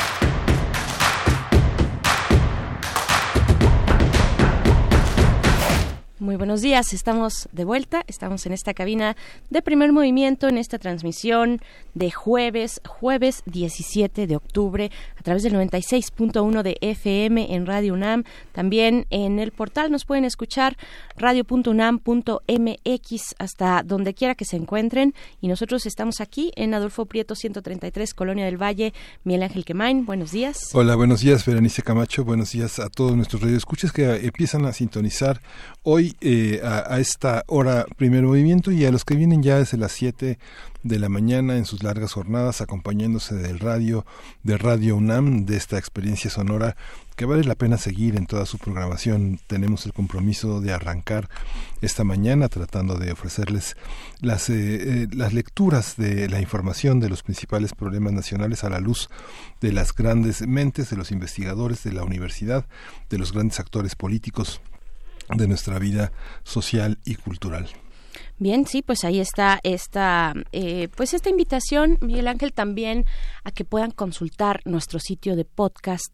Muy buenos días, estamos de vuelta, estamos en esta cabina de Primer Movimiento, en esta transmisión de jueves 17 de octubre, a través del 96.1 de FM en Radio UNAM, también en el portal nos pueden escuchar radio.unam.mx hasta donde quiera que se encuentren, y nosotros estamos aquí en Adolfo Prieto 133, Colonia del Valle. Miguel Ángel Quemain, buenos días.
Hola, buenos días, Berenice Camacho, buenos días a todos nuestros radioescuchas que empiezan a sintonizar hoy a esta hora Primer Movimiento, y a los que vienen ya desde las 7 de la mañana en sus largas jornadas acompañándose de Radio UNAM, de esta experiencia sonora que vale la pena seguir en toda su programación. Tenemos el compromiso de arrancar esta mañana tratando de ofrecerles las lecturas de la información de los principales problemas nacionales a la luz de las grandes mentes, de los investigadores de la universidad, de los grandes actores políticos de nuestra vida social y cultural.
Bien, sí, pues ahí está esta invitación, Miguel Ángel, también a que puedan consultar nuestro sitio de podcast,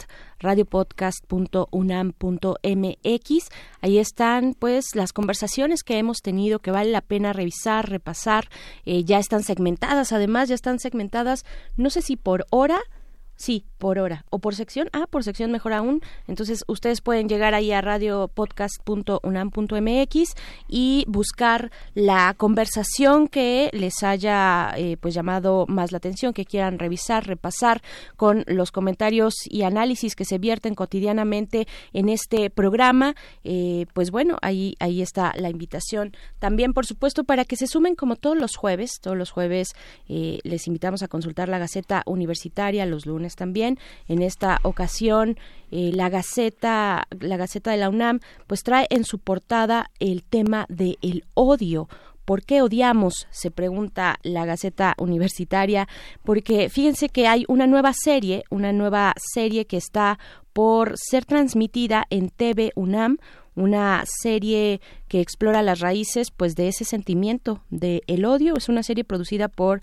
radiopodcast.unam.mx. Ahí están pues las conversaciones que hemos tenido que vale la pena revisar, repasar. Ya están segmentadas, además, no sé si por hora. Sí, por hora. ¿O por sección? Por sección mejor aún. Entonces, ustedes pueden llegar ahí a radiopodcast.unam.mx y buscar la conversación que les haya llamado más la atención, que quieran revisar, repasar con los comentarios y análisis que se vierten cotidianamente en este programa. Pues bueno, ahí está la invitación. También, por supuesto, para que se sumen como todos los jueves les invitamos a consultar la Gaceta Universitaria los lunes también. En esta ocasión la Gaceta de la UNAM pues trae en su portada el tema del odio. ¿Por qué odiamos?, se pregunta la Gaceta Universitaria, porque fíjense que hay una nueva serie que está por ser transmitida en TV UNAM, una serie que explora las raíces pues de ese sentimiento de el odio. Es una serie producida por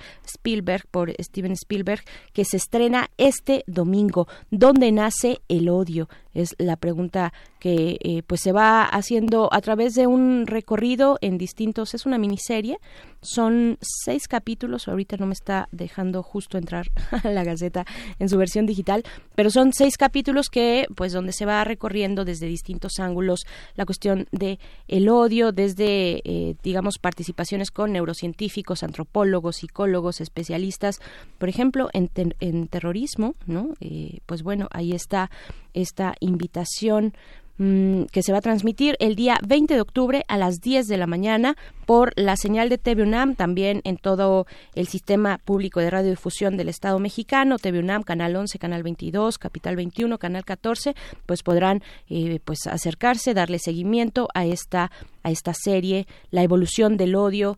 Steven Spielberg, que se estrena este domingo. ¿Dónde nace el odio? Es la pregunta que pues se va haciendo a través de un recorrido en distintos. Es una miniserie, son 6 capítulos. Ahorita no me está dejando justo entrar a la Gaceta en su versión digital, pero son 6 capítulos que pues donde se va recorriendo desde distintos ángulos la cuestión de el odio, desde participaciones con neurocientíficos, antropólogos, psicólogos, especialistas, por ejemplo en terrorismo, ¿no? Pues bueno, ahí está esta invitación que se va a transmitir el día 20 de octubre a las 10 de la mañana por la señal de TV UNAM, también en todo el sistema público de radiodifusión del Estado mexicano, TV UNAM, Canal 11, Canal 22, Capital 21, Canal 14, pues podrán acercarse, darle seguimiento a esta serie, la evolución del odio,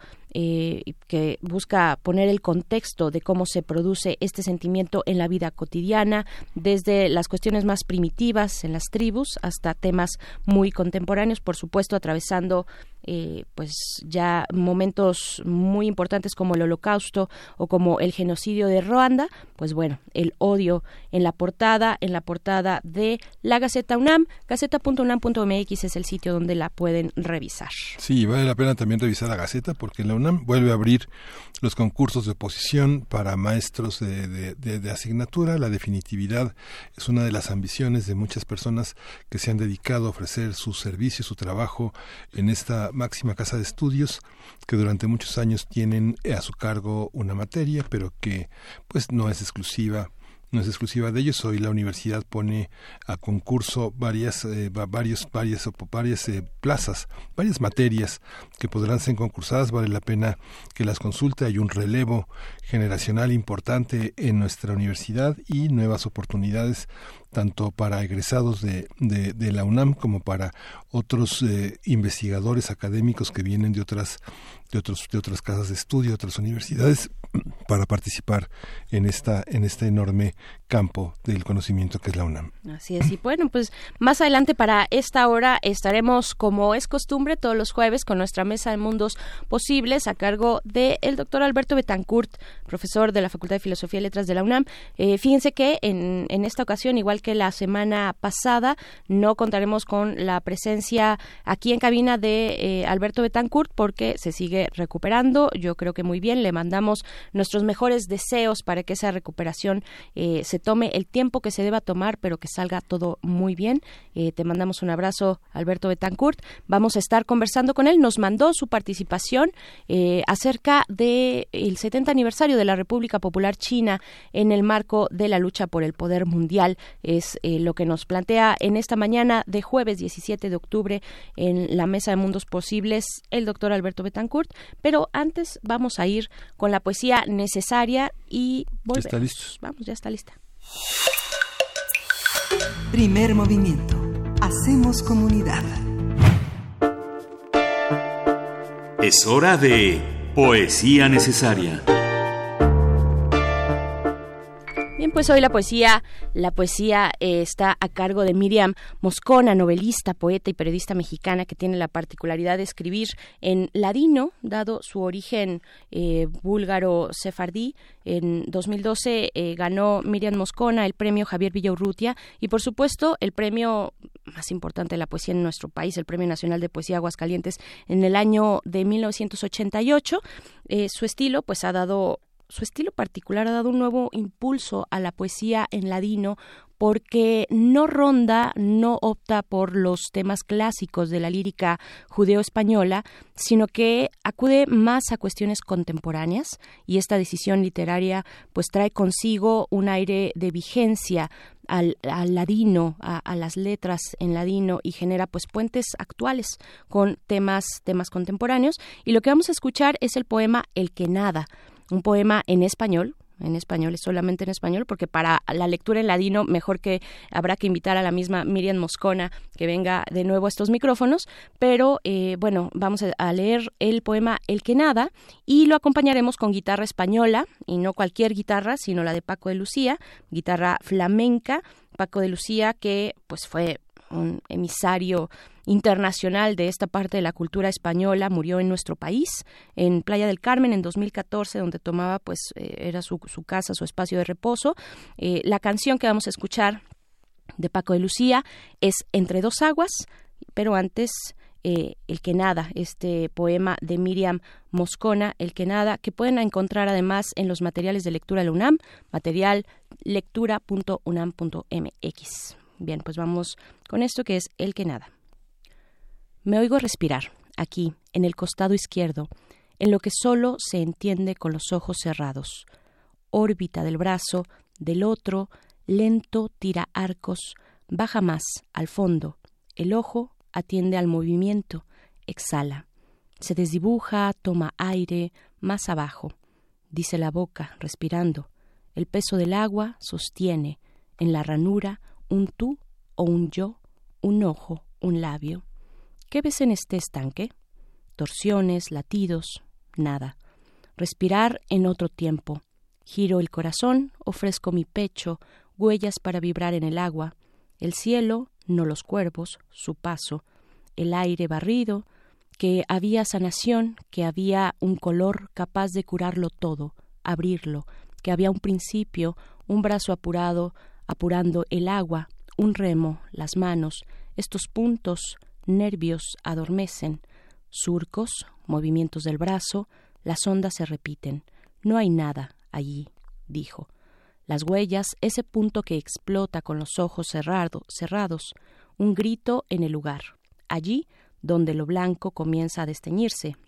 que busca poner el contexto de cómo se produce este sentimiento en la vida cotidiana, desde las cuestiones más primitivas en las tribus hasta temas muy contemporáneos, por supuesto atravesando pues ya momentos muy importantes como el Holocausto o como el genocidio de Ruanda. Pues bueno, el odio en la portada de la Gaceta UNAM. Gaceta.unam.mx es el sitio donde la pueden revisar.
Sí, vale la pena también revisar la Gaceta, porque la UNAM vuelve a abrir los concursos de oposición para maestros de asignatura. La definitividad es una de las ambiciones de muchas personas que se han dedicado a ofrecer su servicio, su trabajo en esta máxima casa de estudios, que durante muchos años tienen a su cargo una materia, pero que pues no es exclusiva de ellos. Hoy la universidad pone a concurso varias plazas, varias materias que podrán ser concursadas. Vale la pena que las consulte. Hay un relevo generacional importante en nuestra universidad y nuevas oportunidades tanto para egresados de la UNAM como para otros investigadores académicos que vienen de otras casas de estudio, otras universidades, para participar en este enorme campo del conocimiento que es la UNAM.
Así es, y bueno, pues más adelante para esta hora estaremos, como es costumbre, todos los jueves con nuestra mesa de mundos posibles a cargo del doctor Alberto Betancourt, profesor de la Facultad de Filosofía y Letras de la UNAM. Fíjense que en esta ocasión, igual que la semana pasada, no contaremos con la presencia aquí en cabina de Alberto Betancourt porque se sigue recuperando. Yo creo que muy bien, le mandamos nuestros mejores deseos para que esa recuperación se tome el tiempo que se deba tomar, pero que salga todo muy bien. Te mandamos un abrazo, Alberto Betancourt. Vamos a estar conversando con él. Nos mandó su participación acerca del 70 aniversario de la República Popular China en el marco de la lucha por el poder mundial. Es lo que nos plantea en esta mañana de jueves 17 de octubre en la Mesa de Mundos Posibles el doctor Alberto Betancourt. Pero antes vamos a ir con la poesía necesaria y volvemos.
¿Está listos?
Vamos, ya está lista.
Primer movimiento. Hacemos comunidad.
Es hora de poesía necesaria.
Bien, pues hoy la poesía está a cargo de Miriam Moscona, novelista, poeta y periodista mexicana que tiene la particularidad de escribir en ladino, dado su origen búlgaro-sefardí. En 2012 ganó Miriam Moscona el premio Javier Villaurrutia y, por supuesto, el premio más importante de la poesía en nuestro país, el Premio Nacional de Poesía Aguascalientes, en el año de 1988. Su estilo particular ha dado un nuevo impulso a la poesía en ladino porque no opta por los temas clásicos de la lírica judeo-española, sino que acude más a cuestiones contemporáneas, y esta decisión literaria pues trae consigo un aire de vigencia al ladino, a las letras en ladino, y genera pues puentes actuales con temas contemporáneos. Y lo que vamos a escuchar es el poema El que nada, un poema en español, es solamente en español, porque para la lectura en ladino mejor que habrá que invitar a la misma Miriam Moscona que venga de nuevo a estos micrófonos, pero vamos a leer el poema El que nada y lo acompañaremos con guitarra española, y no cualquier guitarra, sino la de Paco de Lucía, guitarra flamenca. Paco de Lucía, que pues fue un emisario internacional de esta parte de la cultura española, murió en nuestro país, en Playa del Carmen, en 2014, donde tomaba, era su casa, su espacio de reposo. La canción que vamos a escuchar de Paco de Lucía es Entre dos aguas, pero antes El que nada, este poema de Miriam Moscona, El que nada, que pueden encontrar además en los materiales de lectura de la UNAM, material lectura.unam.mx. Bien, pues vamos con esto que es El que nada. Me oigo respirar, aquí, en el costado izquierdo, en lo que solo se entiende con los ojos cerrados. Órbita del brazo, del otro, lento tira arcos, baja más, al fondo. El ojo atiende al movimiento, exhala. Se desdibuja, toma aire, más abajo. Dice la boca, respirando. El peso del agua sostiene, en la ranura, un tú o un yo, un ojo, un labio. ¿Qué ves en este estanque? Torsiones, latidos, nada. Respirar en otro tiempo. Giro el corazón, ofrezco mi pecho, huellas para vibrar en el agua. El cielo, no los cuervos, su paso. El aire barrido, que había sanación, que había un color capaz de curarlo todo, abrirlo, que había un principio, un brazo apurando el agua, un remo, las manos, estos puntos, nervios adormecen, surcos, movimientos del brazo, las ondas se repiten. No hay nada allí, dijo. Las huellas, ese punto que explota con los ojos cerrados, un grito en el lugar, allí donde lo blanco comienza a desteñirse.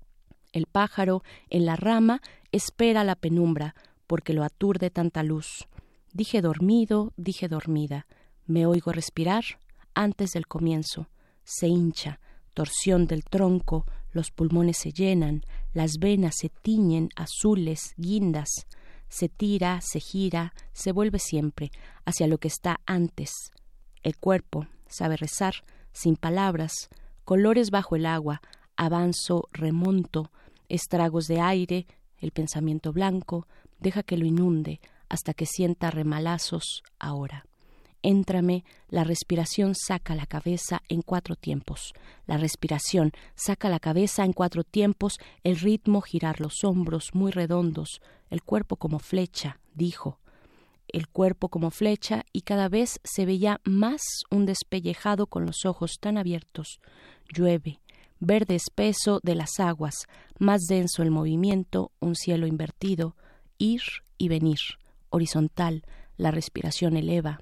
El pájaro en la rama espera la penumbra, porque lo aturde tanta luz. Dije dormido, dije dormida. Me oigo respirar antes del comienzo. Se hincha, torsión del tronco, los pulmones se llenan, las venas se tiñen azules, guindas. Se tira, se gira, se vuelve siempre hacia lo que está antes. El cuerpo sabe rezar, sin palabras, colores bajo el agua, avanzo, remonto, estragos de aire, el pensamiento blanco, deja que lo inunde hasta que sienta remalazos ahora. Éntrame, la respiración saca la cabeza en 4 tiempos. La respiración saca la cabeza en 4 tiempos, el ritmo girar los hombros muy redondos, el cuerpo como flecha, dijo. El cuerpo como flecha, y cada vez se veía más un despellejado con los ojos tan abiertos. Llueve, verde espeso de las aguas, más denso el movimiento, un cielo invertido, ir y venir, horizontal, la respiración eleva.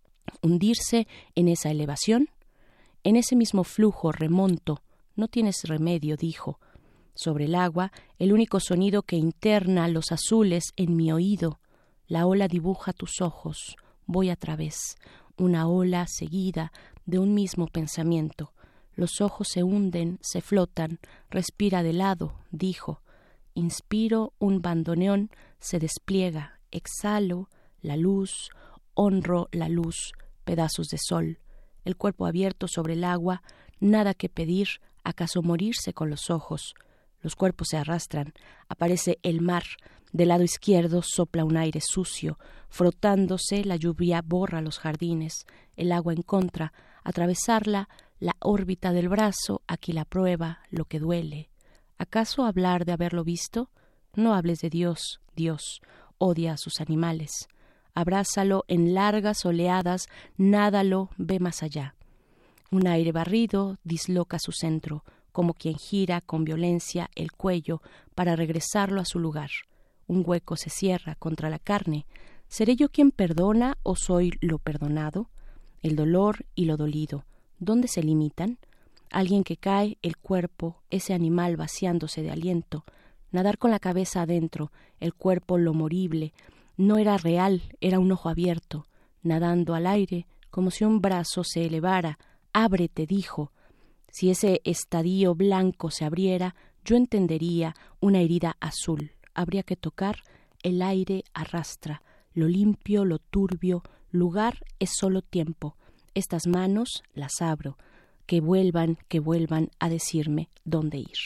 Hundirse en esa elevación, en ese mismo flujo remonto, no tienes remedio, dijo. Sobre el agua, el único sonido que interna los azules en mi oído. La ola dibuja tus ojos, voy a través, una ola seguida de un mismo pensamiento. Los ojos se hunden, se flotan, respira de lado, dijo. Inspiro un bandoneón, se despliega, exhalo, la luz, honro la luz, pedazos de sol, el cuerpo abierto sobre el agua, nada que pedir, acaso morirse con los ojos. Los cuerpos se arrastran, aparece el mar, Del lado izquierdo sopla un aire sucio, frotándose la lluvia borra los jardines, el agua en contra, atravesarla, la órbita del brazo, aquí la prueba, lo que duele. ¿Acaso hablar de haberlo visto? No hables de Dios, Dios odia a sus animales. Abrázalo en largas oleadas, nádalo, ve más allá. Un aire barrido disloca su centro, como quien gira con violencia el cuello para regresarlo a su lugar. Un hueco se cierra contra la carne. ¿Seré yo quien perdona o soy lo perdonado? El dolor y lo dolido, ¿dónde se limitan? Alguien que cae, el cuerpo, ese animal vaciándose de aliento. Nadar con la cabeza adentro, el cuerpo lo morible. No era real, era un ojo abierto, nadando al aire, como si un brazo se elevara. Ábrete, dijo. Si ese estadio blanco se abriera, yo entendería una herida azul. Habría que tocar, el aire arrastra, lo limpio, lo turbio, lugar es solo tiempo. Estas manos las abro, que vuelvan a decirme dónde ir.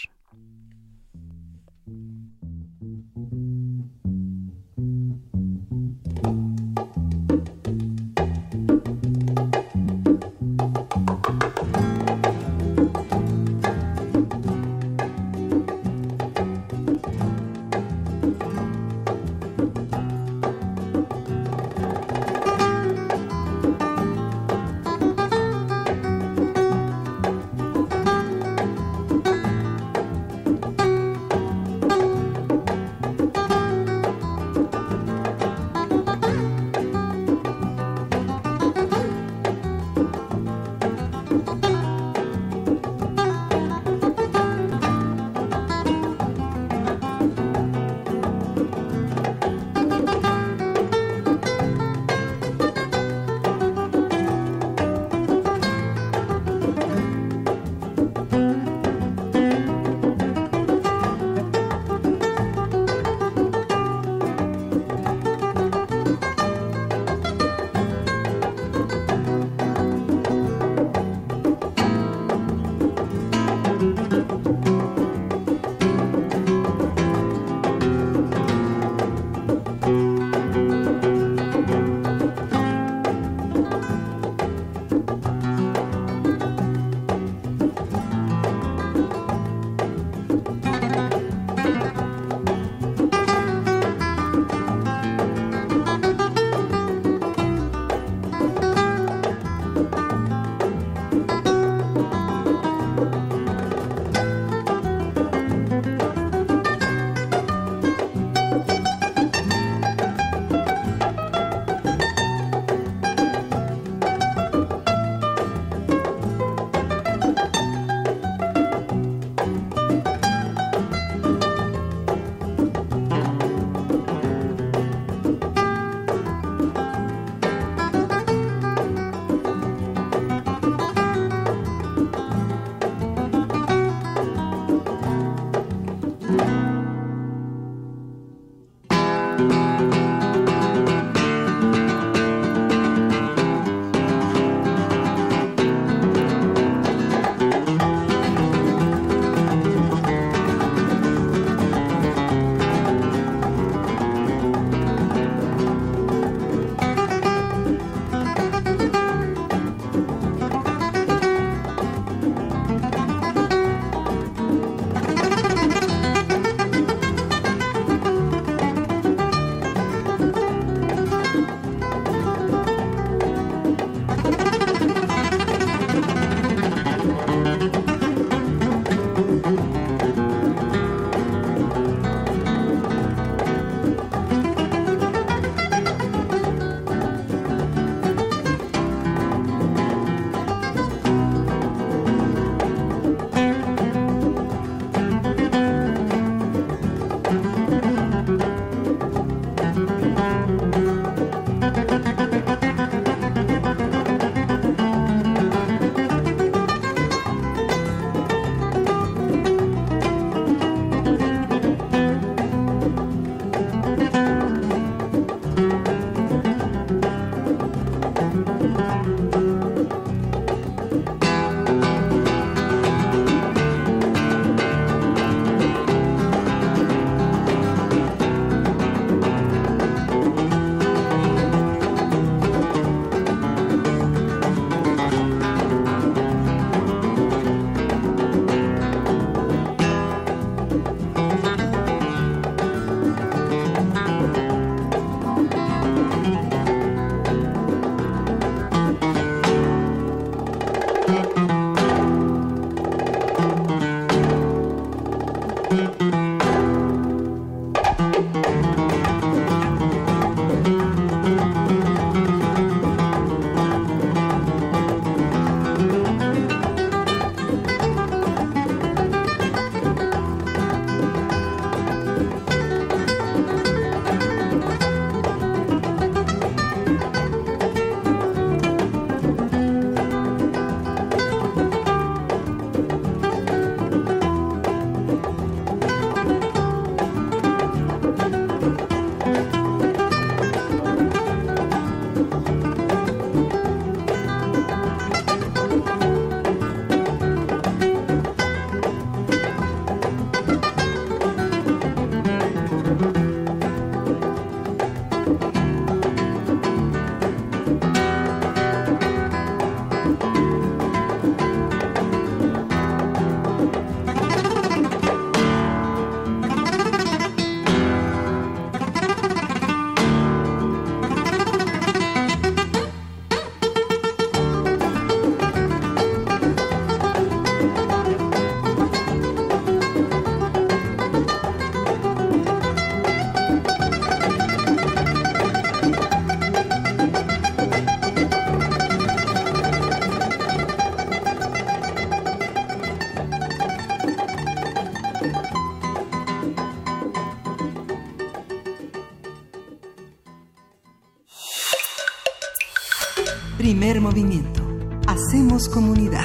Primer movimiento. Hacemos comunidad.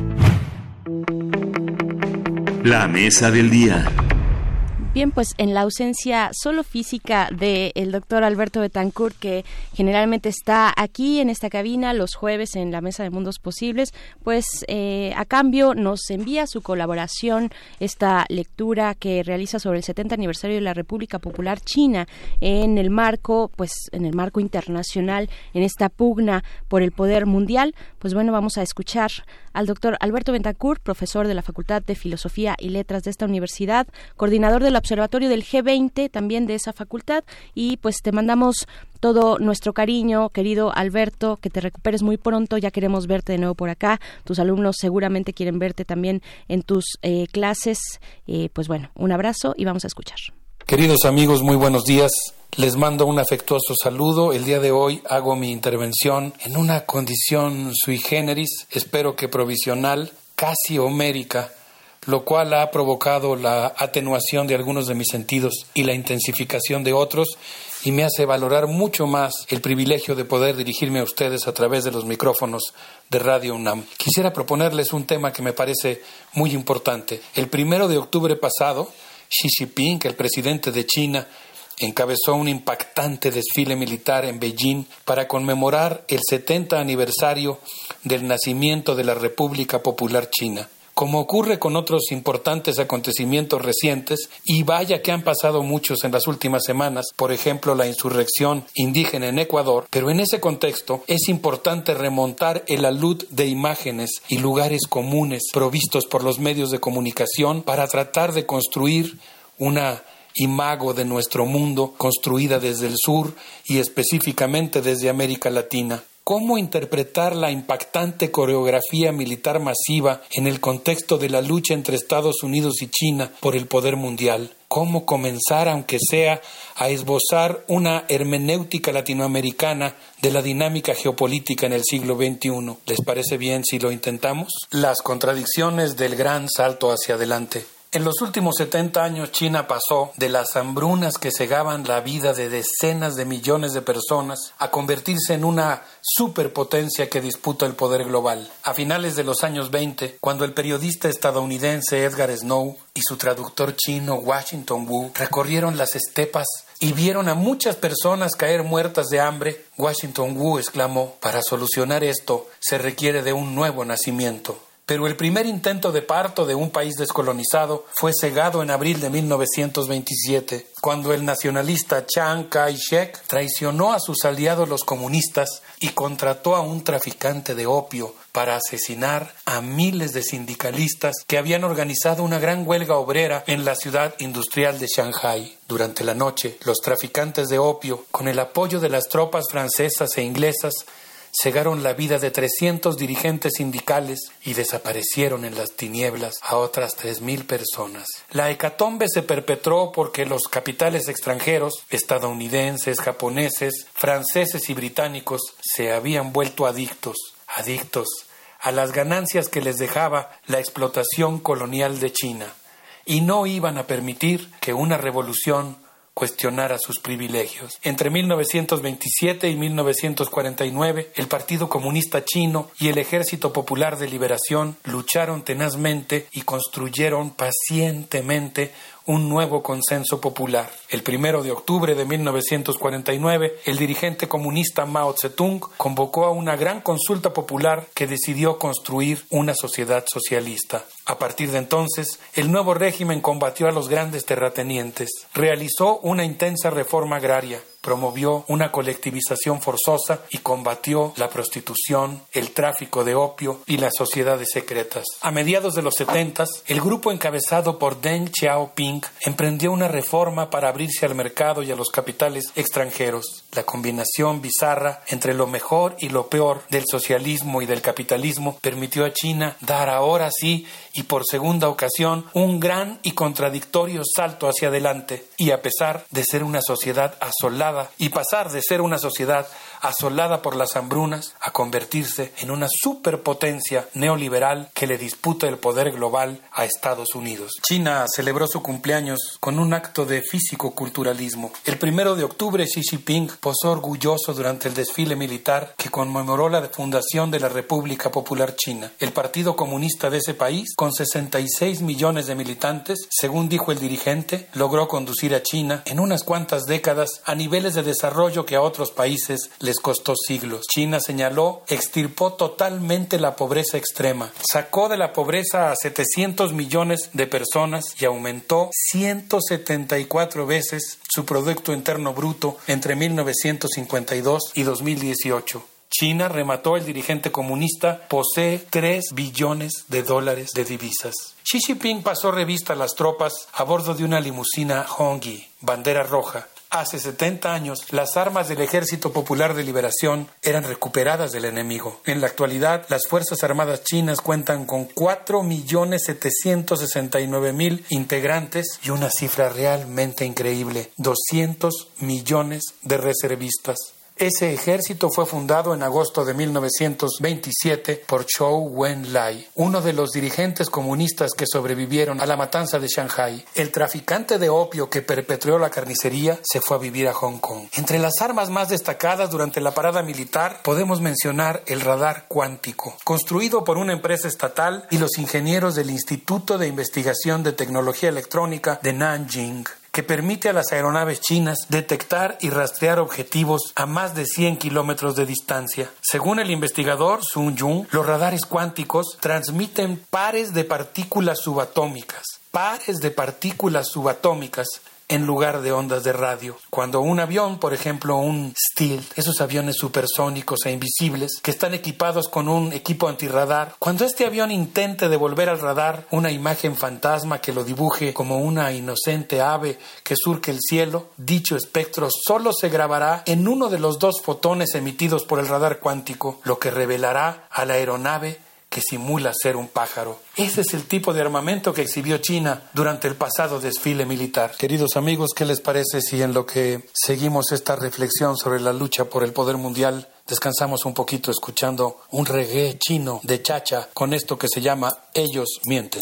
La mesa del día.
Bien, pues en la ausencia solo física del doctor Alberto Betancourt, que generalmente está aquí en esta cabina los jueves en la Mesa de Mundos Posibles, pues a cambio nos envía su colaboración, esta lectura que realiza sobre el 70 aniversario de la República Popular China en el marco internacional, en esta pugna por el poder mundial. Pues bueno, vamos a escuchar al doctor Alberto Betancourt, profesor de la Facultad de Filosofía y Letras de esta universidad, coordinador del Observatorio del G20, también de esa facultad, y pues te mandamos todo nuestro cariño, querido Alberto, que te recuperes muy pronto, ya queremos verte de nuevo por acá, tus alumnos seguramente quieren verte también en tus clases, pues bueno, un abrazo y vamos a escuchar.
Queridos amigos, muy buenos días. Les mando un afectuoso saludo. El día de hoy hago mi intervención en una condición sui generis, espero que provisional, casi homérica, lo cual ha provocado la atenuación de algunos de mis sentidos y la intensificación de otros, y me hace valorar mucho más el privilegio de poder dirigirme a ustedes a través de los micrófonos de Radio UNAM. Quisiera proponerles un tema que me parece muy importante. El 1 de octubre pasado, Xi Jinping, el presidente de China, encabezó un impactante desfile militar en Beijing para conmemorar el 70 aniversario del nacimiento de la República Popular China. Como ocurre con otros importantes acontecimientos recientes, y vaya que han pasado muchos en las últimas semanas, por ejemplo la insurrección indígena en Ecuador, pero en ese contexto es importante remontar el alud de imágenes y lugares comunes provistos por los medios de comunicación para tratar de construir una imago de nuestro mundo construida desde el sur y específicamente desde América Latina. ¿Cómo interpretar la impactante coreografía militar masiva en el contexto de la lucha entre Estados Unidos y China por el poder mundial? ¿Cómo comenzar, aunque sea, a esbozar una hermenéutica latinoamericana de la dinámica geopolítica en el siglo XXI? ¿Les parece bien si lo intentamos? Las contradicciones del gran salto hacia adelante. En los últimos 70 años, China pasó de las hambrunas que cegaban la vida de decenas de millones de personas a convertirse en una superpotencia que disputa el poder global. A finales de los años 20, cuando el periodista estadounidense Edgar Snow y su traductor chino Washington Wu recorrieron las estepas y vieron a muchas personas caer muertas de hambre, Washington Wu exclamó: "Para solucionar esto se requiere de un nuevo nacimiento". Pero el primer intento de parto de un país descolonizado fue cegado en abril de 1927, cuando el nacionalista Chiang Kai-shek traicionó a sus aliados los comunistas y contrató a un traficante de opio para asesinar a miles de sindicalistas que habían organizado una gran huelga obrera en la ciudad industrial de Shanghái. Durante la noche, los traficantes de opio, con el apoyo de las tropas francesas e inglesas, cegaron la vida de 300 dirigentes sindicales y desaparecieron en las tinieblas a otras 3,000 personas. La hecatombe se perpetró porque los capitales extranjeros, estadounidenses, japoneses, franceses y británicos, se habían vuelto adictos a las ganancias que les dejaba la explotación colonial de China, y no iban a permitir que una revolución cuestionara sus privilegios. Entre 1927 y 1949, el Partido Comunista Chino y el Ejército Popular de Liberación lucharon tenazmente y construyeron pacientemente un nuevo consenso popular. El 1 de octubre de 1949, el dirigente comunista Mao Zedong convocó a una gran consulta popular que decidió construir una sociedad socialista. A partir de entonces, el nuevo régimen combatió a los grandes terratenientes, realizó una intensa reforma agraria, promovió una colectivización forzosa y combatió la prostitución, el tráfico de opio y las sociedades secretas. A mediados de los 70, el grupo encabezado por Deng Xiaoping emprendió una reforma para abrirse al mercado y a los capitales extranjeros. La combinación bizarra entre lo mejor y lo peor del socialismo y del capitalismo permitió a China dar ahora sí y por segunda ocasión un gran y contradictorio salto hacia adelante, y a pesar de ser una sociedad asolada y pasar de ser una sociedad asolada por las hambrunas a convertirse en una superpotencia neoliberal que le disputa el poder global a Estados Unidos. China celebró su cumpleaños con un acto de físico-culturalismo. El 1 de octubre, Xi Jinping posó orgulloso durante el desfile militar que conmemoró la fundación de la República Popular China. El Partido Comunista de ese país, con 66 millones de militantes, según dijo el dirigente, logró conducir a China en unas cuantas décadas a niveles de desarrollo que a otros países les costó siglos. China, señaló, extirpó totalmente la pobreza extrema, sacó de la pobreza a 700 millones de personas y aumentó 174 veces su Producto Interno Bruto entre 1952 y 2018. China, remató el dirigente comunista, posee $3 billones de divisas. Xi Jinping pasó revista a las tropas a bordo de una limusina Hongyi, bandera roja. Hace 70 años, las armas del Ejército Popular de Liberación eran recuperadas del enemigo. En la actualidad, las Fuerzas Armadas chinas cuentan con 4.769.000 integrantes y una cifra realmente increíble, 200 millones de reservistas. Ese ejército fue fundado en agosto de 1927 por Zhou Enlai, uno de los dirigentes comunistas que sobrevivieron a la matanza de Shanghái. El traficante de opio que perpetró la carnicería se fue a vivir a Hong Kong. Entre las armas más destacadas durante la parada militar podemos mencionar el radar cuántico, construido por una empresa estatal y los ingenieros del Instituto de Investigación de Tecnología Electrónica de Nanjing, que permite a las aeronaves chinas detectar y rastrear objetivos a más de 100 kilómetros de distancia. Según el investigador Sun Yun, los radares cuánticos transmiten pares de partículas subatómicas en lugar de ondas de radio. Cuando un avión, por ejemplo un Stealth, esos aviones supersónicos e invisibles que están equipados con un equipo antirradar, cuando este avión intente devolver al radar una imagen fantasma que lo dibuje como una inocente ave que surca el cielo, dicho espectro solo se grabará en uno de los 2 fotones emitidos por el radar cuántico, lo que revelará a la aeronave que simula ser un pájaro. Ese es el tipo de armamento que exhibió China durante el pasado desfile militar. Queridos amigos, ¿qué les parece si en lo que seguimos esta reflexión sobre la lucha por el poder mundial descansamos un poquito escuchando un reggae chino de cha-cha con esto que se llama Ellos Mienten?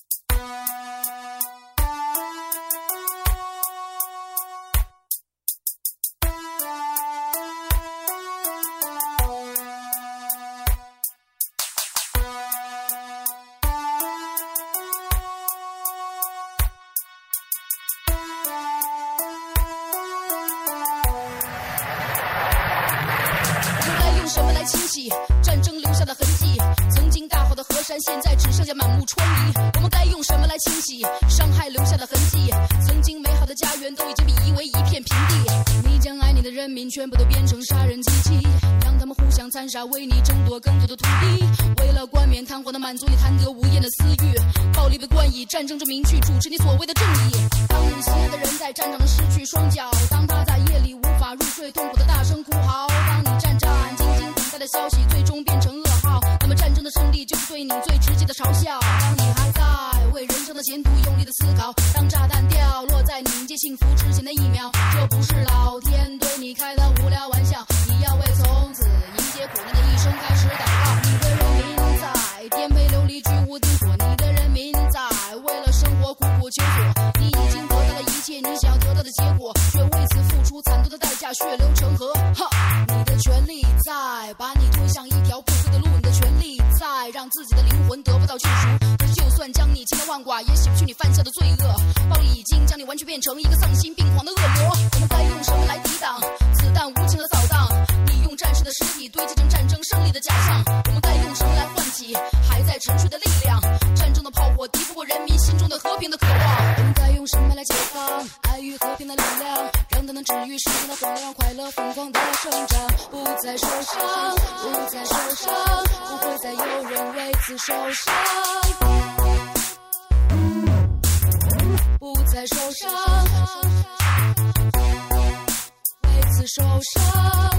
为你争夺更多的土地，为了冠冕堂皇的满足你贪得无厌的私欲，暴力被冠以战争之名去主持你所谓的正义。当你心爱的人在战场上失去双脚，当他在夜里无法入睡，痛苦的大声哭嚎，当你战战兢兢等待的消息最终变成噩耗，那么战争的胜利就是对你最直接的嘲笑。当你还在为人生的前途用力的思考，当炸弹掉落在你迎接幸福之前的一秒，这不是老天对你开的无聊玩笑，你要为从此迎接苦难的一生开始祷告。你的人民在颠沛流离居无定所，你的人民在为了生活苦苦求索，你已经得到了一切你想要得到的结果，却为此付出惨痛的代价，血流成河。你的权利在把你推向一条不归的路，你的权利在让自己的灵魂得不到救赎。可是就算将你千刀万剐，也洗不去你犯下的罪恶。暴力已经将你完全变成一个丧心病狂的恶魔。我们该用什么来抵挡子弹无情的扫荡？你用战士的尸体堆积成战争胜利的假象。我们该用什么来唤起还在沉睡的力量？战争的炮火敌不过人民心中的和平的渴望。我们该用什么来解放爱与和平的力量？让它能治愈世间的混乱，快乐疯狂的生长，不再受伤，不再受伤，不会再有人为此受伤，不再受伤，为此受伤。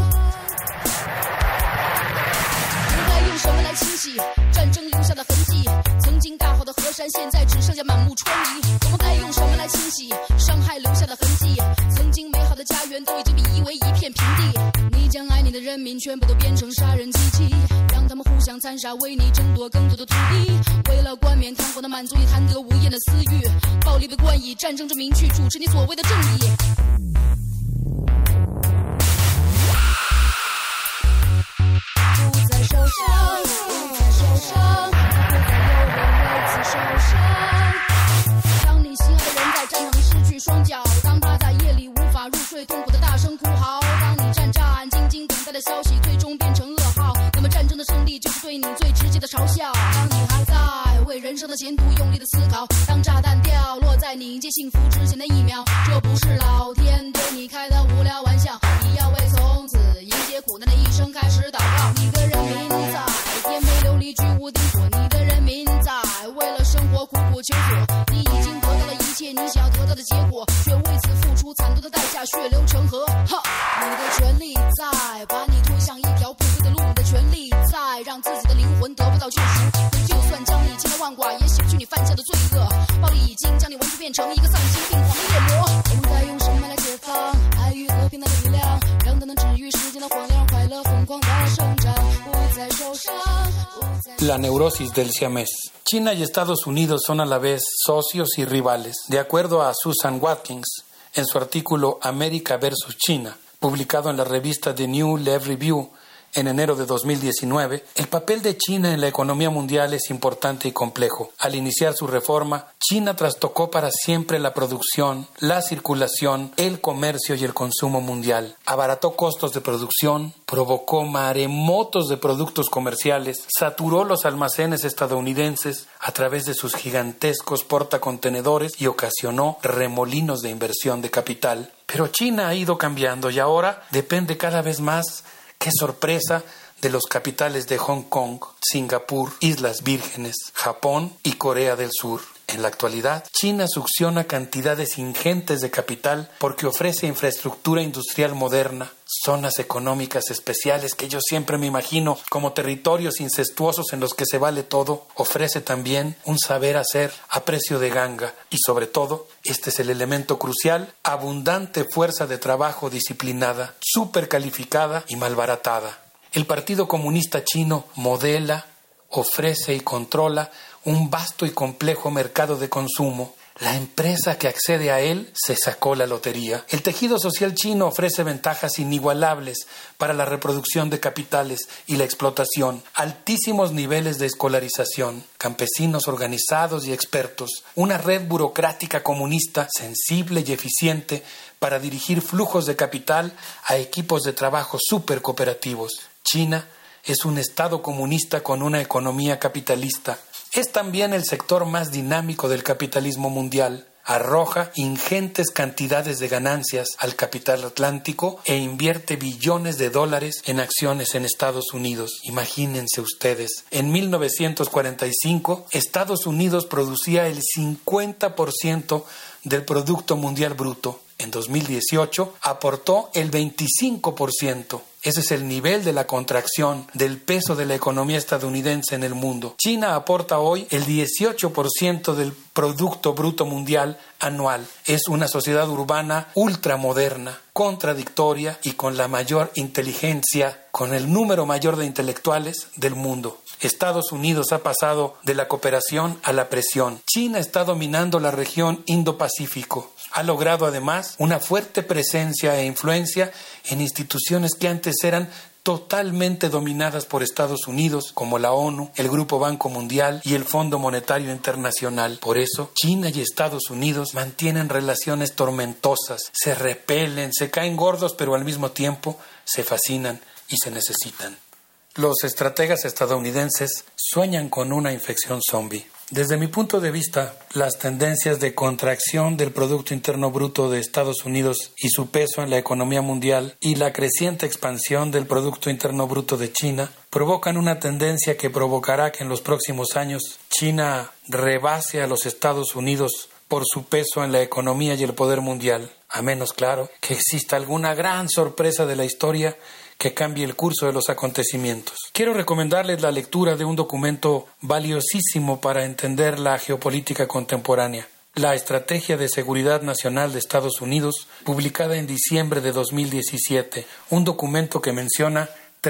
我们该用什么来清洗战争留下的痕迹？曾经大好的河山，现在只剩下满目疮痍。我们该用什么来清洗伤害留下的痕迹？曾经美好的家园都已经被夷为一片平地。你将爱你的人民全部都变成杀人机器，让他们互相残杀，为你争夺更多的土地。为了冠冕堂皇的满足你贪得无厌的私欲，暴力被冠以战争之名去主持你所谓的正义。不再受伤，不再受伤，不会再有人为此受伤。当你心爱的人在战场失去双脚，当他在夜里无法入睡，痛苦的大声哭嚎，当你战战兢兢等待的消息最终变成噩耗，那么战争的胜利就是对你最直接的嘲笑。当你还在为人生的前途用力的思考，当炸弹掉落在你迎接幸福之前的一秒，这不是老天对你开的无聊玩笑，你要为从此迎接苦难的一生开始祷告。你的人民在颠沛流离居无定所，你的人民在为了生活苦苦求索，你已经得到了一切你想要得到的结果，却为此付出惨痛的代价，血流成河。你的权利在把你推向一条不归的路，你的权利在让自己的灵魂得不到救赎。可是就算将你千刀万剐，也洗不去你犯下的罪恶。暴力已经将你完全变成一个丧心病狂的恶魔。我们该用什么来解放爱与和平的力量？让它能治愈世间的荒凉，快乐疯狂的生长，不再受伤。
La neurosis del siamés. China y Estados Unidos son a la vez socios y rivales. De acuerdo a Susan Watkins, en su artículo América versus China, publicado en la revista The New Left Review en enero de 2019, el papel de China en la economía mundial es importante y complejo. Al iniciar su reforma, China trastocó para siempre la producción, la circulación, el comercio y el consumo mundial. Abarató costos de producción, provocó maremotos de productos comerciales, saturó los almacenes estadounidenses a través de sus gigantescos portacontenedores y ocasionó remolinos de inversión de capital. Pero China ha ido cambiando y ahora depende cada vez más, ¡qué sorpresa!, de los capitales de Hong Kong, Singapur, Islas Vírgenes, Japón y Corea del Sur. En la actualidad, China succiona cantidades ingentes de capital porque ofrece infraestructura industrial moderna, zonas económicas especiales que yo siempre me imagino como territorios incestuosos en los que se vale todo. Ofrece también un saber hacer a precio de ganga y, sobre todo, este es el elemento crucial, abundante fuerza de trabajo disciplinada, supercalificada y malbaratada. El Partido Comunista Chino modela, ofrece y controla un vasto y complejo mercado de consumo. La empresa que accede a él se sacó la lotería. El tejido social chino ofrece ventajas inigualables para la reproducción de capitales y la explotación, altísimos niveles de escolarización, campesinos organizados y expertos, una red burocrática comunista sensible y eficiente para dirigir flujos de capital a equipos de trabajo supercooperativos. China es un Estado comunista con una economía capitalista. Es también el sector más dinámico del capitalismo mundial. Arroja ingentes cantidades de ganancias al capital atlántico e invierte billones de dólares en acciones en Estados Unidos. Imagínense ustedes, en 1945 Estados Unidos producía el 50% del Producto Mundial Bruto. en 2018 aportó el 25%. Ese es el nivel de la contracción del peso de la economía estadounidense en el mundo. China aporta hoy el 18% del Producto Bruto Mundial anual. Es una sociedad urbana ultramoderna, contradictoria y con la mayor inteligencia, con el número mayor de intelectuales del mundo. Estados Unidos ha pasado de la cooperación a la presión. China está dominando la región Indo-Pacífico. Ha logrado además una fuerte presencia e influencia en instituciones que antes eran totalmente dominadas por Estados Unidos, como la ONU, el Grupo Banco Mundial y el Fondo Monetario Internacional. Por eso, China y Estados Unidos mantienen relaciones tormentosas, se repelen, se caen gordos, pero al mismo tiempo se fascinan y se necesitan. Los estrategas estadounidenses sueñan con una infección zombie. Desde mi punto de vista, las tendencias de contracción del Producto Interno Bruto de Estados Unidos y su peso en la economía mundial y la creciente expansión del Producto Interno Bruto de China provocan una tendencia que provocará que en los próximos años China rebase a los Estados Unidos por su peso en la economía y el poder mundial, a menos, claro, que exista alguna gran sorpresa de la historia que cambie el curso de los acontecimientos. Quiero recomendarles la lectura de un documento valiosísimo para entender la geopolítica contemporánea, la Estrategia de Seguridad Nacional de Estados Unidos, publicada en diciembre de 2017, un documento que menciona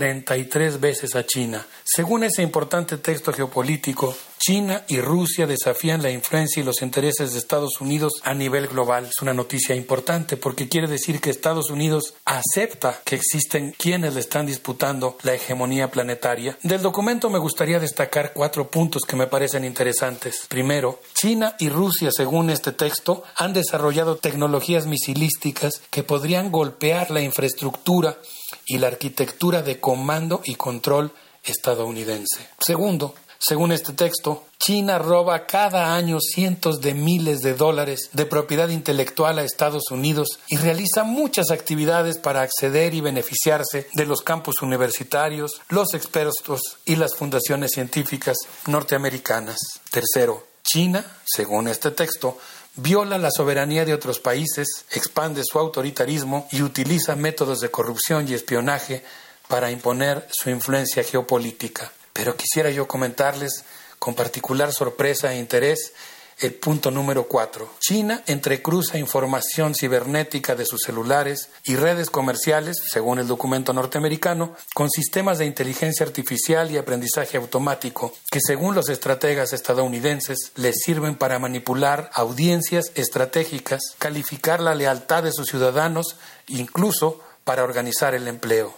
33 veces a China. Según ese importante texto geopolítico, China y Rusia desafían la influencia y los intereses de Estados Unidos a nivel global. Es una noticia importante porque quiere decir que Estados Unidos acepta que existen quienes le están disputando la hegemonía planetaria. Del documento me gustaría destacar 4 puntos que me parecen interesantes. Primero, China y Rusia, según este texto, han desarrollado tecnologías misilísticas que podrían golpear la infraestructura y la arquitectura de comando y control estadounidense. Segundo, según este texto, China roba cada año cientos de miles de dólares de propiedad intelectual a Estados Unidos y realiza muchas actividades para acceder y beneficiarse de los campus universitarios, los expertos y las fundaciones científicas norteamericanas. Tercero, China, según este texto, viola la soberanía de otros países, expande su autoritarismo y utiliza métodos de corrupción y espionaje para imponer su influencia geopolítica. Pero quisiera yo comentarles con particular sorpresa e interés el punto número 4. China entrecruza información cibernética de sus celulares y redes comerciales, según el documento norteamericano, con sistemas de inteligencia artificial y aprendizaje automático que, según los estrategas estadounidenses, les sirven para manipular audiencias estratégicas, calificar la lealtad de sus ciudadanos e incluso para organizar el empleo.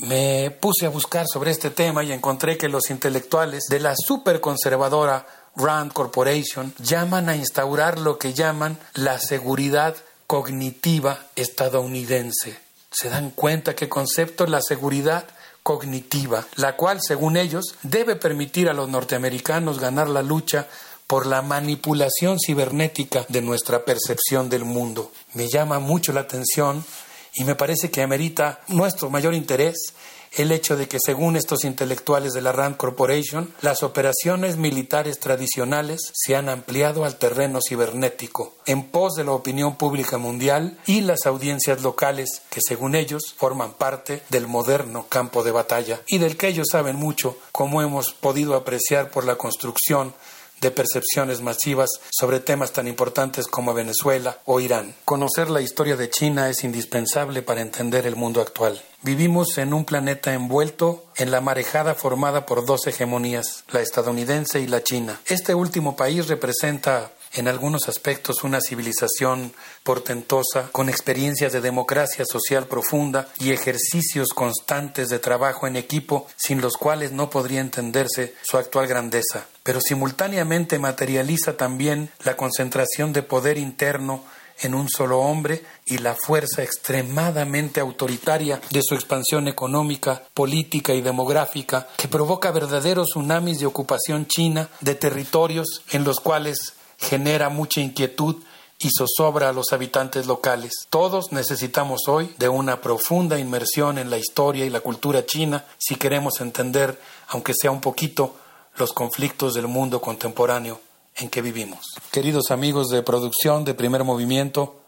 Me puse a buscar sobre este tema y encontré que los intelectuales de la superconservadora Rand Corporation llaman a instaurar lo que llaman la seguridad cognitiva estadounidense. ¿Se dan cuenta qué concepto es la seguridad cognitiva? La cual, según ellos, debe permitir a los norteamericanos ganar la lucha por la manipulación cibernética de nuestra percepción del mundo. Me llama mucho la atención y me parece que amerita nuestro mayor interés el hecho de que, según estos intelectuales de la Rand Corporation, las operaciones militares tradicionales se han ampliado al terreno cibernético, en pos de la opinión pública mundial y las audiencias locales, que según ellos forman parte del moderno campo de batalla, y del que ellos saben mucho, como hemos podido apreciar por la construcción de percepciones masivas sobre temas tan importantes como Venezuela o Irán. Conocer la historia de China es indispensable para entender el mundo actual. Vivimos en un planeta envuelto en la marejada formada por 2 hegemonías, la estadounidense y la china. Este último país representa en algunos aspectos una civilización portentosa, con experiencias de democracia social profunda y ejercicios constantes de trabajo en equipo, sin los cuales no podría entenderse su actual grandeza. Pero simultáneamente materializa también la concentración de poder interno en un solo hombre y la fuerza extremadamente autoritaria de su expansión económica, política y demográfica, que provoca verdaderos tsunamis de ocupación china de territorios en los cuales genera mucha inquietud y zozobra a los habitantes locales. Todos necesitamos hoy de una profunda inmersión en la historia y la cultura china si queremos entender, aunque sea un poquito, los conflictos del mundo contemporáneo en que vivimos. Queridos amigos de producción de Primer Movimiento,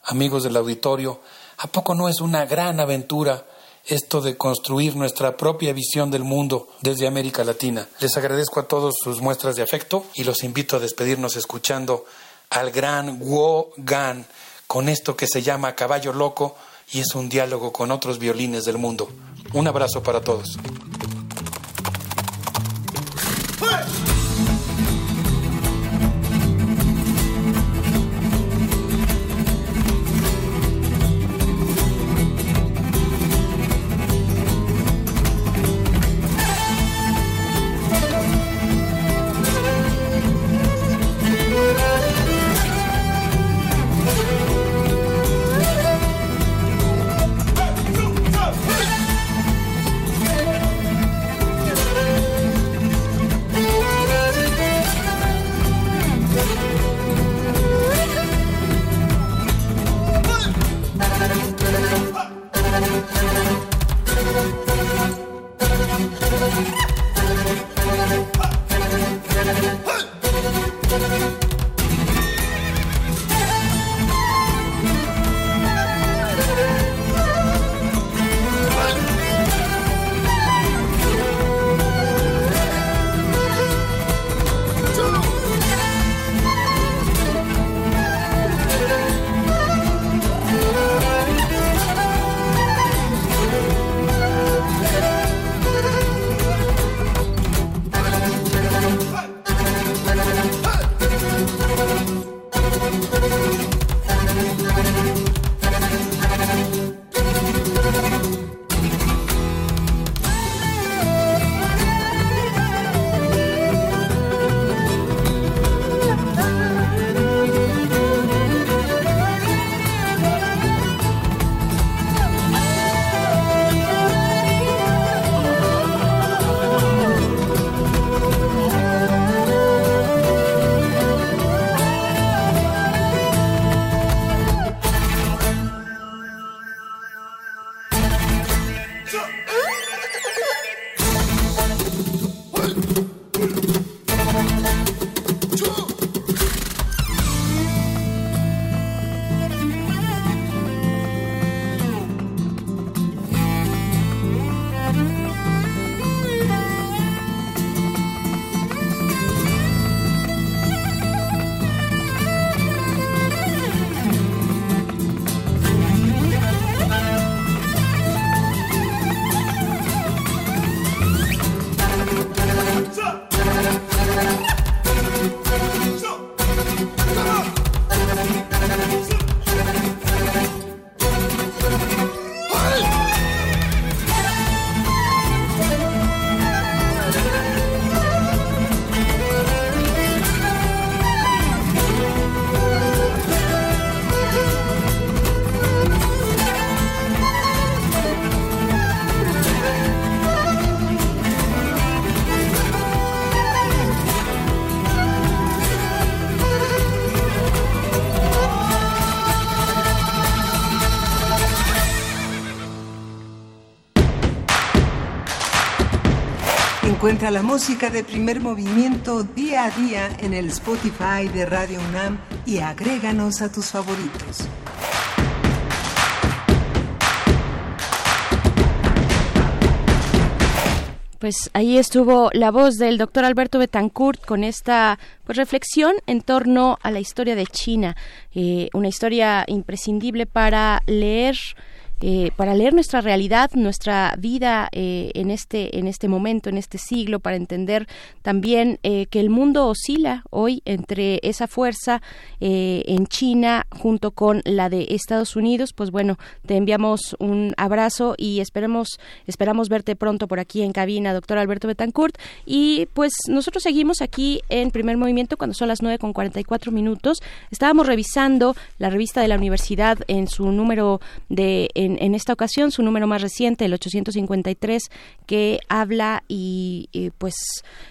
amigos del auditorio, ¿a poco no es una gran aventura esto de construir nuestra propia visión del mundo desde América Latina? Les agradezco a todos sus muestras de afecto y los invito a despedirnos escuchando al gran Guo Gan con esto que se llama Caballo Loco, y es un diálogo con otros violines del mundo. Un abrazo para todos.
Encuentra la música de Primer Movimiento día a día en el Spotify de Radio UNAM y agréganos a tus favoritos.
Pues ahí estuvo la voz del doctor Alberto Betancourt con esta reflexión en torno a la historia de China, una historia imprescindible para leer nuestra realidad, nuestra vida en este momento, en este siglo, para entender también que el mundo oscila hoy entre esa fuerza en China junto con la de Estados Unidos. Pues bueno, te enviamos un abrazo y esperamos verte pronto por aquí en cabina, doctor Alberto Betancourt. Y pues nosotros seguimos aquí en Primer Movimiento cuando son las 9:44. Estábamos revisando la revista de la universidad en su número en esta ocasión, su número más reciente, el 853, que habla y pues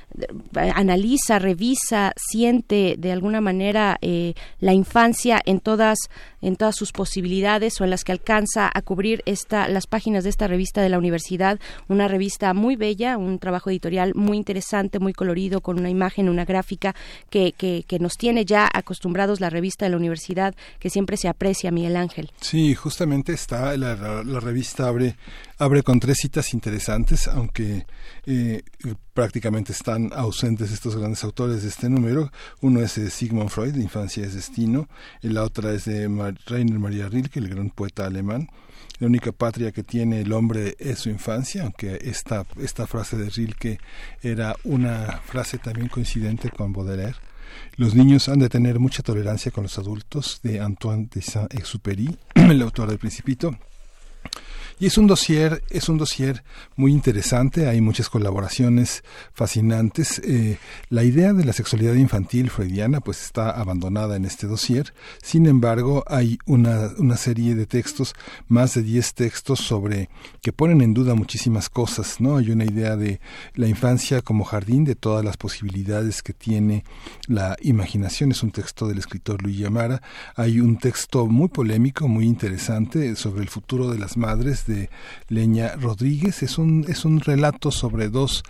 analiza, revisa, siente de alguna manera la infancia en todas sus posibilidades, o en las que alcanza a cubrir las páginas de esta revista de la universidad, una revista muy bella, un trabajo editorial muy interesante, muy colorido, con una imagen, una gráfica que nos tiene ya acostumbrados la revista de la universidad, que siempre se aprecia, Miguel Ángel.
Sí, justamente está la revista abre con 3 citas interesantes, aunque prácticamente están ausentes estos grandes autores de este número. Uno es de Sigmund Freud, La infancia es destino, y la otra es de Rainer Maria Rilke, el gran poeta alemán. La única patria que tiene el hombre es su infancia, aunque esta frase de Rilke era una frase también coincidente con Baudelaire. Los niños han de tener mucha tolerancia con los adultos, de Antoine de Saint-Exupéry, el autor del Principito. Y es un dossier muy interesante, hay muchas colaboraciones fascinantes. La idea de la sexualidad infantil freudiana pues está abandonada en este dossier. Sin embargo, hay una serie de textos, más de 10 textos que ponen en duda muchísimas cosas, ¿no? Hay una idea de la infancia como jardín de todas las posibilidades que tiene la imaginación. Es un texto del escritor Luigi Amara. Hay un texto muy polémico, muy interesante sobre el futuro de las madres, de Leña Rodríguez. Es un relato sobre dos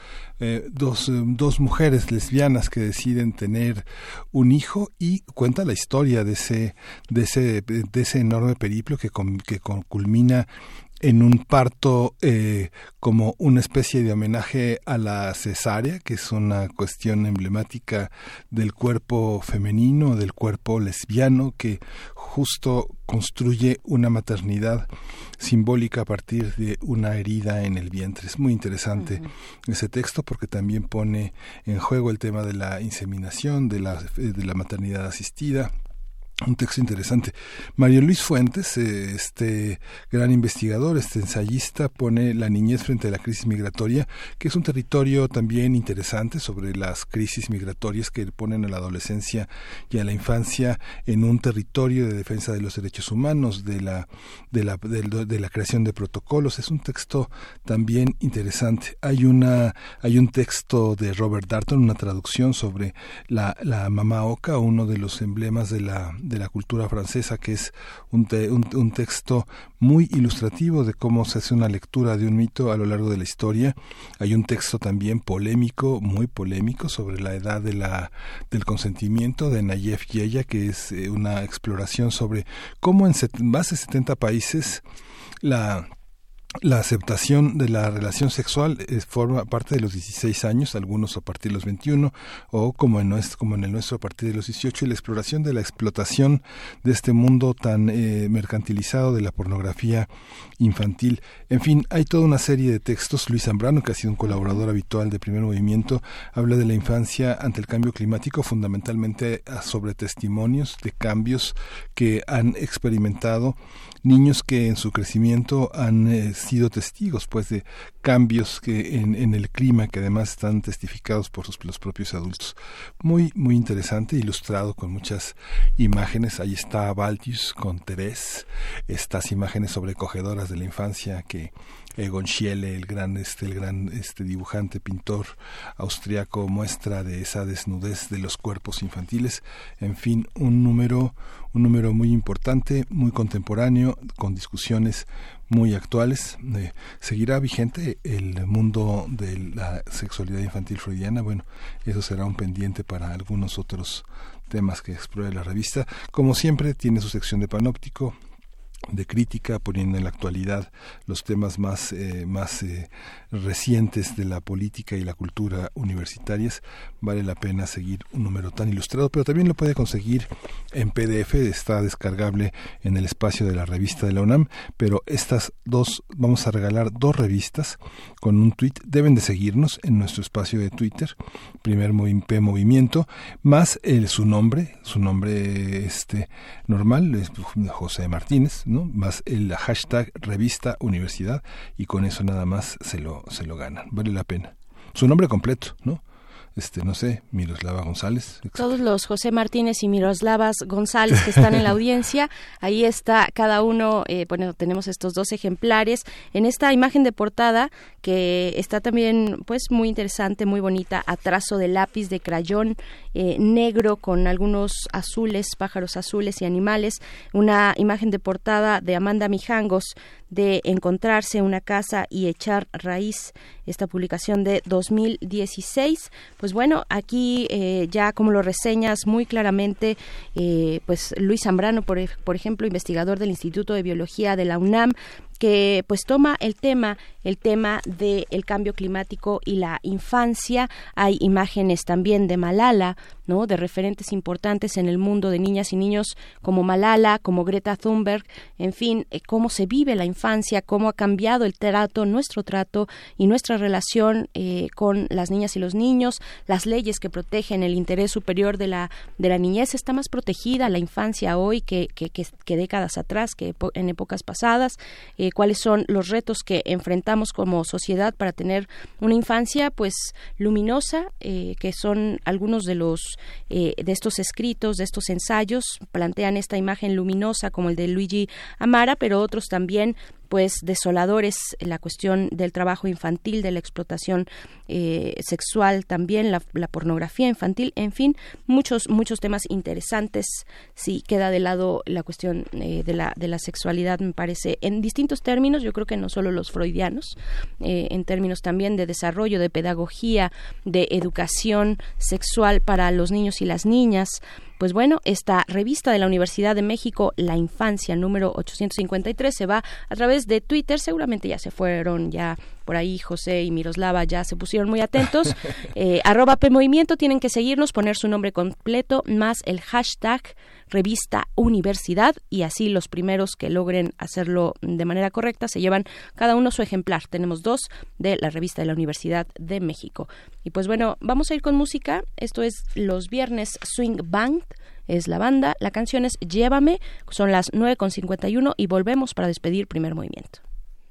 mujeres lesbianas que deciden tener un hijo, y cuenta la historia de ese enorme periplo que culmina en un parto como una especie de homenaje a la cesárea, que es una cuestión emblemática del cuerpo femenino, del cuerpo lesbiano, que justo construye una maternidad simbólica a partir de una herida en el vientre. Es muy interesante ese texto, porque también pone en juego el tema de la inseminación, de la maternidad asistida. Un texto interesante. Mario Luis Fuentes, este gran investigador, este ensayista, pone la niñez frente a la crisis migratoria, que es un territorio también interesante sobre las crisis migratorias que ponen a la adolescencia y a la infancia en un territorio de defensa de los derechos humanos, de la creación de protocolos. Es un texto también interesante. Hay un texto de Robert Darnton, una traducción sobre la mamá oca, uno de los emblemas de la cultura francesa, que es un texto muy ilustrativo de cómo se hace una lectura de un mito a lo largo de la historia. Hay un texto también polémico, muy polémico, sobre la edad del consentimiento, de Nayef Yeya, que es una exploración sobre cómo en más de 70 países la aceptación de la relación sexual forma parte de los 16 años, algunos a partir de los 21, o como en el nuestro a partir de los 18, y la exploración de la explotación de este mundo tan mercantilizado de la pornografía infantil. En fin, hay toda una serie de textos. Luis Zambrano, que ha sido un colaborador habitual de Primer Movimiento, habla de la infancia ante el cambio climático, fundamentalmente sobre testimonios de cambios que han experimentado niños que en su crecimiento han sido testigos pues de cambios que en el clima, que además están testificados por los propios adultos. Muy muy interesante, ilustrado con muchas imágenes. Ahí está Baltius con Terés, estas imágenes sobrecogedoras de la infancia que Egon Schiele, el gran dibujante, pintor austriaco, muestra de esa desnudez de los cuerpos infantiles. En fin, un número muy importante, muy contemporáneo, con discusiones muy actuales. ¿Seguirá vigente el mundo de la sexualidad infantil freudiana? Bueno, eso será un pendiente para algunos otros temas que explore la revista. Como siempre, tiene su sección de panóptico, de crítica, poniendo en la actualidad los temas más recientes de la política y la cultura universitarias. Vale la pena seguir un número tan ilustrado, pero también lo puede conseguir en PDF, está descargable en el espacio de la revista de la UNAM. Pero vamos a regalar 2 revistas con un tuit. Deben de seguirnos en nuestro espacio de Twitter, Primer Movimiento, más su nombre normal, es José Martínez, ¿no? Más el hashtag Revista Universidad, y con eso nada más se lo ganan. Vale la pena. Su nombre completo, ¿no? no sé, Miroslava González.
Todos los José Martínez y Miroslavas González que están en la audiencia, ahí está cada uno, tenemos estos 2 ejemplares en esta imagen de portada que está también pues muy interesante, muy bonita, a trazo de lápiz de crayón negro con algunos azules, pájaros azules y animales, una imagen de portada de Amanda Mijangos de Encontrarse una casa y echar raíz, esta publicación de 2016. Pues bueno, aquí ya como lo reseñas muy claramente, pues Luis Zambrano, por ejemplo, investigador del Instituto de Biología de la UNAM, que pues toma el tema del cambio climático y la infancia. Hay imágenes también de Malala, ¿no?, de referentes importantes en el mundo de niñas y niños como Malala, como Greta Thunberg, en fin, cómo se vive la infancia, cómo ha cambiado el trato, nuestro trato y nuestra relación con las niñas y los niños, las leyes que protegen el interés superior de la niñez. Está más protegida la infancia hoy que décadas atrás, que en épocas pasadas. Cuáles son los retos que enfrentamos como sociedad para tener una infancia pues luminosa, que son algunos de estos escritos, de estos ensayos, plantean esta imagen luminosa como el de Luigi Amara, pero otros también pues desoladores, la cuestión del trabajo infantil, de la explotación sexual también, la pornografía infantil, en fin, muchos temas interesantes. Sí, queda de lado la cuestión de la sexualidad, me parece, en distintos términos, yo creo que no solo los freudianos, en términos también de desarrollo, de pedagogía, de educación sexual para los niños y las niñas. Pues bueno, esta revista de la Universidad de México, La Infancia, número 853, se va a través de Twitter. Seguramente ya se fueron, ya por ahí José y Miroslava ya se pusieron muy atentos. @PMovimiento, tienen que seguirnos, poner su nombre completo, más el hashtag Revista Universidad, y así los primeros que logren hacerlo de manera correcta se llevan cada uno su ejemplar. Tenemos 2 de la revista de la Universidad de México. Y pues bueno, vamos a ir con música. Esto es Los Viernes Swing Band, es la banda. La canción es Llévame, son las 9:51 y volvemos para despedir Primer Movimiento.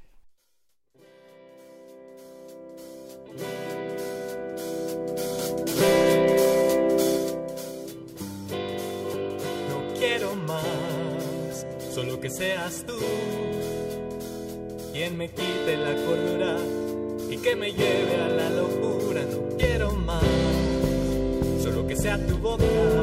Quiero más, solo que seas tú quien me quite la cordura y que me lleve a la locura. No quiero más, solo que sea tu boca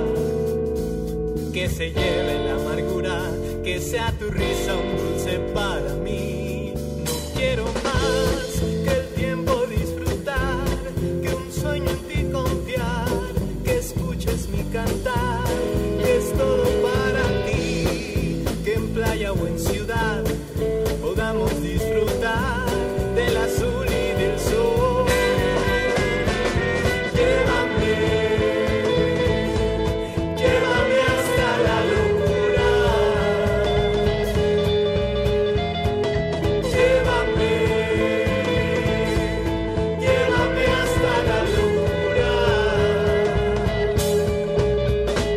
que se lleve la amargura, que sea tu risa un dulce para mí. No quiero más que el tiempo disfrutar, que un sueño en ti confiar, que escuches mi cantar, que es todo para ti, que en playa o en ciudad podamos disfrutar del azul y del sol. Llévame, llévame hasta la locura. Llévame, llévame hasta la locura.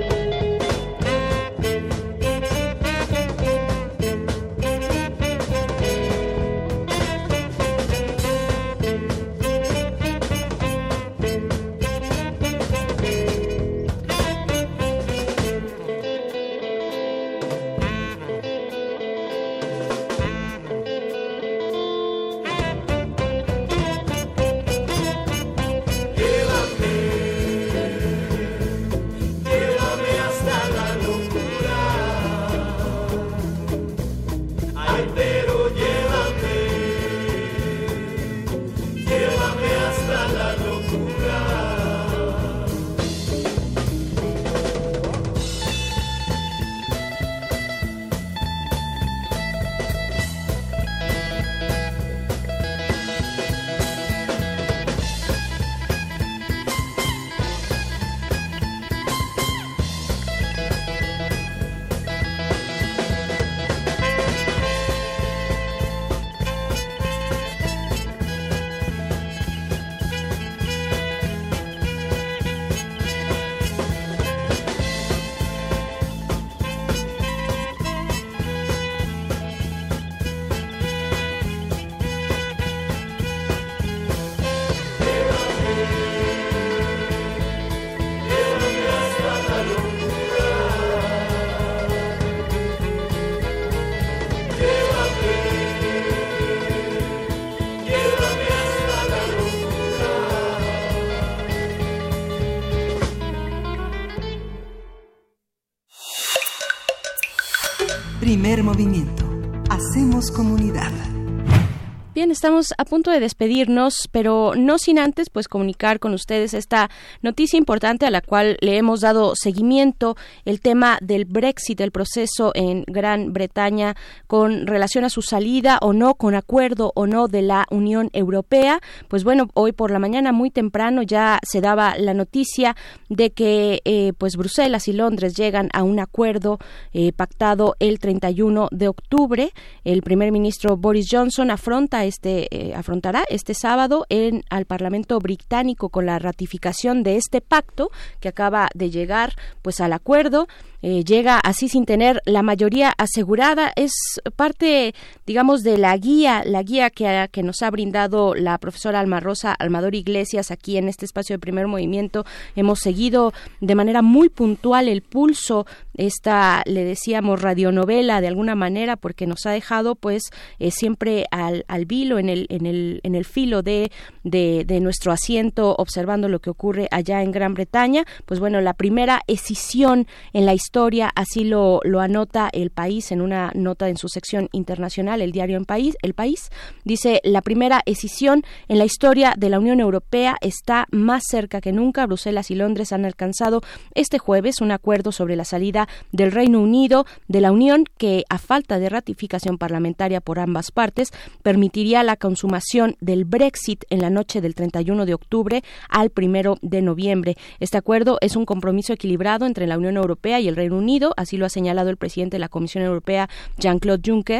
Primer movimiento. Hacemos comunidad.
Bien, estamos a punto de despedirnos, pero no sin antes pues comunicar con ustedes esta noticia importante a la cual le hemos dado seguimiento, el tema del Brexit, el proceso en Gran Bretaña con relación a su salida o no, con acuerdo o no de la Unión Europea. Pues bueno, hoy por la mañana muy temprano ya se daba la noticia de que pues Bruselas y Londres llegan a un acuerdo pactado el 31 de octubre. El primer ministro Boris Johnson afrontará este sábado al Parlamento británico con la ratificación de este pacto que acaba de llegar pues al acuerdo. Llega así sin tener la mayoría asegurada. Es parte, digamos, de la guía que nos ha brindado la profesora Alma Rosa Amador Iglesias aquí en este espacio de Primer Movimiento. Hemos seguido de manera muy puntual el pulso, esta, le decíamos, radionovela de alguna manera, porque nos ha dejado pues siempre al vilo, en el filo de nuestro asiento, observando lo que ocurre allá en Gran Bretaña. Pues bueno, la primera escisión en la historia, así lo anota El País en una nota en su sección internacional, el diario El País, dice: la primera escisión en la historia de la Unión Europea está más cerca que nunca. Bruselas y Londres han alcanzado este jueves un acuerdo sobre la salida del Reino Unido de la Unión que, a falta de ratificación parlamentaria por ambas partes, permitiría la consumación del Brexit en la noche del 31 de octubre al 1 de noviembre. Este acuerdo es un compromiso equilibrado entre la Unión Europea y el Reino Unido, así lo ha señalado el presidente de la Comisión Europea, Jean-Claude Juncker,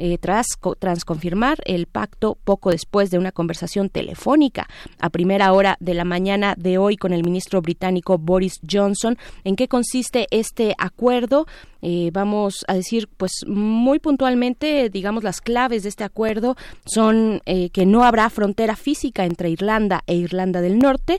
tras confirmar el pacto poco después de una conversación telefónica a primera hora de la mañana de hoy con el ministro británico Boris Johnson. ¿En qué consiste este acuerdo? Vamos a decir pues muy puntualmente, digamos, las claves de este acuerdo son que no habrá frontera física entre Irlanda e Irlanda del Norte,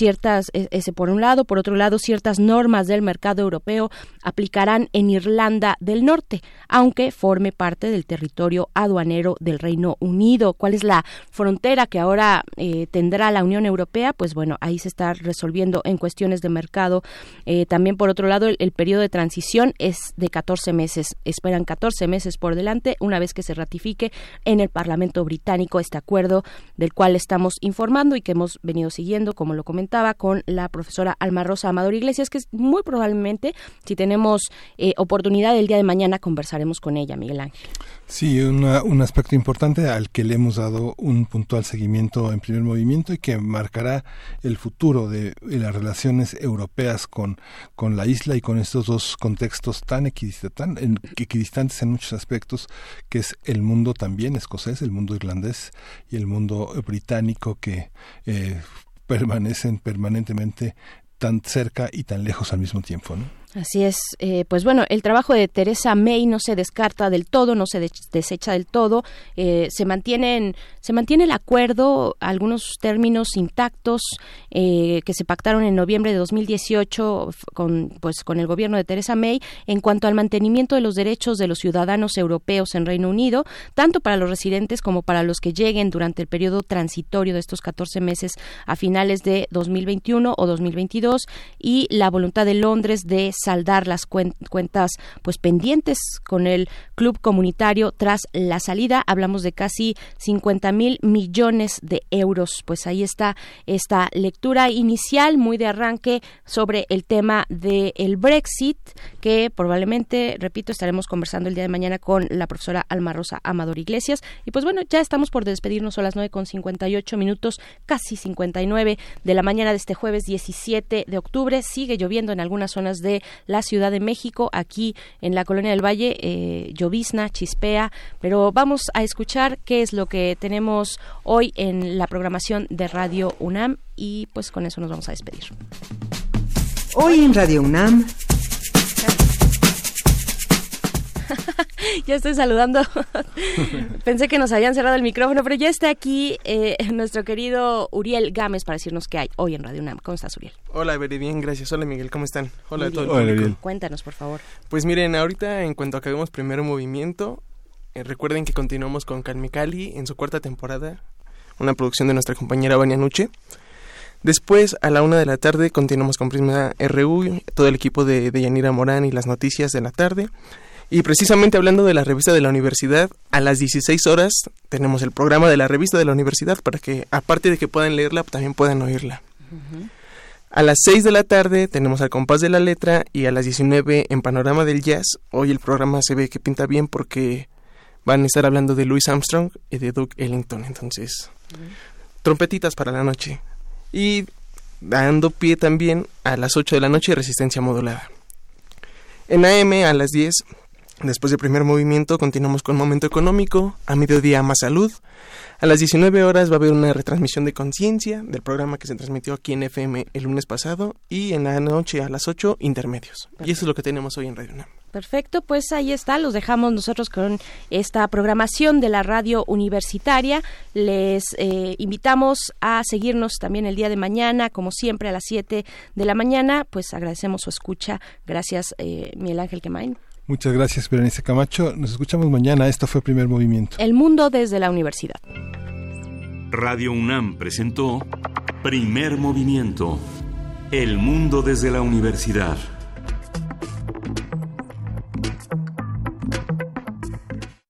ese por un lado. Por otro lado, ciertas normas del mercado europeo aplicarán en Irlanda del Norte, aunque forme parte del territorio aduanero del Reino Unido. ¿Cuál es la frontera que ahora tendrá la Unión Europea? Pues bueno, ahí se está resolviendo en cuestiones de mercado. También, por otro lado, el periodo de transición es de 14 meses. Esperan 14 meses por delante una vez que se ratifique en el Parlamento británico este acuerdo del cual estamos informando y que hemos venido siguiendo, como lo comentaba, con la profesora Alma Rosa Amador Iglesias, que muy probablemente, si tenemos oportunidad el día de mañana, conversaremos con ella, Miguel Ángel.
Sí, un aspecto importante al que le hemos dado un puntual seguimiento en Primer Movimiento y que marcará el futuro de las relaciones europeas con la isla y con estos dos contextos tan equidistantes en muchos aspectos, que es el mundo también escocés, el mundo irlandés y el mundo británico, que permanecen permanentemente tan cerca y tan lejos al mismo tiempo, ¿no?
Así es, pues bueno, el trabajo de Theresa May no se descarta del todo, no se desecha del todo, se mantiene el acuerdo, algunos términos intactos que se pactaron en noviembre de 2018 con el gobierno de Theresa May en cuanto al mantenimiento de los derechos de los ciudadanos europeos en Reino Unido, tanto para los residentes como para los que lleguen durante el periodo transitorio de estos 14 meses a finales de 2021 o 2022, y la voluntad de Londres de saldar las cuentas pues pendientes con el club comunitario tras la salida. Hablamos de casi 50,000 millones de euros. Pues ahí está esta lectura inicial, muy de arranque, sobre el tema del Brexit, que probablemente, repito, estaremos conversando el día de mañana con la profesora Alma Rosa Amador Iglesias. Y pues bueno, ya estamos por despedirnos a las 9:58, casi 59 de la mañana de este jueves 17 de octubre. Sigue lloviendo en algunas zonas de la Ciudad de México, aquí en la Colonia del Valle, llovizna, chispea, pero vamos a escuchar qué es lo que tenemos hoy en la programación de Radio UNAM y pues con eso nos vamos a despedir.
Hoy en Radio UNAM...
Ya estoy saludando. Pensé que nos habían cerrado el micrófono, pero ya está aquí nuestro querido Uriel Gámez para decirnos qué hay hoy en Radio UNAM. ¿Cómo estás, Uriel?
Hola, bien, gracias. Hola, Miguel, ¿cómo están? Hola a todos.
Hola, bien.
Cuéntanos, por favor.
Pues miren, ahorita en cuanto acabemos Primer Movimiento, recuerden que continuamos con Calmicali en su cuarta temporada, una producción de nuestra compañera Vania Nuche. Después, a la 1:00 p.m, continuamos con Prisma RU, todo el equipo de Yanira Morán y las noticias de la tarde. Y precisamente hablando de la revista de la universidad, a las 16 horas tenemos el programa de la revista de la universidad para que, aparte de que puedan leerla, también puedan oírla. Uh-huh. A las 6 de la tarde tenemos Al compás de la letra y a las 19 en Panorama del Jazz. Hoy el programa se ve que pinta bien porque van a estar hablando de Louis Armstrong y de Duke Ellington. Entonces, trompetitas para la noche. Y dando pie también a las 8 de la noche Resistencia Modulada. En AM a las 10, después del primer movimiento, continuamos con Momento Económico. A mediodía Más Salud. A las 19 horas va a haber una retransmisión de Conciencia del programa que se transmitió aquí en FM el lunes pasado. Y en la noche a las 8, Intermedios. Perfecto. Y eso es lo que tenemos hoy en Radio UNAM.
Perfecto, pues ahí está, los dejamos nosotros con esta programación de la radio universitaria. Les invitamos a seguirnos también el día de mañana, como siempre a las 7 de la mañana. Pues agradecemos su escucha. Gracias, Miguel Ángel Quemain.
Muchas gracias, Berenice Camacho. Nos escuchamos mañana. Esto fue Primer Movimiento.
El mundo desde la universidad.
Radio UNAM presentó Primer Movimiento. El mundo desde la universidad.